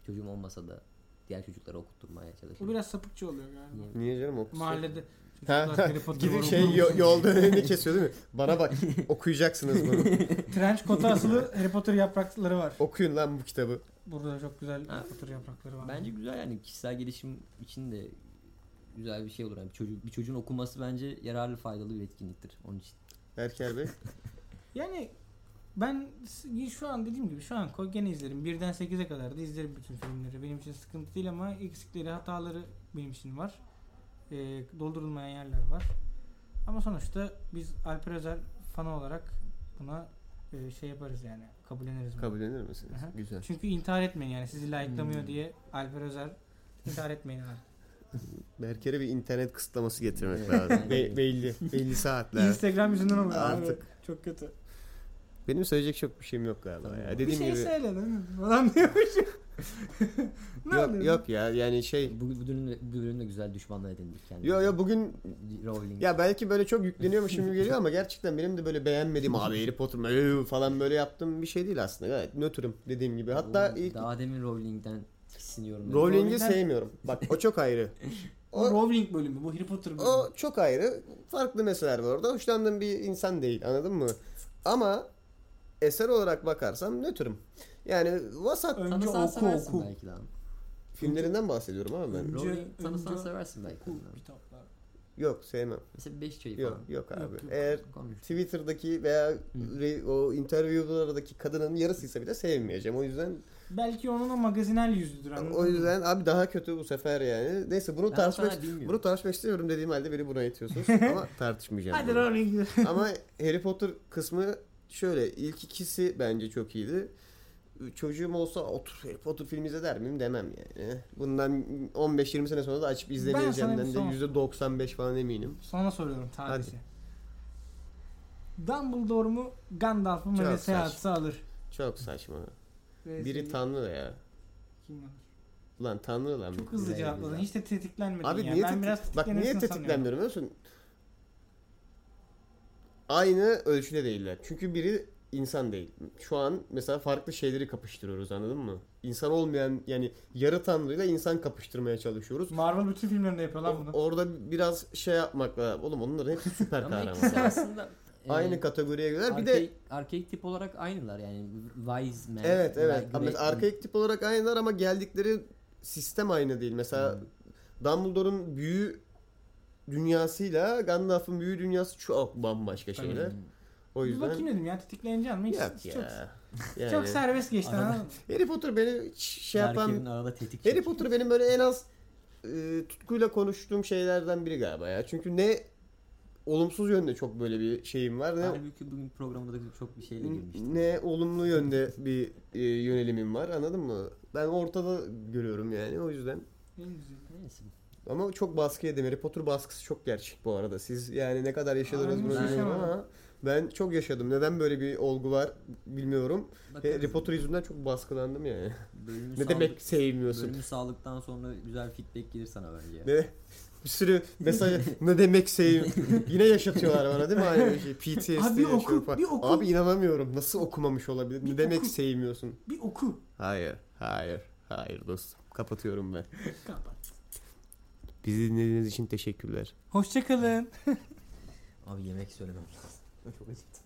çocuğum olmasa da diğer çocuklara okutturmaya
Bu
çalışırım.
biraz sapıkçı oluyor galiba.
Niye?
Niye canım okusun?
Mahallede
Ha,
çocuklar Harry Potter
gibi
okur
şey
mu?
yo- yolda önünü kesiyor değil mi? Bana bak okuyacaksınız bunu.
Trench coat'a asılı Harry Potter yaprakları var.
Okuyun lan bu kitabı.
Burada çok güzel
Ha.
Harry Potter yaprakları var.
Bence güzel yani kişisel gelişim için de güzel bir şey olur. Yani bir, çocuk, bir çocuğun okuması bence yararlı faydalı bir etkinliktir onun için.
Berker Bey.
Yani ben s- şu an dediğim gibi şu an ko- gene izlerim. birden sekize kadar da izlerim bütün filmleri. Benim için sıkıntı değil ama eksikleri, hataları benim için var. Ee, doldurulmayan yerler var. Ama sonuçta biz Alper Özer fanı olarak buna e, şey yaparız yani. Kabulleniriz. bunu.
Kabullenir misiniz?
Aha.
Güzel.
Çünkü intihar etmeyin yani. Sizi like'lamıyor
Hmm.
diye Alper Özer intihar etmeyin abi.
Berker'e bir internet kısıtlaması getirmek
Evet.
lazım. Be- belli. Belli saatler.
Instagram yüzünden oluyor.
Artık.
Artık. Çok kötü.
Benim söyleyecek çok bir şeyim yok galiba ya.
Tamam.
Dediğim
bir şey
gibi.
söyle değil mi? Falan diyormuşum. ne
Yok,
oluyor?
yok ya yani şey.
Bu, bu, bölümde, bu bölümde güzel düşmanlar edindik kendimize.
Yo yo bugün
Rowling.
ya belki böyle çok yükleniyormuşum gibi geliyor ama gerçekten benim de böyle beğenmediğim abi Harry Potter mı falan böyle yaptığım bir şey değil aslında. Gayet nötrüm dediğim gibi. Hatta
Oğlum,
ilk
daha demin Rowling'den tiksiniyorum. ben.
Rowling'i
Rowling'den-
sevmiyorum. Bak o çok ayrı.
O
O,
Rowling bölümü, bu Harry Potter bölümü.
o çok ayrı. Farklı meseleler var orada. Hoşlandığım bir insan değil anladın mı? Ama eser olarak bakarsam nötrüm. Yani vasat
Önce
Tanısan
oku
seversin
oku.
belki lan.
filmlerinden bahsediyorum ama ben.
Önce-
Rowling tanısan
önce-
seversin belki.
Oku
lan.
kitaplar.
Yok sevmem.
Mesela beş çayı
Yok
falan.
yok abi.
Yok, yok.
Eğer
Konuş.
Twitter'daki veya re- o interview'lardaki kadının yarısıysa bile sevmeyeceğim. O yüzden
Belki onun o magazinel yüzüdür anladın
o
mı?
yüzden abi daha kötü bu sefer yani. Neyse bunu
Ben
tartışmak
o kadar bilmiyorum.
bunu tartışmak istiyorum dediğim halde beni buna itiyorsunuz ama tartışmayacağım.
Hadi
bunu.
Rowling.
Ama Harry Potter kısmı şöyle ilk ikisi bence çok iyiydi. Çocuğum olsa otur Harry Potter film izle der miyim demem yani. Bundan on beş yirmi sene sonra da açıp
Ben sana
izlemeyeceğimden
bir
de
son-
yüzde doksan beş falan eminim.
Sonra soruyorum tarihi. Dumbledore mu Gandalf mı
Çok
ve
saçma.
seyahatsi alır?
Çok saçma.
Ve
Biri
seni
tanrı ya.
kim alır?
Lan tanrı lan.
Çok hızlı
Güzel,
cevapladın.
güzel.
Hiç de tetiklenmedin
Abi
ya.
niye
ben
tetik-
biraz
Bak niye
tetiklenirsin
tetiklenmiyorum biliyor musun? Aynı ölçüde değiller. Çünkü biri insan değil. Şu an mesela farklı şeyleri kapıştırıyoruz anladın mı? İnsan olmayan yani yarı tanrıyla insan kapıştırmaya çalışıyoruz.
sanıyorum. Marvel bütün filmlerinde yapıyor lan bunu.
O- orada biraz şey yapmakla oğlum onların hepsi süper
Ama
kahraman.
ikisi aslında e,
Aynı kategoriye göre bir de
arkaik, arkaik tip olarak aynılar yani wise man.
evet evet
like
ama
great
mesela arkaik tip olarak aynılar ama geldikleri sistem aynı değil. Mesela Dumbledore'un büyü dünyasıyla Gandalf'ın büyü dünyası çok bambaşka
man.
şeyler.
Hmm.
O
Bir
yüzden
bakayım dedim ya tetikleneceğim mi? Hiç,
yok
hiç
ya.
çok,
Yani,
çok serbest geçti
Arada-
anladın mı?
Harry Potter beni hiç şey yapan
Berker'in arada tetik
Harry
çekiyor.
Potter benim böyle en az e, tutkuyla konuştuğum şeylerden biri galiba ya. Çünkü ne olumsuz yönde çok böyle bir şeyim var ne
Halbuki bugün programda da çok bir şeyle girmiştim.
ne olumlu yönde bir e, yönelimim var anladın mı? Ben ortada görüyorum yani o yüzden.
En güzel.
Neyse.
Ama çok baskı yedim. Harry Potter baskısı çok gerçek bu arada. Siz yani ne kadar yaşadınız
Aynen,
bunu
ben
bilmiyorum
yaşamadım.
ama ben çok yaşadım. Neden böyle bir olgu var bilmiyorum.
Bakarız.
Harry Potter yüzünden çok baskılandım yani.
Bölümü
Ne
sağlık-
demek sevmiyorsun?
Bölümü sağlıktan sonra güzel feedback gelir sana bence.
Ne? Bir sürü mesaj ne demek sev yine yaşatıyorlar bana değil mi aynı şey P T S D
Abi
yaşıyorum
oku,
falan.
bir oku.
Abi inanamıyorum nasıl okumamış olabilir ne
Bir
demek
oku.
sevmiyorsun
Bir oku.
hayır hayır hayır dostum kapatıyorum ben
Kapat.
bizi dinlediğiniz için teşekkürler
Hoşçakalın.
Abi yemek söylemem lazım. Çok acıktım.